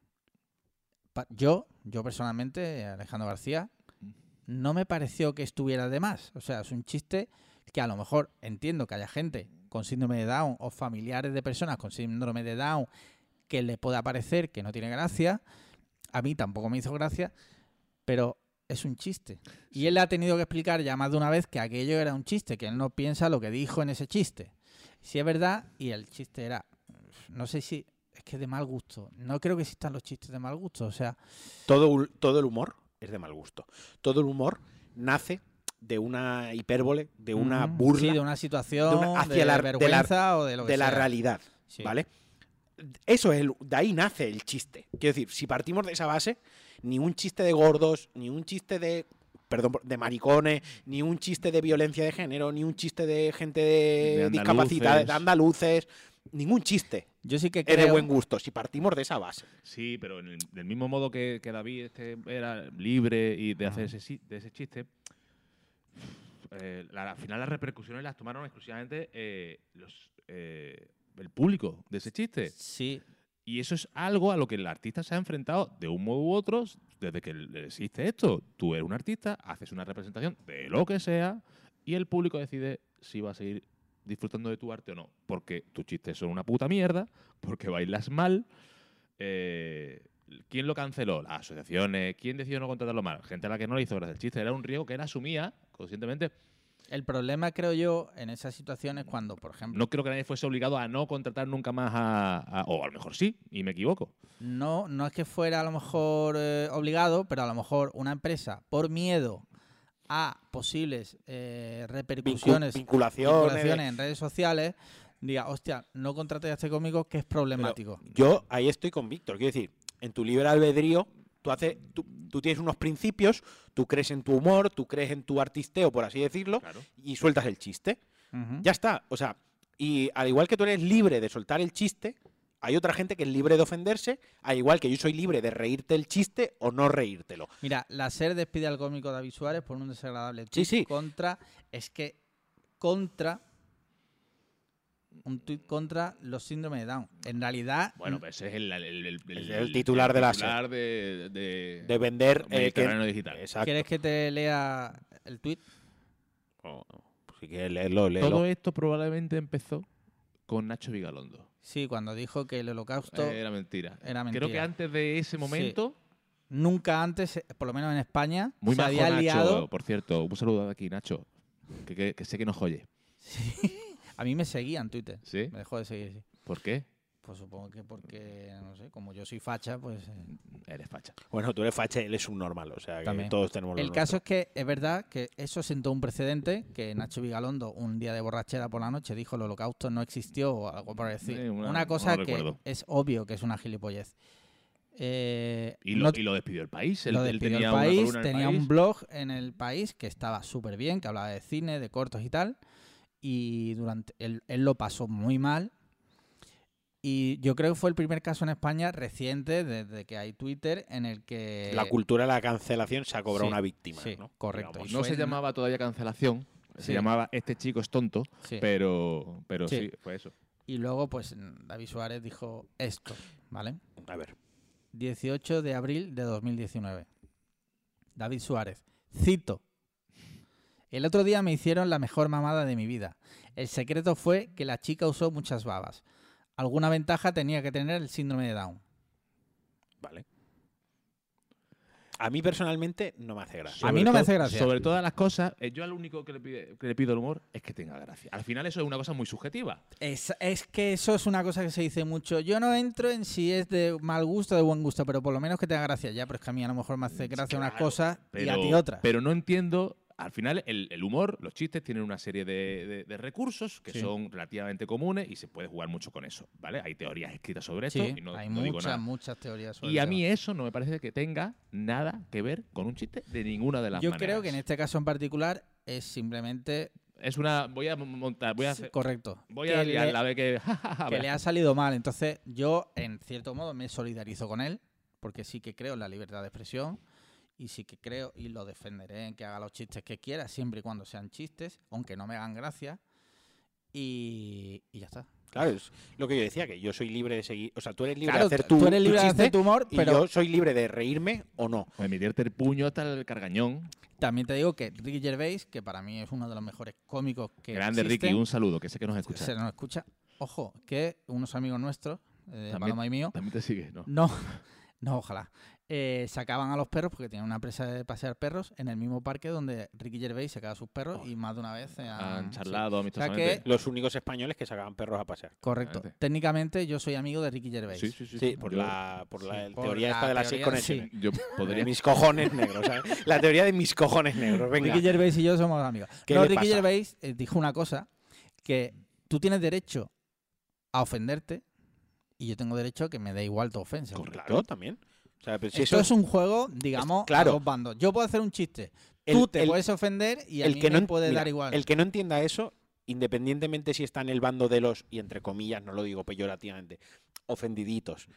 pa- yo, yo personalmente, Alejandro García, no me pareció que estuviera de más. O sea, es un chiste que a lo mejor entiendo que haya gente con síndrome de Down o familiares de personas con síndrome de Down que le pueda parecer que no tiene gracia. A mí tampoco me hizo gracia, pero es un chiste. Y él ha tenido que explicar ya más de una vez que aquello era un chiste, que él no piensa lo que dijo en ese chiste. Si es verdad, y el chiste era, no sé si, es que de mal gusto. No creo que existan los chistes de mal gusto. O sea, Todo, ul- todo el humor es de mal gusto. Todo el humor nace de una hipérbole, de una ujú, burla sí, de una situación, de de, una- hacia la- de la- vergüenza o de lo que de la sea. realidad, Sí. ¿vale? Eso es, el- de ahí nace el chiste. Quiero decir, si partimos de esa base, ni un chiste de gordos, ni un chiste de, perdón, por- de maricones, ni un chiste de violencia de género, ni un chiste de gente de, De discapacidad, de andaluces. andaluces, ningún chiste Yo sí que es de creo... buen gusto, si partimos de esa base. Sí, pero en el- del mismo modo que, que David este era libre y de hacer ese, chi- de ese chiste, eh, la- al final las repercusiones las tomaron exclusivamente eh, los, eh, el público de ese chiste. Sí. Y eso es algo a lo que el artista se ha enfrentado de un modo u otro desde que existe esto. Tú eres un artista, haces una representación de lo que sea y el público decide si va a seguir disfrutando de tu arte o no. Porque tus chistes son una puta mierda, porque bailas mal. Eh, ¿Quién lo canceló? Las asociaciones. ¿Quién decidió no contratarlo mal? Gente a la que no le hizo gracia el chiste. Era un riesgo que él asumía conscientemente. El problema, creo yo, en esas situaciones cuando, por ejemplo, No creo que nadie fuese obligado a no contratar nunca más a, a- o a lo mejor sí, y me equivoco. no, no es que fuera a lo mejor eh, obligado, pero a lo mejor una empresa, por miedo a posibles eh, repercusiones, Vincu- vinculaciones. vinculaciones en redes sociales, diga, hostia, no contraté a este cómico que es problemático. Pero yo ahí estoy con Víctor. Quiero decir, en tu libre albedrío, tú, haces, tú, tú tienes unos principios, tú crees en tu humor, tú crees en tu artisteo, por así decirlo, Claro. y sueltas el chiste. Ujú. Ya está. O sea, y al igual que tú eres libre de soltar el chiste, hay otra gente que es libre de ofenderse, al igual que yo soy libre de reírte el chiste o no reírtelo. Mira, la SER despide al cómico David Suárez por un desagradable Sí, tweet sí. contra, es que contra un tuit contra los síndromes de Down. En realidad, Bueno, pues ese es el, el, el- el- Es el titular de la titular de, de, De vender... eh, que- Mediterráneo Digital. Exacto. ¿quieres que te lea el tuit? Oh, pues si quieres leerlo, léelo. Todo esto probablemente empezó con Nacho Vigalondo. Sí, cuando dijo que el holocausto Eh, Era mentira. era mentira. Creo que antes de ese momento, nunca antes, eh, por lo menos en España, muy se majo había Nacho, liado. por cierto. Un saludo de aquí, Nacho. Que, que- que sé que nos oye. A mí me seguía en Twitter. ¿Sí? Me dejó de seguir, sí. ¿Por qué? Pues supongo que porque, no sé, como yo soy facha, pues... eh, Eres facha. Bueno, tú eres facha, él es un normal, o sea que También. todos tenemos lo El nuestro. caso es que es verdad que eso sentó un precedente, que Nacho Vigalondo un día de borrachera por la noche dijo el holocausto no existió o algo por decir. Eh, una- una, no cosa lo que recuerdo. es obvio que es una gilipollez. Eh, Y lo, no- y lo despidió el país. Él, lo él despidió tenía el una país, columna en el tenía país. un blog en el país que estaba súper bien, que hablaba de cine, de cortos y tal, y durante él, él lo pasó muy mal. Y yo creo que fue el primer caso en España reciente, desde que hay Twitter, en el que... La cultura de la cancelación se ha cobrado Sí, una víctima, sí, ¿no? correcto. Digamos. Y No fue se en- llamaba todavía cancelación. Se Sí. llamaba Este chico es tonto. Sí. Pero, pero sí. Sí. fue eso. Y luego, pues, David Suárez dijo esto, ¿vale? A ver. dieciocho de abril de dos mil diecinueve. David Suárez. Cito. El otro día me hicieron la mejor mamada de mi vida. El secreto fue que la chica usó muchas babas. Alguna ventaja tenía que tener el síndrome de Down. Vale. A mí personalmente no me hace gracia. A mí no me hace gracia. Sobre todas las cosas, eh, yo lo único que le, pide- que le pido al humor es que tenga gracia. Al final eso es una cosa muy subjetiva. Es, es que eso es una cosa que se dice mucho. Yo no entro en si es de mal gusto o de buen gusto, pero por lo menos que tenga gracia ya. Pero es que a mí a lo mejor me hace gracia unas Claro, cosas y Pero, a ti otras. pero no entiendo. Al final, el, el humor, los chistes tienen una serie de, de- de recursos que Sí. son relativamente comunes y se puede jugar mucho con eso, ¿vale? Hay teorías escritas sobre esto Sí, y no, hay no digo muchas, nada. muchas teorías sobre Y a el mí tema. eso no me parece que tenga nada que ver con un chiste de ninguna de las Yo maneras. creo que en este caso en particular es simplemente Es una... Voy a montar... Voy a hacer... correcto. Voy que a le- liarla, a ver que... que le ha salido mal. Entonces, yo, en cierto modo, me solidarizo con él, porque sí que creo en la libertad de expresión y sí que creo y lo defenderé en que haga los chistes que quiera, siempre y cuando sean chistes, aunque no me hagan gracia. Y, y ya está. Claro, es lo que yo decía, que yo soy libre de seguir. O sea, tú eres libre Claro, de hacer tu, tú eres tu libre de chiste hacer tu humor, y pero yo soy libre de reírme o no. Pues meterte el puño hasta el cargañón. también te digo que Ricky Gervais, que para mí es uno de los mejores cómicos que Grande existen, Ricky, un saludo, que sé que nos escucha. se nos escucha. Ojo, que unos amigos nuestros, eh, También- Paloma y mío, También te sigue, ¿no? no, no, ojalá. Eh, sacaban a los perros porque tienen una empresa de pasear perros en el mismo parque donde Ricky Gervais sacaba a sus perros y más de una vez eh, Han sí. charlado O sea amistosamente. que- Los únicos españoles que sacaban perros a pasear. Correcto. Exactamente. Técnicamente yo soy amigo de Ricky Gervais. Sí, sí, sí. Sí, por Yo- la, por la sí, por teoría la esta de las seis teoría, conexiones. Yo De podría... mis cojones negros, ¿sabes? La teoría de mis cojones negros. Venga. Ricky Gervais y yo somos amigos. ¿Qué No, le Ricky pasa? Gervais eh, dijo una cosa, que tú tienes derecho a ofenderte y yo tengo derecho a que me dé igual tu ofensa. Claro, también. O sea, pero si Esto eso es un juego, digamos, Es- claro. a dos bandos. Yo puedo hacer un chiste, el- tú te el- puedes ofender y a el mí que me no, puede mira, dar igual. el que no entienda eso, independientemente si está en el bando de los, y entre comillas, no lo digo peyorativamente, ofendiditos,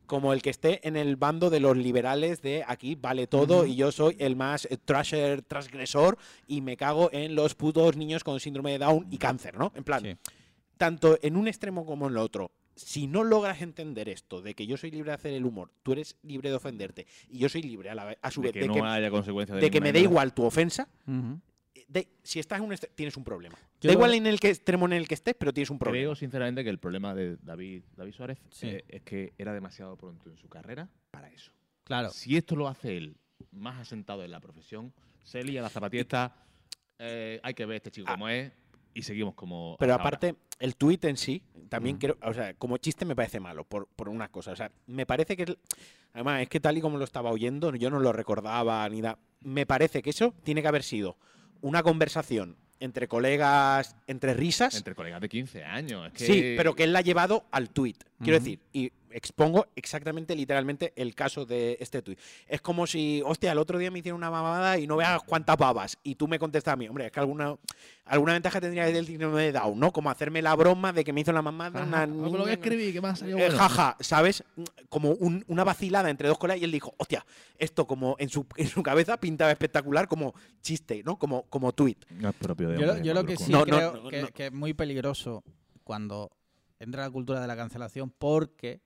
como el que esté en el bando de los liberales de aquí vale todo Ujú. y yo soy el más eh, trasher, transgresor y me cago en los putos niños con síndrome de Down y cáncer, ¿no? En plan, Sí. tanto en un extremo como en el otro, si no logras entender esto de que yo soy libre de hacer el humor, tú eres libre de ofenderte y yo soy libre a, la vez- a su De vez que de no que, haya consecuencias de, de que ninguna me dé índole. igual tu ofensa, Ujú. de- si estás en un extre- tienes un problema. Yo- Da igual en el que extremo en el que estés, pero tienes un problema. Creo sinceramente que el problema de David, David Suárez Sí. eh, es que era demasiado pronto en su carrera para eso. Claro. Si esto lo hace él más asentado en la profesión, se lía la zapatista, eh, hay que ver este chico Ah. como es y seguimos como. Pero hasta ahora. aparte, el tuit en sí, también Ujú. creo, o sea, como chiste me parece malo, por, por una cosa. O sea, me parece que, el- además, es que tal y como lo estaba oyendo, yo no lo recordaba ni nada. Me parece que eso tiene que haber sido una conversación entre colegas, entre risas. Entre colegas de quince años. Es que Sí, pero que él la ha llevado al tuit. Quiero Ujú. decir, y expongo exactamente, literalmente, el caso de este tuit. Es como si, hostia, el otro día me hicieron una mamada y no veas cuántas babas. Y tú me contestas a mí, hombre, es que alguna, alguna ventaja tendría el síndrome de Down, ¿no? Como hacerme la broma de que me hizo la mamada una Ajá, me lo voy a niña- escribir, que me ha salido Eh, bueno. jaja, ¿sabes? Como un- una vacilada entre dos colegas y él dijo, hostia, esto como en su, en su cabeza pintaba espectacular como chiste, ¿no? Como, como tuit. No es propio de Yo, lo- hombres yo lo que maduros sí como No, no, creo no, que, no. que es muy peligroso cuando entra la cultura de la cancelación porque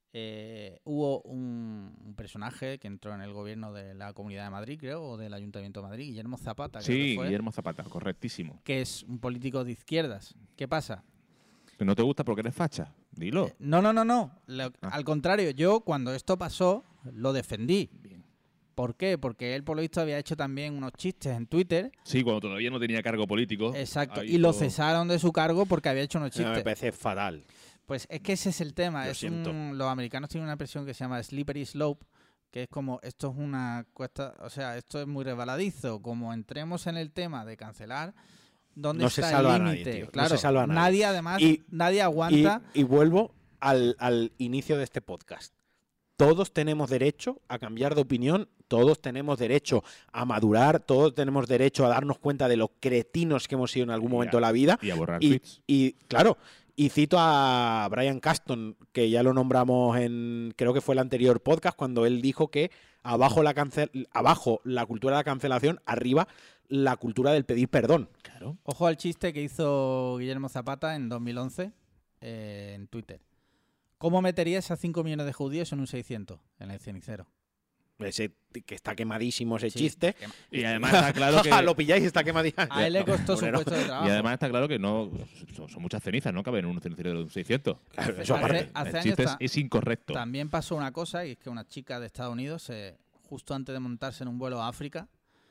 eh, hubo un, un personaje que entró en el gobierno de la Comunidad de Madrid, creo, o del Ayuntamiento de Madrid, Guillermo Zapata, creo que Sí, fue, Guillermo Zapata, correctísimo. que es un político de izquierdas. ¿Qué pasa? ¿Que no te gusta porque eres facha? Dilo. Eh, no, no, no, no. Lo- Ah. Al contrario, yo cuando esto pasó lo defendí. Bien. ¿Por qué? Porque él, por lo visto, había hecho también unos chistes en Twitter. Sí, cuando todavía no tenía cargo político. Exacto. ahí Y lo todo- cesaron de su cargo porque había hecho unos No, me chistes. parece fatal. Pues es que ese es el tema. Lo Es siento. un- los americanos tienen una expresión que se llama slippery slope, que es como esto es una cuesta, o sea, esto es muy resbaladizo. Como entremos en el tema de cancelar, ¿dónde No se está salva a el nadie, límite? tío. No Claro, se salva a nadie. nadie además, Y- nadie Y, aguanta. y vuelvo al, al inicio de este podcast. Todos tenemos derecho a cambiar de opinión, todos tenemos derecho a madurar, todos tenemos derecho a darnos cuenta de los cretinos que hemos sido en algún Y momento a- de la vida. Y a borrar Y, tweets. y, claro, y cito a Brian Caston, que ya lo nombramos en, creo que fue el anterior podcast, cuando él dijo que abajo la, cancel, abajo la cultura de la cancelación, arriba la cultura del pedir perdón. Claro. Ojo al chiste que hizo Guillermo Zapata en dos mil once eh, en Twitter. ¿Cómo meterías a cinco millones de judíos en un seiscientos en el cenicero? Ese que está quemadísimo ese Sí, chiste. Y además está claro que. Lo pilláis, está quemadísimo. A él le costó su Hombre, no. puesto de trabajo. Y además está claro que no son, son muchas cenizas, no caben en un cenicero de un seiscientos. Claro, Hace- eso aparte. hace- hace El años chiste es, ta- es incorrecto. También pasó una cosa, y es que una chica de Estados Unidos, eh, justo antes de montarse en un vuelo a África,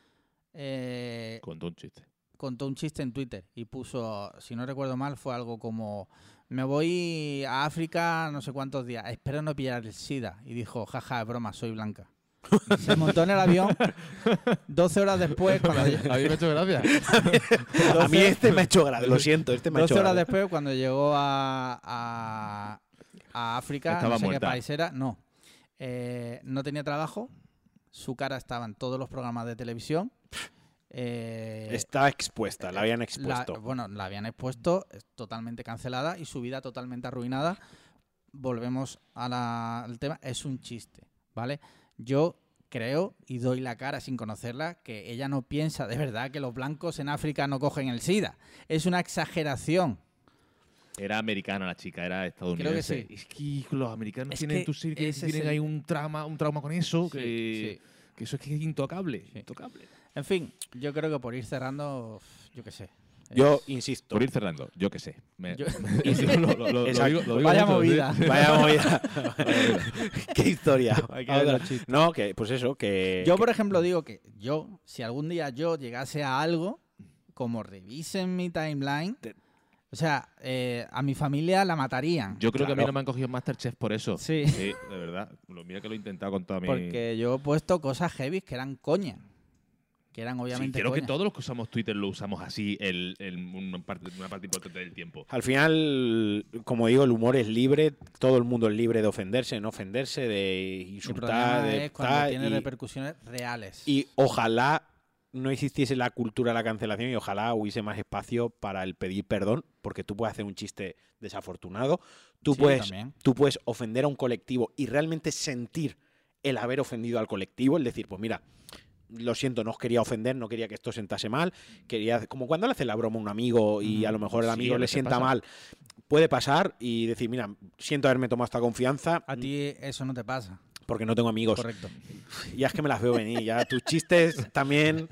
eh, Contó un chiste. contó un chiste en Twitter y puso, si no recuerdo mal, fue algo como, me voy a África no sé cuántos días, espero no pillar el SIDA. Y dijo, jaja, es broma, soy blanca. Se montó en el avión doce horas después, cuando, lle- ¿A mí me ha hecho gracia? A mí este me ha hecho gracia, lo siento, este me ha doce hecho horas gracia. después, cuando llegó a, a, a África, Estaba no sé muerta. qué país era, no. Eh, no tenía trabajo, su cara estaba en todos los programas de televisión. Eh, Está expuesta, la habían la- expuesto. bueno, la habían expuesto, es totalmente cancelada y su vida totalmente arruinada. Volvemos a la- al tema, es un chiste, ¿vale? Yo creo, y doy la cara sin conocerla, que ella no piensa de verdad que los blancos en África no cogen el SIDA. Es una exageración. Era americana la chica, era estadounidense. Creo que Es que los americanos Es tienen, que tú sí que ese es tienen el- ahí un trauma, un trauma con eso, Sí, que, sí. que eso es que es intocable. Sí. intocable. En fin, yo creo que por ir cerrando, yo qué sé. Yo es- insisto. Por ir cerrando, yo qué sé. Me- Yo- lo, lo- lo- lo Exacto. digo- lo digo Vaya mucho, movida. ¿sí? Vaya movida. Qué historia. Hay que Otro verla. chiste. No, que pues eso, que. Yo, que- por ejemplo, digo que yo, si algún día yo llegase a algo, como revisen mi timeline, Te- o sea, eh, a mi familia la matarían. Yo creo que a mí Claro. no me han cogido Masterchef por eso. Sí. Sí, de verdad. Lo- Mira que lo he intentado con toda mi... Porque yo he puesto cosas heavy que eran coña. Que eran Sí, obviamente creo que coña. todos los que usamos Twitter lo usamos así el, el- una, parte, una parte importante del tiempo. Al final, como digo, el humor es libre, todo el mundo es libre de ofenderse, de no ofenderse, de El insultar, problema de es cuando tal, tiene y, repercusiones reales. y ojalá no existiese la cultura de la cancelación y ojalá hubiese más espacio para el pedir perdón, porque tú puedes hacer un chiste desafortunado, tú, Sí, puedes, también. tú puedes ofender a un colectivo y realmente sentir el haber ofendido al colectivo, el decir, pues mira, lo siento, no os quería ofender, no quería que esto sentase mal, quería, como cuando le hace la broma a un amigo y a lo mejor el Sí, amigo a le veces sienta pasa. mal, puede pasar y decir, mira, siento haberme tomado esta confianza A ti eso no te pasa. porque no tengo amigos. Correcto. Ya es que me las veo venir, ya tus chistes también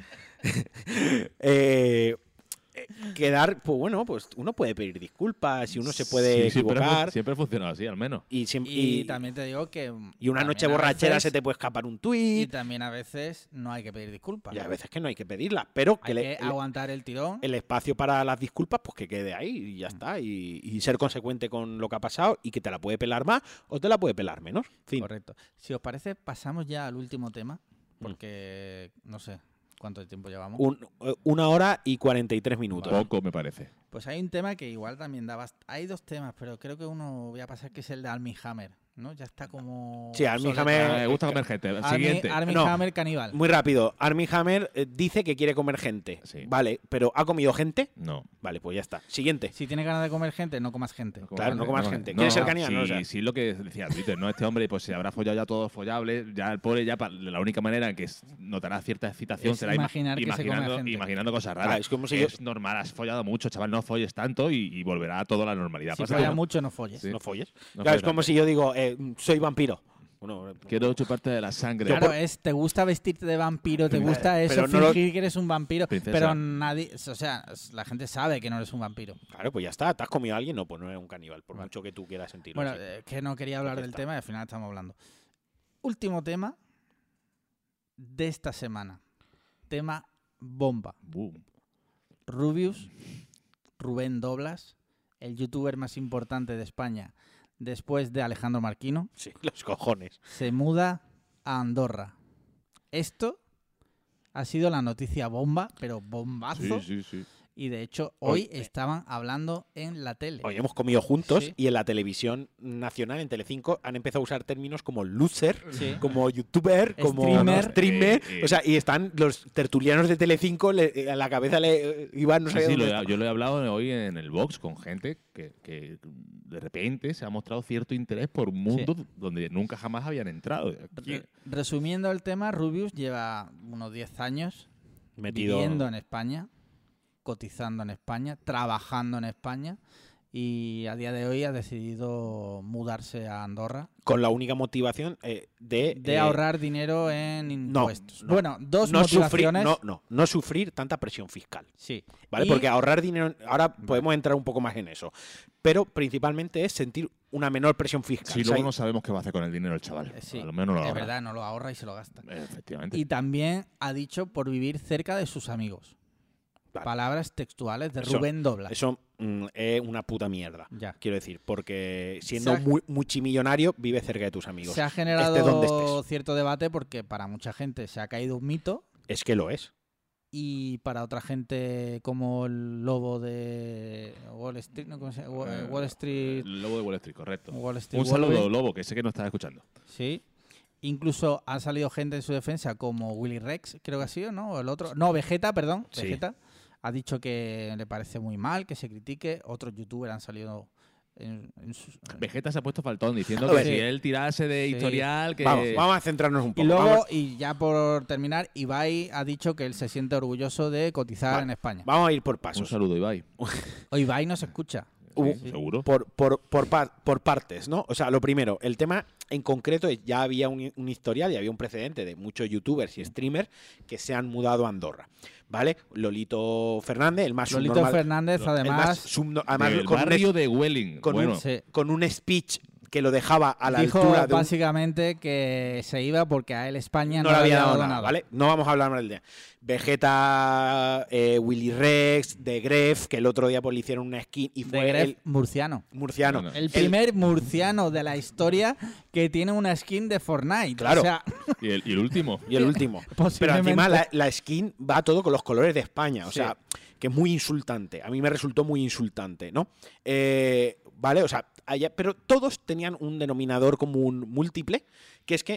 eh, eh, quedar, pues bueno, pues uno puede pedir disculpas y uno se puede Sí, siempre, equivocar fu- siempre ha funcionado así, al menos. y, siem- Y, y- también te digo que... y una también noche a borrachera veces- se te puede escapar un Y tuit también a veces no hay que pedir disculpas. y a veces que no hay que pedirlas, pero que Hay le- que el, aguantar el tirón. el espacio para las disculpas pues que quede ahí y ya está y, y ser consecuente con lo que ha pasado y que te la puede pelar más o te la puede pelar menos. En fin. Correcto. Si os parece, pasamos ya al último tema, porque no sé cuánto tiempo llevamos. Un- eh, una hora y cuarenta y tres minutos. Poco, me parece. Pues hay un tema que igual también da bast- Hay dos temas, pero creo que uno voy a pasar que es el de Armie Hammer, ¿no? Ya está como... Sí, Armie obsoleto. Hammer- Ah, me gusta comer gente. El Armie, siguiente. Armie No. Hammer caníbal. Muy rápido, Armie Hammer eh, dice que quiere comer gente. Sí. Vale, pero ¿ha comido gente? No. Vale, pues ya está. Siguiente. Si tienes ganas de comer gente, no comas gente. Claro, no comas gente. ¿Quieres ser caníbal? Sí, No lo sé. sí, lo que decía Twitter, ¿no? Este hombre, pues se habrá follado ya todo follable. Ya el pobre, ya pa- la única manera en que s- notará cierta excitación Es será ima- imaginar que se come a imaginando, gente. imaginando cosas raras. Ah, es como si yo- es normal, has follado mucho, chaval, no folles tanto y, y volverá a toda la normalidad. Si Pasa follas que- mucho, no folles. Sí. No folles. No claro, es folles como tanto. si yo digo, eh, soy vampiro. Bueno, Quiero chuparte de la sangre. Claro, es, te gusta vestirte de vampiro, te gusta eso, Pero no lo- fingir que eres un vampiro, Princesa. pero nadie, o sea, la gente sabe que no eres un vampiro. claro, pues ya está. ¿Te has comido a alguien? No, pues no eres un caníbal, por mucho que tú quieras sentirlo. Bueno, así. eh, que no quería hablar Ya del está. tema y al final estamos hablando. Último tema de esta semana. Tema bomba. Boom. Rubius, Rubén Doblas, el youtuber más importante de España después de Alejandro Marquino, Sí, los cojones. se muda a Andorra. Esto ha sido la noticia bomba, pero bombazo. Sí, sí, sí. Y de hecho, hoy Hoy, eh, estaban hablando en la tele. Hoy hemos comido juntos Sí. y en la televisión nacional, en Telecinco, han empezado a usar términos como loser, Sí. como youtuber, como Streamer. streamer. Eh, eh. O sea, y están los tertulianos de Telecinco, le- a la cabeza le eh, iban, no Sí, sabía sí, dónde lo he- estaba. yo lo he hablado hoy en el box con gente que, que de repente se ha mostrado cierto interés por un mundo donde nunca jamás habían entrado. Aquí- Re- Resumiendo el tema, Rubius lleva unos diez años Metido. viviendo en España, cotizando en España, trabajando en España y a día de hoy ha decidido mudarse a Andorra Con la única motivación eh, de. de eh, ahorrar dinero en no, impuestos. no. Bueno, dos no sufrir, motivaciones. no, no, no sufrir tanta presión fiscal. Sí. ¿Vale? Y- Porque ahorrar dinero. Ahora podemos entrar un poco más en eso. Pero principalmente es sentir una menor presión fiscal. Sí, O sea, luego no sabemos qué va a hacer con el dinero el chaval. eh, sí, A lo menos no lo es ahorra. verdad, no lo ahorra y se lo gasta. Eh, Efectivamente. Y también ha dicho por vivir cerca de sus amigos. Vale. Palabras textuales de Eso- Rubén Doblas. Eso mm, es una puta mierda. Ya. Quiero decir, porque siendo Se ha- muy multimillonario, vive cerca de tus amigos. Se ha Estés generado donde estés. cierto debate porque para mucha gente se ha caído un mito Es que lo es. y para otra gente como el lobo de Wall Street, ¿no? ¿Cómo se llama? Wall, Eh, Wall Street, El lobo de Wall Street, correcto. Wall Street Un saludo, Wolverine. Lobo, que sé que no estás escuchando. Sí. Incluso ha salido gente en su defensa como Willy Rex, creo que ha sido, ¿no? O el otro. No, Vegeta, perdón. Sí. Vegeta. Ha dicho que le parece muy mal, que se critique. Otros youtubers han salido en, en sus... Vegeta se ha puesto faltón diciendo A que ver, si sí. él tirase de Sí. historial, que. Vamos, vamos a centrarnos un Y poco. luego, vamos, y ya por terminar, Ibai ha dicho que él se siente orgulloso de cotizar Vale. en España. vamos a ir por Un pasos. saludo, Ibai. O Ibai no se escucha. Uh, Sí, seguro. Por, por, por, pa- por partes, ¿no? O sea, lo primero, el tema en concreto es ya había un, un historial y había un precedente de muchos youtubers y streamers que se han mudado a Andorra, ¿vale? Lolito Fernández, el más Lolito subnormal- Fernández, el más además, subno- además Del con, un, barrio es- de Welling. con bueno, un- sí, con un speech que lo dejaba a la dijo altura de un, básicamente que se iba porque a él España no le había dado nada, ¿vale? No vamos a hablar más del día. Vegeta, eh, Willy Rex, de Gref, que el otro día pues, le hicieron una skin y De fue Gref, el murciano. murciano. No, no. El primer murciano de la historia que tiene una skin de Fortnite. Claro. O sea, y, el, y el último. Y el último. Pero posiblemente- encima la, la skin va todo con los colores de España. O Sí. sea, que es muy insultante. A mí me resultó muy insultante, ¿no? Eh, vale, o sea, allá- pero todos tenían un denominador común múltiple, que es que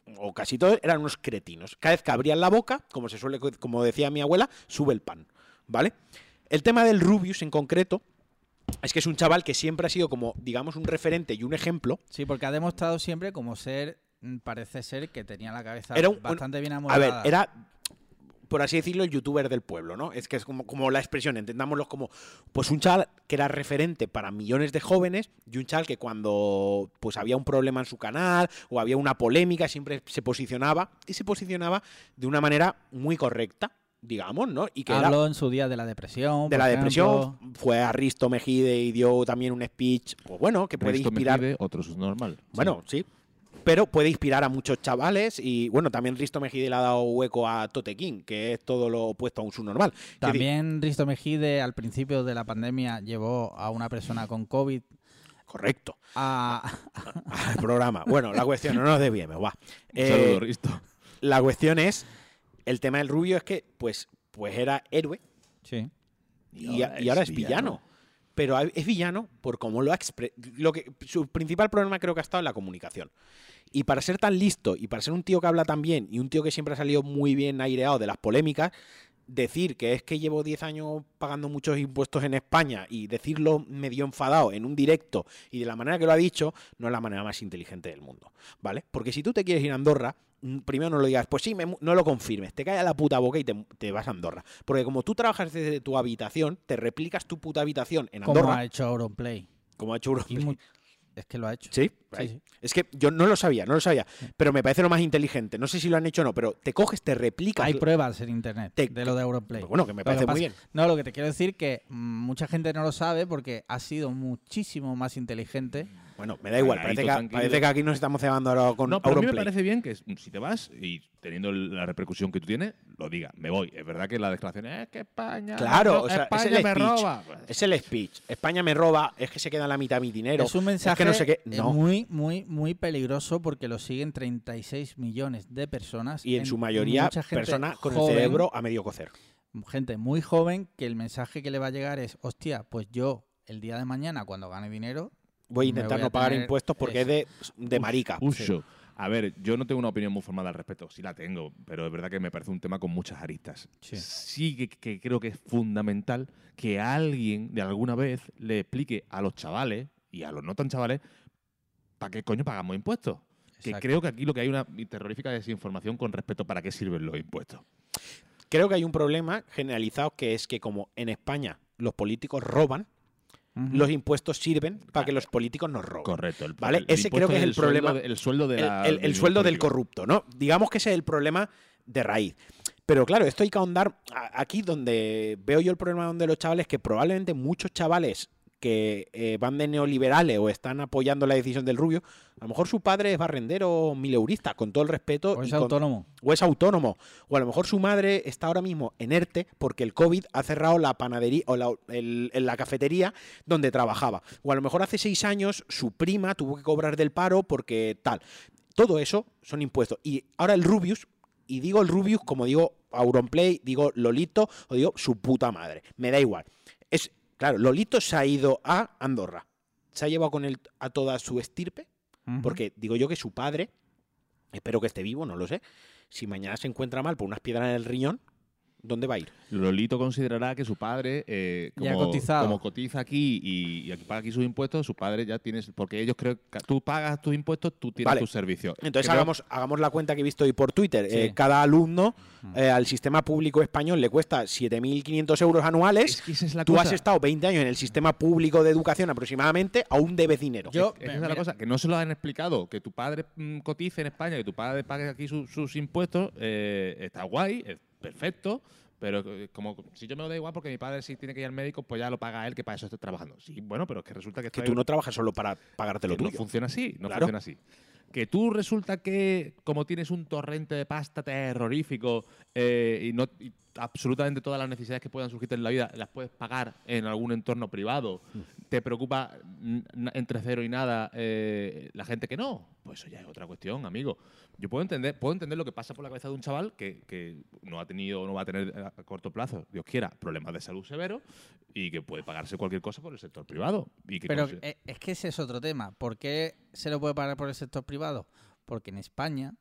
o casi todos, eran unos cretinos. Cada vez que abrían la boca, como se suele, como decía mi abuela, sube el pan, ¿vale? El tema del Rubius en concreto es que es un chaval que siempre ha sido como, digamos, un referente y un ejemplo. Sí, porque ha demostrado siempre como ser, parece ser que tenía la cabeza Era un, bastante bien a amoldada. ver, era, por así decirlo, el youtuber del pueblo, ¿no? Es que es como, como la expresión, entendámoslo como, pues un chaval que era referente para millones de jóvenes y un chaval que cuando pues había un problema en su canal o había una polémica siempre se posicionaba y se posicionaba de una manera muy correcta, digamos, ¿no? Y que Habló era en su día de la depresión. de por la ejemplo. depresión, fue a Risto Mejide y dio también un speech, pues bueno, que puede Risto inspirar. Mejide, otro subnormal. Bueno, sí. Pero puede inspirar a muchos chavales y, bueno, también Risto Mejide le ha dado hueco a Tote King, que es todo lo opuesto a un subnormal. También Risto Mejide al principio de la pandemia llevó a una persona con COVID. Correcto. A... Al programa. Bueno, la cuestión, no nos desviemos, va. Un saludo, Risto. La cuestión es, el tema del Rubio es que, pues, pues era héroe Sí. y, y ahora, y ahora es villano. villano. Pero es villano por cómo lo ha expresado. Su principal problema creo que ha estado en la comunicación. Y para ser tan listo y para ser un tío que habla tan bien y un tío que siempre ha salido muy bien aireado de las polémicas, decir que es que llevo diez años pagando muchos impuestos en España y decirlo medio enfadado en un directo y de la manera que lo ha dicho, no es la manera más inteligente del mundo, ¿vale? Porque si tú te quieres ir a Andorra, primero no lo digas, pues sí, me, no lo confirmes, te cae a la puta boca y te, te vas a Andorra. Porque como tú trabajas desde tu habitación, te replicas tu puta habitación en Andorra. Como ha hecho Auronplay. Como ha hecho Auronplay. Es que lo ha hecho. ¿Sí? Sí, sí. Es que yo no lo sabía, no lo sabía. Pero me parece lo más inteligente. No sé si lo han hecho o no, pero te coges, te replicas. Hay pruebas en internet te, de lo de Auronplay. Bueno, que me parece que pasa, muy bien. No, lo que te quiero decir que mmm, mucha gente no lo sabe porque ha sido muchísimo más inteligente. Bueno, me da igual. Parece que, parece que aquí nos estamos cebando ahora con No, pero Auronplay. A mí me parece bien que si te vas y teniendo la repercusión que tú tienes, lo digas. Me voy. Es verdad que la declaración es que España. Claro, no, o sea, España es el me speech. roba. Es el speech. España me roba, es que se queda la mitad de mi dinero. Es un mensaje es que no sé qué. No. muy, muy, muy peligroso porque lo siguen treinta y seis millones de personas. Y en, en su mayoría personas con joven, el cerebro a medio cocer. Gente muy joven que el mensaje que le va a llegar es, hostia, pues yo el día de mañana cuando gane dinero voy a intentar voy a no pagar impuestos porque eso. es de, de marica. Uso. Sí. A ver, yo no tengo una opinión muy formada al respecto. Sí la tengo, pero es verdad que me parece un tema con muchas aristas. Sí, sí que, que creo que es fundamental que alguien de alguna vez le explique a los chavales y a los no tan chavales para qué coño pagamos impuestos. Exacto. Que creo que aquí lo que hay una terrorífica desinformación con respecto a para qué sirven los impuestos. Creo que hay un problema generalizado que es que como en España los políticos roban, Uh-huh. los impuestos sirven para que los políticos nos roben. Correcto. El, ¿vale? el, Ese creo que es el problema. Sueldo de, el sueldo, de la, el, el, el sueldo del corrupto, ¿no? Digamos que ese es el problema de raíz. Pero claro, esto hay que ahondar aquí donde veo yo el problema donde los chavales, que probablemente muchos chavales que eh, van de neoliberales o están apoyando la decisión del Rubio, a lo mejor su padre es barrendero mileurista, con todo el respeto. O es y con, autónomo. O es autónomo. O a lo mejor su madre está ahora mismo en ERTE porque el COVID ha cerrado la panadería o la, el, la cafetería donde trabajaba. O a lo mejor hace seis años su prima tuvo que cobrar del paro porque tal. Todo eso son impuestos. Y ahora el Rubius, y digo el Rubius como digo Auronplay, digo Lolito o digo su puta madre. Me da igual. Es... Claro, Lolito se ha ido a Andorra. Se ha llevado con él a toda su estirpe. Uh-huh. Porque digo yo que su padre, espero que esté vivo, no lo sé, si mañana se encuentra mal por unas piedras en el riñón, ¿dónde va a ir? Lolito considerará que su padre, eh, como, como cotiza aquí y, y aquí paga aquí sus impuestos, su padre ya tienes, porque ellos creen que tú pagas tus impuestos, tú tienes vale. tus servicios. Entonces hagamos, hagamos la cuenta que he visto hoy por Twitter. Sí. Eh, cada alumno eh, al sistema público español le cuesta siete mil quinientos euros anuales. Es que esa es la tú cosa. has estado veinte años en el sistema público de educación aproximadamente, aún debes dinero. Yo, es, esa es la cosa, que no se lo han explicado, que tu padre mmm, cotice en España, que tu padre pague aquí su, sus impuestos, eh, está guay, es perfecto. Pero como si yo me lo da igual porque mi padre sí tiene que ir al médico, pues ya lo paga él, que para eso estoy trabajando. Sí, bueno, pero es que resulta que... Que tú no trabajas solo para pagarte lo tuyo. No funciona así, no claro. funciona así. Que tú resulta que, como tienes un torrente de pasta terrorífico eh, y, no, y absolutamente todas las necesidades que puedan surgir en la vida las puedes pagar en algún entorno privado, mm. te preocupa entre cero y nada eh, la gente que no, pues eso ya es otra cuestión, amigo. Yo puedo entender, puedo entender lo que pasa por la cabeza de un chaval que, que no ha tenido o no va a tener a corto plazo, Dios quiera, problemas de salud severos y que puede pagarse cualquier cosa por el sector privado. Y que Pero consigue... es que ese es otro tema. ¿Por qué se lo puede pagar por el sector privado? Porque en España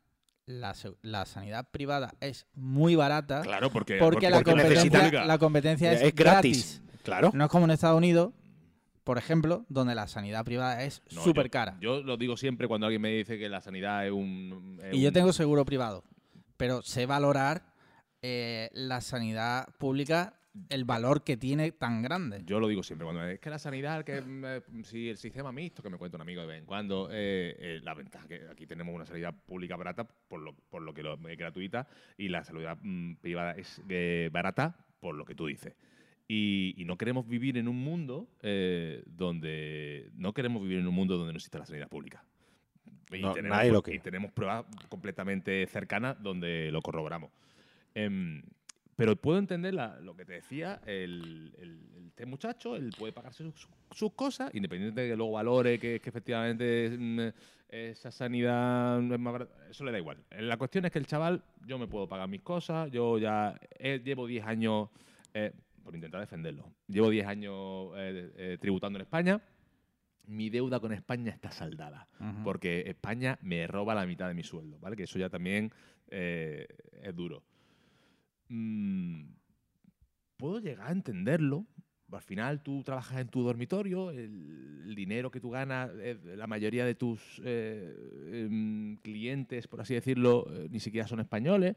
la, la sanidad privada es muy barata. Claro, porque, porque, porque la, porque competencia, la competencia es, es gratis. gratis. Claro. No es como en Estados Unidos, por ejemplo, donde la sanidad privada es No, súper yo- cara. Yo lo digo siempre cuando alguien me dice que la sanidad es un... es Y yo un- tengo seguro privado, pero sé valorar eh, la sanidad pública, el valor que tiene tan grande. Yo lo digo siempre, cuando me- es que la sanidad, que eh, si el sistema mixto, que me cuenta un amigo de vez en cuando, eh, eh, la ventaja que aquí tenemos una sanidad pública barata, por lo, por lo que lo- es gratuita, y la sanidad mm, privada es eh, barata, por lo que tú dices. Y, y no queremos vivir en un mundo eh, donde no queremos vivir en un mundo donde no exista la sanidad pública. Y, No, tenemos, nadie lo quiere. y tenemos pruebas completamente cercanas donde lo corroboramos. Em, pero puedo entender la- lo que te decía, el, el- el- este muchacho, él puede pagarse sus, sus cosas, independiente de que luego valore que, que efectivamente mm, esa sanidad es más barata, eso le da igual. La cuestión es que el chaval, yo me puedo pagar mis cosas, yo ya eh, llevo diez años, eh, por intentar defenderlo, llevo diez años eh, eh, tributando en España. Mi deuda con España está saldada, Ujú. porque España me roba la mitad de mi sueldo, ¿vale? Que eso ya también eh, es duro. Mm, puedo llegar a entenderlo. Al final tú trabajas en tu dormitorio, el, el dinero que tú ganas, eh, la mayoría de tus eh, em, clientes, por así decirlo, eh, ni siquiera son españoles.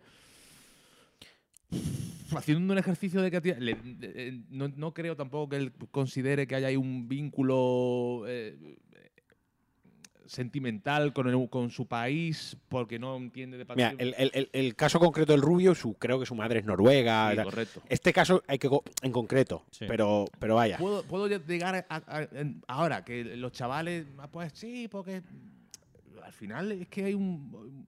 Haciendo un ejercicio de creatividad, le- eh, no, no creo tampoco que él considere que haya ahí un vínculo eh, sentimental con, el- con su país porque no entiende de Mira, patrimonio. el, el- el- el caso concreto del Rubio, su, creo que su madre es noruega. Sí, tal. correcto. Este caso hay que go- en concreto, Sí. pero, pero vaya. ¿Puedo, puedo llegar a, a- en- ahora que los chavales, ah, pues sí, porque al final es que hay un...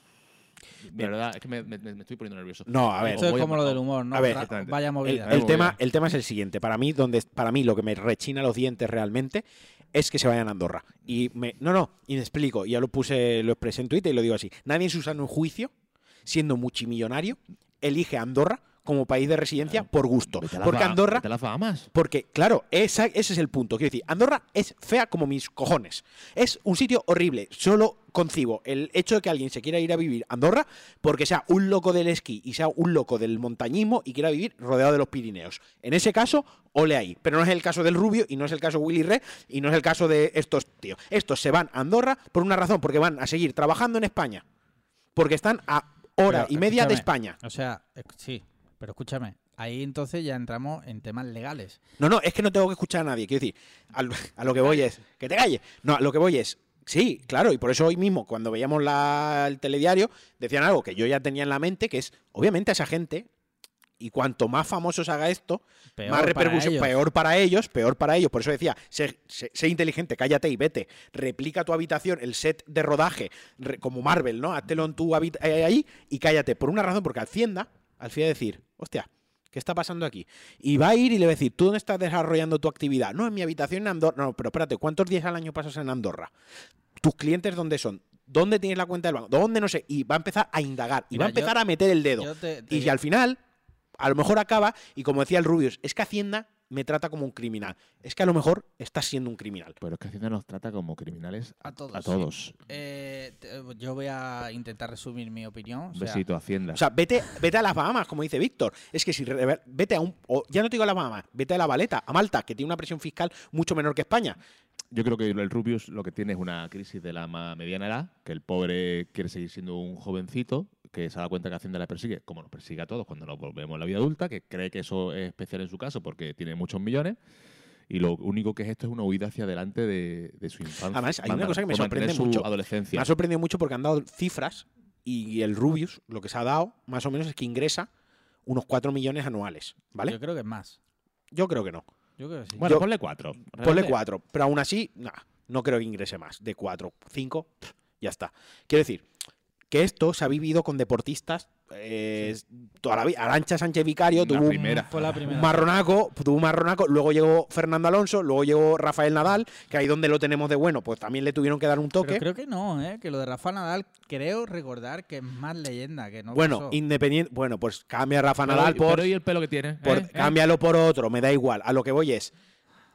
De verdad, es que me, me- me estoy poniendo nervioso. No, a ver. Esto es voy a- como lo del humor, ¿no? a ver, Ra- exactamente. Vaya El, movida. el Muy tema, bien. el tema es el siguiente. Para mí, donde, para mí lo que me rechina los dientes realmente es que se vayan a Andorra. Y me, no, no, y me explico. Ya lo puse, lo expresé en Twitter y lo digo así. Nadie en su sano juicio, siendo multimillonario, elige a Andorra como país de residencia por gusto. Vete a las Porque Ba- Andorra vete a las Bahamas. Porque, claro, esa- ese es el punto. Quiero decir, Andorra es fea como mis cojones. Es un sitio horrible. Solo concibo el hecho de que alguien se quiera ir a vivir a Andorra porque sea un loco del esquí y sea un loco del montañismo y quiera vivir rodeado de los Pirineos. En ese caso, ole ahí. Pero no es el caso del Rubio y no es el caso de Willy Re y no es el caso de estos tíos. Estos se van a Andorra por una razón, porque van a seguir trabajando en España. Porque están a hora Pero, y media de escúchame, España. O sea, eh, sí, pero escúchame. Ahí entonces ya entramos en temas legales. No, no, es que no tengo que escuchar a nadie. Quiero decir, al- a, lo que voy es. ¡Que te calles! No, a lo que voy es. Sí, claro, y por eso hoy mismo, cuando veíamos la- el telediario, decían algo que yo ya tenía en la mente, que es, obviamente, a esa gente, y cuanto más famosos haga esto, Peor más para repercusión, ellos. peor para ellos, peor para ellos. Por eso decía, sé, sé- sé inteligente, cállate y vete. Replica tu habitación, el set de rodaje, re- como Marvel, ¿no? Háztelo en tu habit- eh, ahí y cállate. Por una razón, porque Hacienda, al fin de decir, hostia, ¿qué está pasando aquí? Y va a ir y le va a decir, ¿tú dónde estás desarrollando tu actividad? No, en mi habitación en Andorra. No, pero espérate, ¿cuántos días al año pasas en Andorra? ¿Tus clientes dónde son? ¿Dónde tienes la cuenta del banco? ¿Dónde? No sé. Y va a empezar a indagar. Y Mira, va a empezar yo- a meter el dedo. Yo te- te- Y si al final, a lo mejor acaba, y como decía el Rubius, es que Hacienda me trata como un criminal. Es que a lo mejor estás siendo un criminal. Pero es que Hacienda nos trata como criminales A todos, A sí. todos. Eh, te- yo voy a intentar resumir mi opinión. O sea, Besito, Hacienda. O sea, vete, vete a las Bahamas, como dice Víctor. Es que si re- vete a un. O ya no te digo a las Bahamas, vete a la Valeta, a Malta, que tiene una presión fiscal mucho menor que España. Yo creo que el Rubius lo que tiene es una crisis de la ma- mediana edad, que el pobre quiere seguir siendo un jovencito, que se da cuenta que Hacienda le persigue, como nos persigue a todos cuando nos volvemos a la vida adulta, que cree que eso es especial en su caso porque tiene muchos millones, y lo único que es esto es una huida hacia adelante de, de su infancia. Además, hay una Mantener- cosa que me por mantener sorprende su mucho. adolescencia. Me ha sorprendido mucho porque han dado cifras y el Rubius, lo que se ha dado, más o menos, es que ingresa unos cuatro millones anuales, ¿vale? Yo creo que es más. Yo creo que no. Yo creo que sí. Bueno, yo- ponle cuatro. Ponle Redondea. cuatro, pero aún así, nah, no creo que ingrese más. De cuatro, cinco, pff, ya está. Quiero decir, que esto se ha vivido con deportistas eh, toda la vida. Arantxa Sánchez Vicario La tuvo un, primera. Fue la primera. un marronaco, tuvo un marronaco, luego llegó Fernando Alonso, luego llegó Rafael Nadal, que ahí donde lo tenemos de bueno, pues también le tuvieron que dar un toque. Pero creo que no, ¿eh? Que lo de Rafa Nadal, creo recordar que es más leyenda, que no bueno, pasó. independiente, bueno, pues cambia a Rafa Pero, Nadal por, pero ¿y el pelo que tiene? por- ¿Eh? ¿Eh? cámbialo por otro, me da igual. A lo que voy es,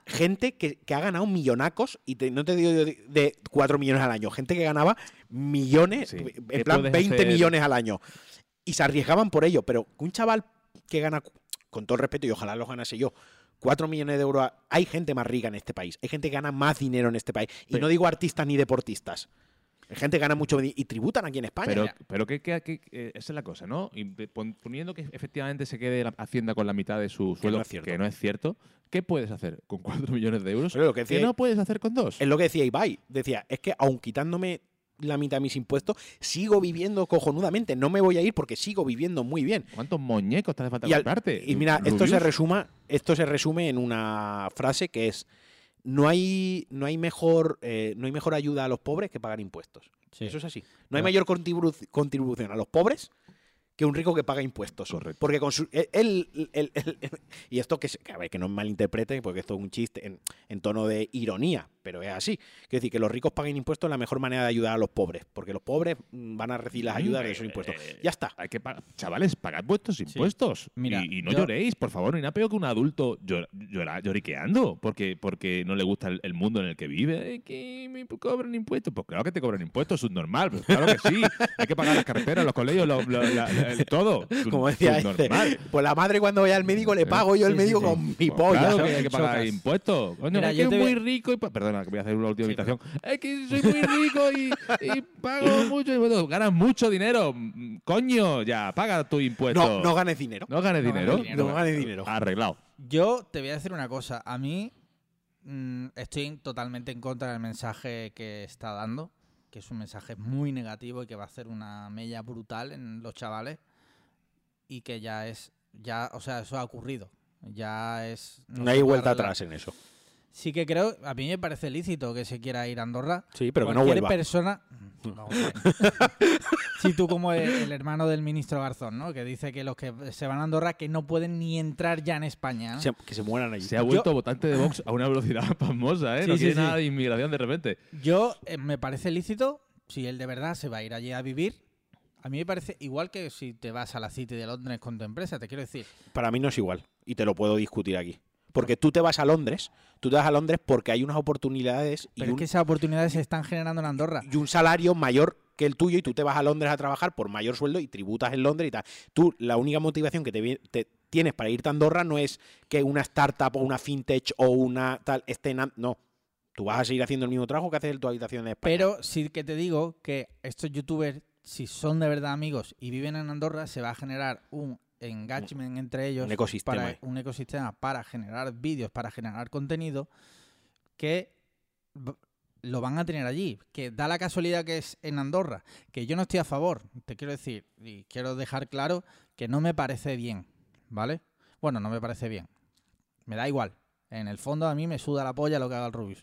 gente que, que ha ganado millonacos, y te, no te digo de, de cuatro millones al año, gente que ganaba millones, Sí. en ¿Qué plan puedes veinte hacer? millones al año. Y se arriesgaban por ello, pero un chaval que gana, con todo el respeto, y ojalá lo ganase yo, cuatro millones de euros, hay gente más rica en este país, hay gente que gana más dinero en este país. Y Pero- no digo artistas ni deportistas. Hay gente que gana mucho di- y tributan aquí en España. Pero, pero que, que- que- eh, esa es la cosa, ¿no? Y de- pon- poniendo que efectivamente se quede la Hacienda con la mitad de su sueldo, no es cierto. que no es cierto, ¿qué puedes hacer con cuatro millones de euros? Pero lo que ¿Qué decía- no puedes hacer con dos? Es lo que decía Ibai. Decía, es que aun quitándome la mitad de mis impuestos, sigo viviendo cojonudamente. No me voy a ir porque sigo viviendo muy bien. ¿Cuántos muñecos te hace falta Y, al- comprarte? y mira, esto se, ¿Rubius? resuma, esto se resume en una frase que es: no hay, no hay, mejor, eh, no hay mejor ayuda a los pobres que pagar impuestos. Sí. Eso es así. No hay Claro. mayor contribu- contribución a los pobres que un rico que paga impuestos. Correcto. Porque con su, él, él- él- él- y esto que, se- que, a ver, que no me malinterpreten, porque esto es un chiste en, en tono de ironía, pero es así. Quiero decir, que los ricos paguen impuestos es la mejor manera de ayudar a los pobres, porque los pobres mm, van a recibir las ayudas de esos impuestos. Eh, Ya está. Hay que pagar. Chavales, pagad vuestros impuestos. Mira, y, y no yo- lloréis, por favor. Ni nada peor que un adulto llora, llora- lloriqueando porque, porque no le gusta el, el mundo en el que vive. Eh, que me cobran impuestos. Pues claro que te cobran impuestos, es normal. Pues claro que sí. Hay que pagar las carreteras, los colegios, lo- lo- la- la- el- todo. Como decía este, normal. pues la madre cuando vaya al médico le pago yo al Sí, sí, médico sí. con mi Pues polla. claro ¿sabes? que hay que pagar Socas. impuestos. Coño, Mira, es yo que te es muy voy- rico y... pa- Perdona, que voy a hacer una última Sí, invitación. Es que soy muy rico y, y pago mucho impuestos. Ganas mucho dinero. Mm, Coño, ya, paga tu impuesto. No, no ganes dinero. No ganes No dinero. ganes dinero. No ganes dinero. Arreglado. Yo te voy a decir una cosa. A mí mm, estoy en- totalmente en contra del mensaje que está dando, que es un mensaje muy negativo y que va a hacer una mella brutal en los chavales y que ya es, ya, o sea, eso ha ocurrido. Ya es... No, se hay puede vuelta arreglar. atrás en eso. Sí que creo, a mí me parece lícito que se quiera ir a Andorra. Sí, pero que no Cualquier vuelva. persona... Vamos a ver. Sí, tú como el, el hermano del ministro Garzón, ¿no? Que dice que los que se van a Andorra que no pueden ni entrar ya en España, ¿no? Se- que se mueran allí. Se ha vuelto votante de Vox a una velocidad pasmosa, ¿eh? Sí, no sí, tiene sí. nada de inmigración de repente. Yo eh, me parece lícito si él de verdad se va a ir allí a vivir. A mí me parece igual que si te vas a la City de Londres con tu empresa, te quiero decir. Para mí no es igual. Y te lo puedo discutir aquí. Porque tú te vas a Londres, tú te vas a Londres porque hay unas oportunidades y Pero es un, que esas oportunidades se están generando en Andorra. y un salario mayor que el tuyo, y tú te vas a Londres a trabajar por mayor sueldo y tributas en Londres y tal. Tú, la única motivación que te, vi- te tienes para irte a Andorra no es que una startup o una fintech o una tal esté en... Am- No. Tú vas a seguir haciendo el mismo trabajo que haces en tu habitación en España. Pero sí que te digo que estos youtubers, si son de verdad amigos y viven en Andorra, se va a generar un engagement entre ellos, Un ecosistema para, ahí. un ecosistema para generar vídeos, para generar contenido, que v- lo van a tener allí. Que da la casualidad que es en Andorra, que yo no estoy a favor, te quiero decir, y quiero dejar claro que no me parece bien, ¿vale? Bueno, no me parece bien. Me da igual. En el fondo a mí me suda la polla lo que haga el Rubius.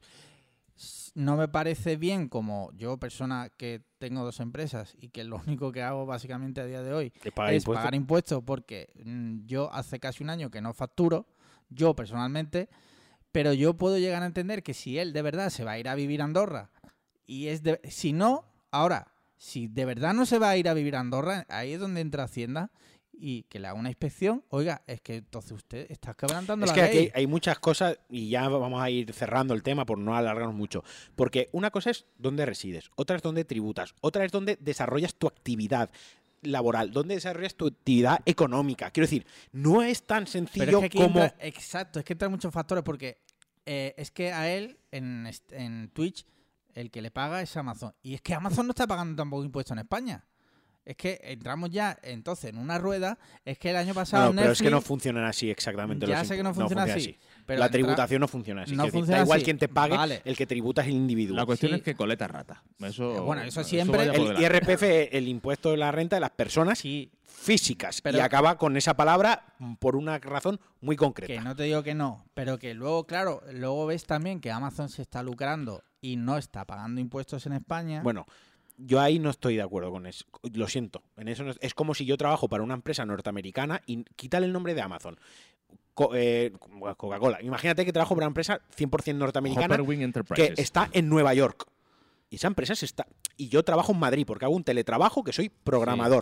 S- No me parece bien como yo, persona que tengo dos empresas y que lo único que hago básicamente a día de hoy Es pagar es impuestos. pagar impuestos porque mm, yo hace casi un año que no facturo, yo personalmente, pero yo puedo llegar a entender que si él de verdad se va a ir a vivir a Andorra y es de, si no, ahora, si de verdad no se va a ir a vivir a Andorra, ahí es donde entra Hacienda y que le haga una inspección, oiga, es que entonces usted está quebrantando Es la que aquí ley. hay, hay muchas cosas y ya vamos a ir cerrando el tema por no alargarnos mucho. Porque una cosa es dónde resides, otra es dónde tributas, otra es dónde desarrollas tu actividad laboral, dónde desarrollas tu actividad económica. Quiero decir, no es tan Pero sencillo es que aquí como... entra- exacto, es que entran muchos factores porque eh, es que a él en, est- en Twitch el que le paga es Amazon. Y es que Amazon no está pagando tampoco impuestos en España. Es que entramos ya entonces en una rueda. Es que el año pasado No, pero es que no Netflix- funcionan así exactamente. Ya los sé que no impu- funciona así, pero la entra- tributación no funciona así. no Quiero decir, funciona da igual así. quien te pague, Vale. el que tributa es el individuo. La cuestión Sí. es que coleta rata. Eso, Eh, bueno, eso siempre- vaya por El delante. I R P F, el impuesto de la renta de las personas Sí, físicas. Pero- y acaba con esa palabra por una razón muy concreta. que no te digo que no, pero que luego, claro, luego ves también que Amazon se está lucrando y no está pagando impuestos en España. Bueno, yo ahí no estoy de acuerdo con eso. Lo siento. En eso no- es como si yo trabajo para una empresa norteamericana y quítale el nombre de Amazon. Co- eh, Coca-Cola. Imagínate que trabajo para una empresa cien por ciento norteamericana Hopperwing que Enterprises. está en Nueva York. Y esa empresa se está... Y yo trabajo en Madrid porque hago un teletrabajo que soy programador.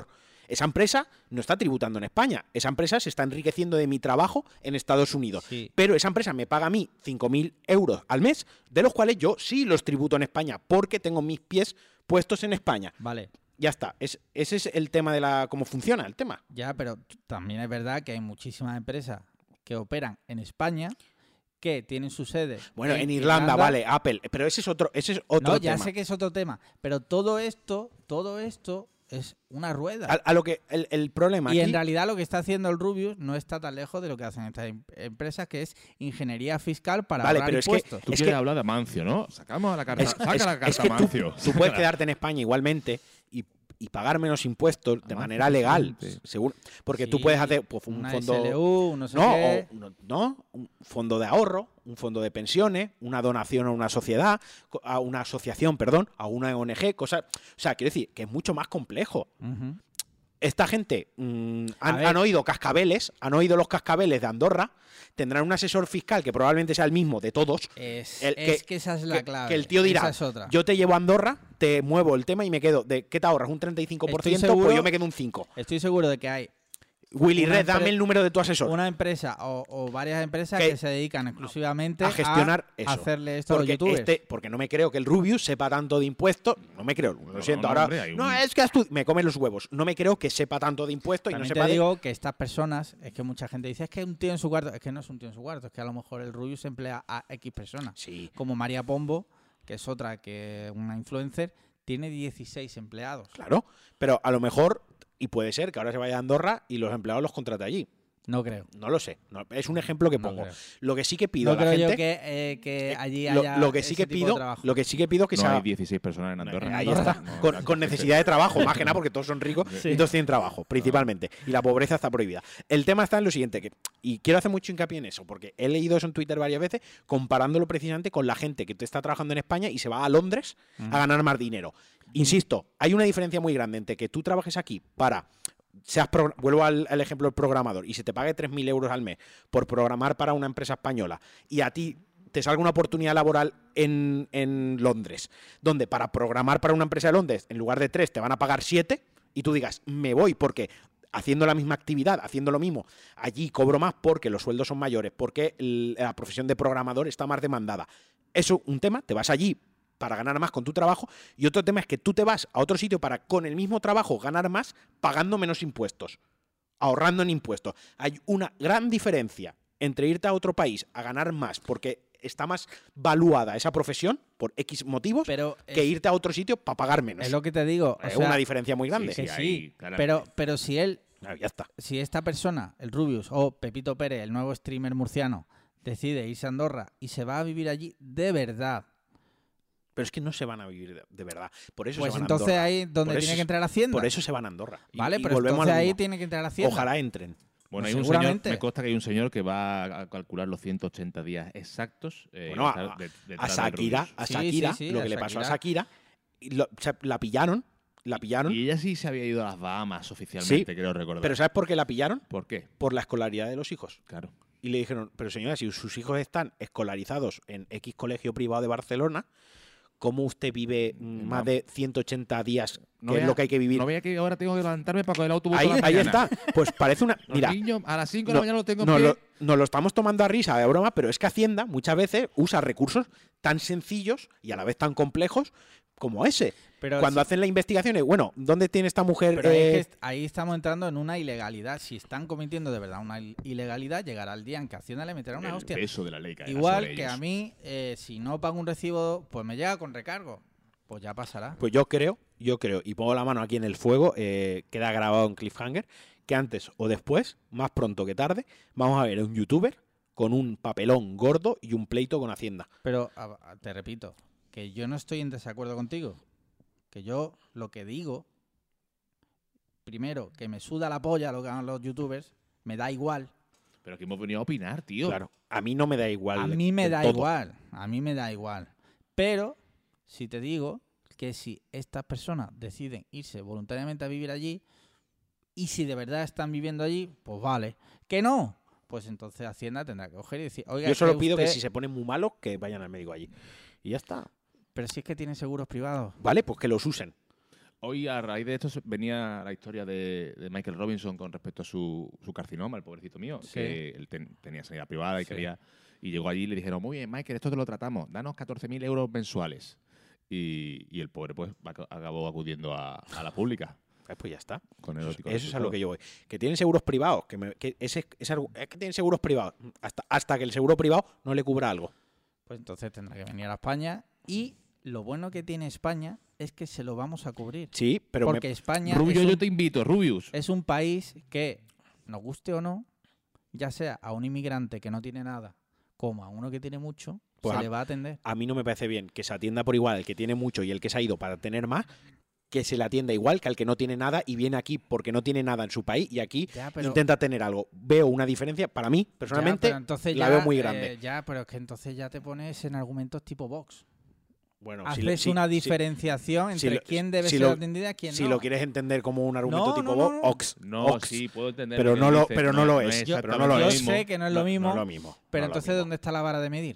Esa empresa no está tributando en España. Esa empresa se está enriqueciendo de mi trabajo en Estados Unidos. Sí. Pero esa empresa me paga a mí cinco mil euros al mes, de los cuales yo sí los tributo en España, porque tengo mis pies puestos en España. Vale. Ya está. Es, ese es el tema de la cómo funciona el tema. Ya, pero también es verdad que hay muchísimas empresas que operan en España que tienen su sede. Bueno, en, en Irlanda, Irlanda, vale, Apple. Pero ese es otro, ese es otro no, ya tema. sé que es otro tema. Pero todo esto, todo esto es una rueda. A, a lo que el, el problema y aquí... en realidad lo que está haciendo el Rubius no está tan lejos de lo que hacen estas em empresas, que es ingeniería fiscal para vale, ahorrar pero impuestos. Es que, tú es quieres que, hablar de Mancio, ¿no? Sacamos la carta, es, saca es, la carta es que Mancio. Tú, tú puedes quedarte en España igualmente y, y pagar menos impuestos de Amancio, manera legal, sí. según, porque sí, tú puedes hacer pues, un una fondo... S L U, no sé no, qué. o, no, no, un fondo de ahorro, un fondo de pensiones, una donación a una sociedad, a una asociación, perdón, a una O N G, cosas... O sea, quiero decir que es mucho más complejo. Uh-huh. Esta gente mmm, han, han oído cascabeles, han oído los cascabeles de Andorra, tendrán un asesor fiscal que probablemente sea el mismo de todos. Es, el, es que, que esa es la que, clave. Que el tío dirá, esa es otra. yo te llevo a Andorra, te muevo el tema y me quedo, de ¿qué te ahorras? ¿Un treinta y cinco por ciento? seguro, pues yo me quedo un cinco. Estoy seguro de que hay Willy Red, dame el número de tu asesor. Una empresa o, o varias empresas que, que se dedican exclusivamente a gestionar a eso. hacerle esto porque a los youtubers. Este, porque no me creo que el Rubius sepa tanto de impuestos. No me creo, lo no, siento. No, ahora, hombre, no, un... es que tú me comes los huevos. No me creo que sepa tanto de impuestos También y no te sepa digo de... que estas personas, es que mucha gente dice, es que es un tío en su cuarto. Es que no es un tío en su cuarto, es que a lo mejor el Rubius emplea a X personas. Sí. Como María Pombo, que es otra, que una influencer, tiene dieciséis empleados. Claro, pero a lo mejor, y puede ser que ahora se vaya a Andorra y los empleados los contrate allí. No creo. No lo sé. No, es un ejemplo que No pongo. creo. Lo que sí que pido no a la creo gente... yo que, eh, que allí lo, haya lo que sí ese que tipo de pido, trabajo. lo que sí que pido que no sea... hay dieciséis personas en Andorra. Ahí Andorra. está. No, con, no, con necesidad de trabajo, más que nada porque todos son ricos Sí. y todos tienen trabajo, principalmente. Y la pobreza está prohibida. El tema está en lo siguiente, que, y quiero hacer mucho hincapié en eso, porque he leído eso en Twitter varias veces, comparándolo precisamente con la gente que está trabajando en España y se va a Londres Mm. a ganar más dinero. Insisto, hay una diferencia muy grande entre que tú trabajes aquí para... Seas pro, vuelvo al, al ejemplo del programador y se te pague tres mil euros al mes por programar para una empresa española y a ti te salga una oportunidad laboral en, en Londres, donde para programar para una empresa de Londres en lugar de tres te van a pagar siete y tú digas, me voy porque haciendo la misma actividad, haciendo lo mismo, allí cobro más porque los sueldos son mayores, porque el, la profesión de programador está más demandada. Eso, un tema, te vas allí para ganar más con tu trabajo, y otro tema es que tú te vas a otro sitio para con el mismo trabajo ganar más pagando menos impuestos, ahorrando en impuestos. Hay una gran diferencia entre irte a otro país a ganar más porque está más valuada esa profesión por X motivos, pero que es, irte a otro sitio para pagar menos. Es lo que te digo. Es o sea, una diferencia muy grande. que Sí, sí, ahí, pero, pero si él, Ah, ya está. si esta persona, el Rubius o Pepito Pérez, el nuevo streamer murciano, decide irse a Andorra y se va a vivir allí de verdad, Pero es que no se van a vivir de, de verdad. Por eso pues se van entonces a Andorra. ahí donde Por tiene eso- que entrar Hacienda. Por eso se van a Andorra. Y- Vale, y pero volvemos a entonces lo ahí mismo. tiene que entrar Hacienda. Ojalá entren. Bueno, Pues hay un señor, seguramente. me consta que hay un señor que va a calcular los ciento ochenta días exactos. eh, Bueno, y a, estar de- a detrás del Shakira, Rubius. a Sí, Shakira, sí, sí, lo a que le pasó a Shakira. Shakira, y lo- o sea, la pillaron, la pillaron, Y ella sí se había ido a las Bahamas oficialmente, Sí, creo recordar. pero ¿sabes por qué la pillaron? ¿Por qué? Por la escolaridad de los hijos. Claro. Y le dijeron, pero señora, si sus hijos están escolarizados en X colegio privado de Barcelona, ¿cómo usted vive mm, No. más de ciento ochenta días, que No es vea- lo que hay que vivir? No veía que ahora tengo que levantarme para coger el autobús Ahí, por la ahí mañana. está. Pues parece una... Los Mira, niños a las cinco de no- la mañana lo tengo en nos pie. lo, nos lo estamos tomando a risa, de broma, pero es que Hacienda muchas veces usa recursos tan sencillos y a la vez tan complejos como ese. Pero Cuando si- hacen la investigación, es, bueno, ¿dónde tiene esta mujer? Pero ahí, eh, es que est- ahí estamos entrando en una ilegalidad. Si están cometiendo de verdad una il- ilegalidad, llegará el día en que Hacienda le meterá una El hostia. peso de la ley caerá Igual sobre que ellos. a mí, eh, si no pago un recibo, pues me llega con recargo. Pues ya pasará. Pues yo creo, yo creo, y pongo la mano aquí en el fuego, eh, queda grabado en cliffhanger, que antes o después, más pronto que tarde, vamos a ver a un youtuber con un papelón gordo y un pleito con Hacienda. Pero a- a- te repito, que yo no estoy en desacuerdo contigo. Que yo lo que digo, primero, que me suda la polla lo que hagan los youtubers, me da igual. Pero aquí hemos venido a opinar, tío. Claro, a mí no me da igual. A mí me del da todo. igual, a mí me da igual. Pero si te digo que si estas personas deciden irse voluntariamente a vivir allí y si de verdad están viviendo allí, pues vale. Que no, pues entonces Hacienda tendrá que coger y decir, oiga, Yo solo que pido que usted- si se ponen muy malos, que vayan al médico allí. Y ya está. Pero si es que tienen seguros privados. Vale, pues que los usen. Hoy, a raíz de esto, se- venía la historia de, de Michael Robinson con respecto a su, su carcinoma, el pobrecito mío, Sí. que él ten- tenía sanidad privada y Sí. quería y llegó allí y le dijeron, muy bien, Michael, esto te lo tratamos, danos catorce mil euros mensuales. Y, y el pobre pues ac- acabó acudiendo a, a la pública Eh, Pues ya está. con Eso, erótico. eso es a lo que yo voy. Que tienen seguros privados. Que, me- que ese, ese argu- es que tienen seguros privados. Hasta, hasta que el seguro privado no le cubra algo. Pues entonces tendrá que venir a España. Y lo bueno que tiene España es que se lo vamos a cubrir. Sí, pero me- Porque España Rubio, es, yo un, te invito, Rubius. es un país que, nos guste o no, ya sea a un inmigrante que no tiene nada, como a uno que tiene mucho, Pues se a- le va a atender. a mí no me parece bien que se atienda por igual el que tiene mucho y el que se ha ido para tener más, que se le atienda igual que al que no tiene nada y viene aquí porque no tiene nada en su país y aquí Ya, pero- intenta tener algo. Veo una diferencia, para mí, personalmente, Ya, pero entonces la ya, veo muy grande. eh, ya, pero es que entonces ya te pones en argumentos tipo Vox. Bueno, Haces si le- si- una si- diferencia si entre lo- quién debe si ser lo- atendida y quién si no. lo quieres entender como un argumento No, tipo no, Vox, no. Ox, No, Ox, sí, puedo entender. pero que no lo, dices, pero no lo es, es pero no lo yo es. sé que no es lo mismo, No, es lo mismo. Pero no es lo entonces, mismo. ¿dónde está la vara de medir?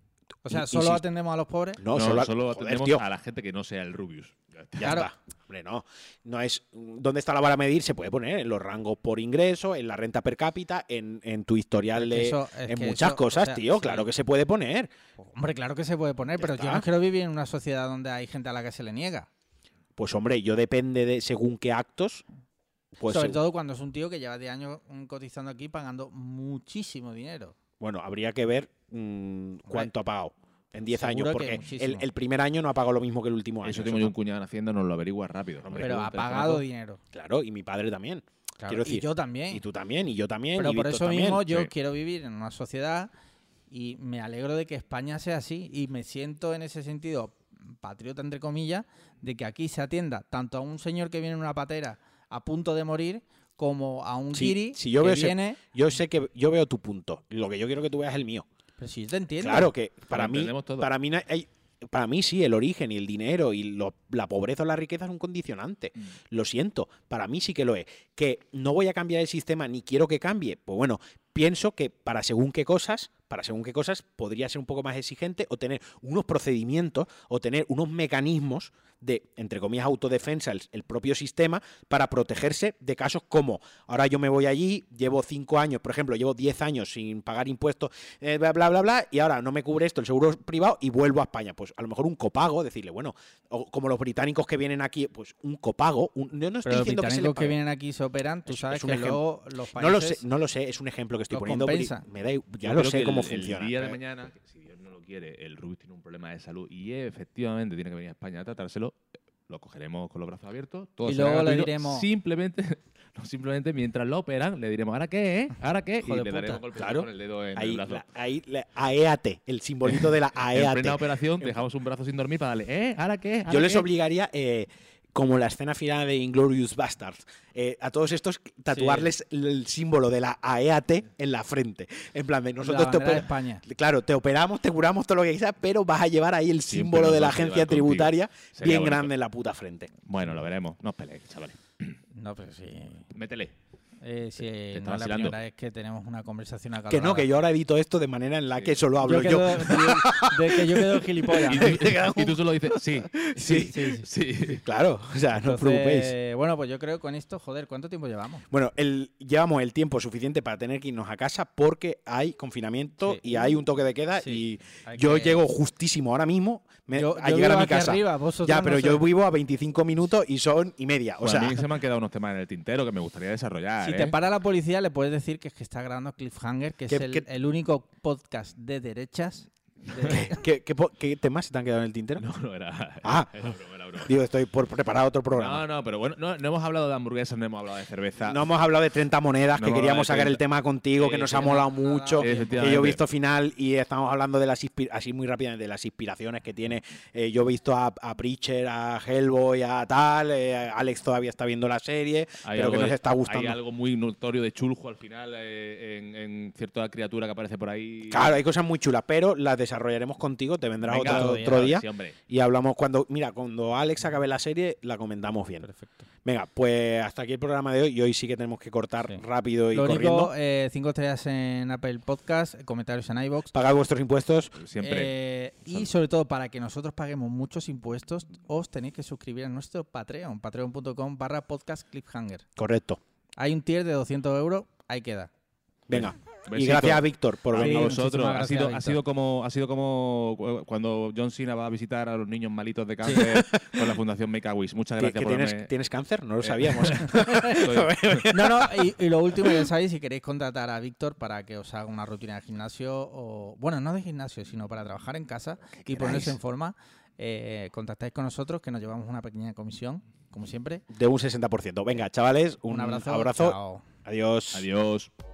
O sea, In- ¿solo insisto. atendemos a los pobres? No, No, solo, solo, joder, atendemos tío, a la gente que no sea el Rubius. Ya está. ya Claro. está. Hombre, no. No es. ¿Dónde está la vara a medir? Se puede poner en los rangos por ingreso, en la renta per cápita, en, en tu historial Es que de. eso- es en que muchas eso, o cosas, sea, tío. sí. Claro que se puede poner. Hombre, claro que se puede poner, Ya pero está. yo no quiero vivir en una sociedad donde hay gente a la que se le niega. Pues hombre, yo depende de según qué actos. Pues Sobre seg- todo cuando es un tío que lleva diez años mm, cotizando aquí pagando muchísimo dinero. Bueno, habría que ver mm, cuánto ha pagado en diez años. seguro que Porque el, muchísimo. el primer año no ha pagado lo mismo que el último año. Eso eso tengo yo no- un cuñado en Hacienda, nos lo averigua rápido. Hombre, Pero Un ha telefonazo. pagado dinero. Claro, y mi padre también. Claro, Quiero y decir, yo también. Y tú también, y yo también. Pero y por Víctor eso también. mismo yo sí. quiero vivir en una sociedad y me alegro de que España sea así y me siento en ese sentido patriota, entre comillas, de que aquí se atienda tanto a un señor que viene en una patera a punto de morir como a un Sí, guiri si yo que veo ese- viene... Yo sé que yo veo tu punto. Lo que yo quiero que tú veas es el mío. Pero si yo te entiendo. Claro que para Lo mí, entendemos todo. para mí no hay- para mí sí, el origen y el dinero y lo- la pobreza o la riqueza es un condicionante. Mm. Lo siento, para mí sí que lo es. Que no voy a cambiar el sistema ni quiero que cambie. Pues bueno, pienso que para según qué cosas, para según qué cosas podría ser un poco más exigente o tener unos procedimientos o tener unos mecanismos de, entre comillas, autodefensa, el, el propio sistema, para protegerse de casos como, ahora yo me voy allí, llevo cinco años, por ejemplo, llevo diez años sin pagar impuestos, eh, bla, bla, bla, bla, y ahora no me cubre esto el seguro privado y vuelvo a España. Pues a lo mejor un copago, decirle, bueno, o como los británicos que vienen aquí, pues un copago, un- yo no estoy Pero los diciendo que se les británicos que, pague. vienen aquí se operan, tú Es- sabes es un que ejemplo. luego los países... No lo sé, no lo sé, es un ejemplo que estoy Lo poniendo. bri- compensa. Me da, i- ya Yo lo creo sé que cómo el, funciona. El día de pero- mañana, que si Dios no lo quiere, el Rubius tiene un problema de salud y efectivamente tiene que venir a España a tratárselo, lo cogeremos con los brazos abiertos. Todo Y será luego le gratuito, diremos- Simplemente, no, simplemente mientras lo operan, le diremos, ¿ahora qué? eh? ¿Ahora qué? Hijo y de le puta. daremos golpe Claro. con el dedo en Ahí, el brazo. la, ahí la- aéate, el simbolito de la En aéate. plena operación, dejamos un brazo sin dormir para darle, ¿eh? ¿Ahora qué? ¿Ahora Yo les qué? obligaría, eh, como la escena final de Inglorious Bastards, eh, a todos estos tatuarles el, el símbolo de la AEAT en la frente. En plan, de nosotros la te bandera de oper- España. Claro, te operamos, te curamos todo lo que quieras, pero vas a llevar ahí el Siempre símbolo nos de la vas a llevar agencia contigo. tributaria Sería bien bonito. grande en la puta frente. Bueno, lo veremos. No os peleéis, chavales. No, pero sí. Métele. Eh, sí, te está no es la vacilando. primera vez que tenemos una conversación acá. Que no, que yo ahora edito esto de manera en la Sí. que solo hablo yo. yo. Quedo, de, de que yo quedo gilipollas. Y tú, y tú solo dices, sí, Sí, Sí, sí. sí. claro, o sea, no os preocupéis. Entonces, bueno, pues yo creo que con esto, joder, ¿cuánto tiempo llevamos? Bueno, el, llevamos el tiempo suficiente para tener que irnos a casa porque hay confinamiento Sí. y hay un toque de queda Sí, y hay yo que- llego justísimo ahora mismo me- Yo- a yo llegar a vivo mi aquí casa. arriba, vosotros ya, no pero sé. yo vivo a veinticinco minutos y son y media. O Bueno, sea, a mí se me han quedado unos temas en el tintero que me gustaría desarrollar. Si ¿eh? te para la policía, le puedes decir que es que está grabando Cliffhanger, que es ¿Qué- el, qué- el único podcast de derechas. de- ¿qué, qué, po- qué temas se te han quedado en el tintero? No, no, era. Ah. era broma, era broma. Digo, estoy por preparar otro programa. No, no, pero bueno, no, no hemos hablado de hamburguesas, no hemos hablado de cerveza. No hemos hablado de treinta monedas, No que hemos queríamos hablado de sacar el treinta. tema contigo, Sí, que nos sí, ha no, molado no, no, mucho, no, que efectivamente. yo he visto final y estamos hablando de las inspi- así muy rápidamente de las inspiraciones que tiene. Eh, yo he visto a, a Preacher, a Hellboy, a tal, eh, Alex todavía está viendo la serie, Hay pero algo que nos de- está gustando. Hay algo muy notorio de chuljo al final eh, en, en cierta criatura que aparece por ahí. Claro, hay cosas muy chulas, pero las desarrollaremos contigo, te vendrás Venga, otro, otro día, otro día Sí, hombre. y hablamos cuando, mira, cuando Alex acabe la serie la comentamos bien. Perfecto. Venga, pues hasta aquí el programa de hoy. Y hoy sí que tenemos que cortar Sí. rápido y Lo corriendo. único, eh, cinco estrellas en Apple Podcast, comentarios en iVoox. Pagad vuestros impuestos. Siempre. Eh, y sobre todo, para que nosotros paguemos muchos impuestos, os tenéis que suscribir a nuestro Patreon, patreon.com barra podcast cliffhanger. Correcto. Hay un tier de doscientos euros, ahí queda. Venga. Y Besito. gracias a Víctor por A Sí, venir. vosotros. muchísimas Ha gracias, sido, ha Víctor. sido como ha sido como cuando John Cena va a visitar a los niños malitos de cáncer con la Fundación Make a Wish. Muchas ¿Que- gracias que por tienes, haberme- ¿Tienes cáncer? No lo Eh, sabíamos. No, no, y, y lo último, ya sabéis, si queréis contratar a Víctor para que os haga una rutina de gimnasio, o bueno, no de gimnasio, sino para trabajar en casa y ponerse en forma, eh, contactáis con nosotros, que nos llevamos una pequeña comisión, como siempre. De un sesenta por ciento. Venga, chavales, un, Un abrazo. abrazo. Chao. Adiós. Adiós.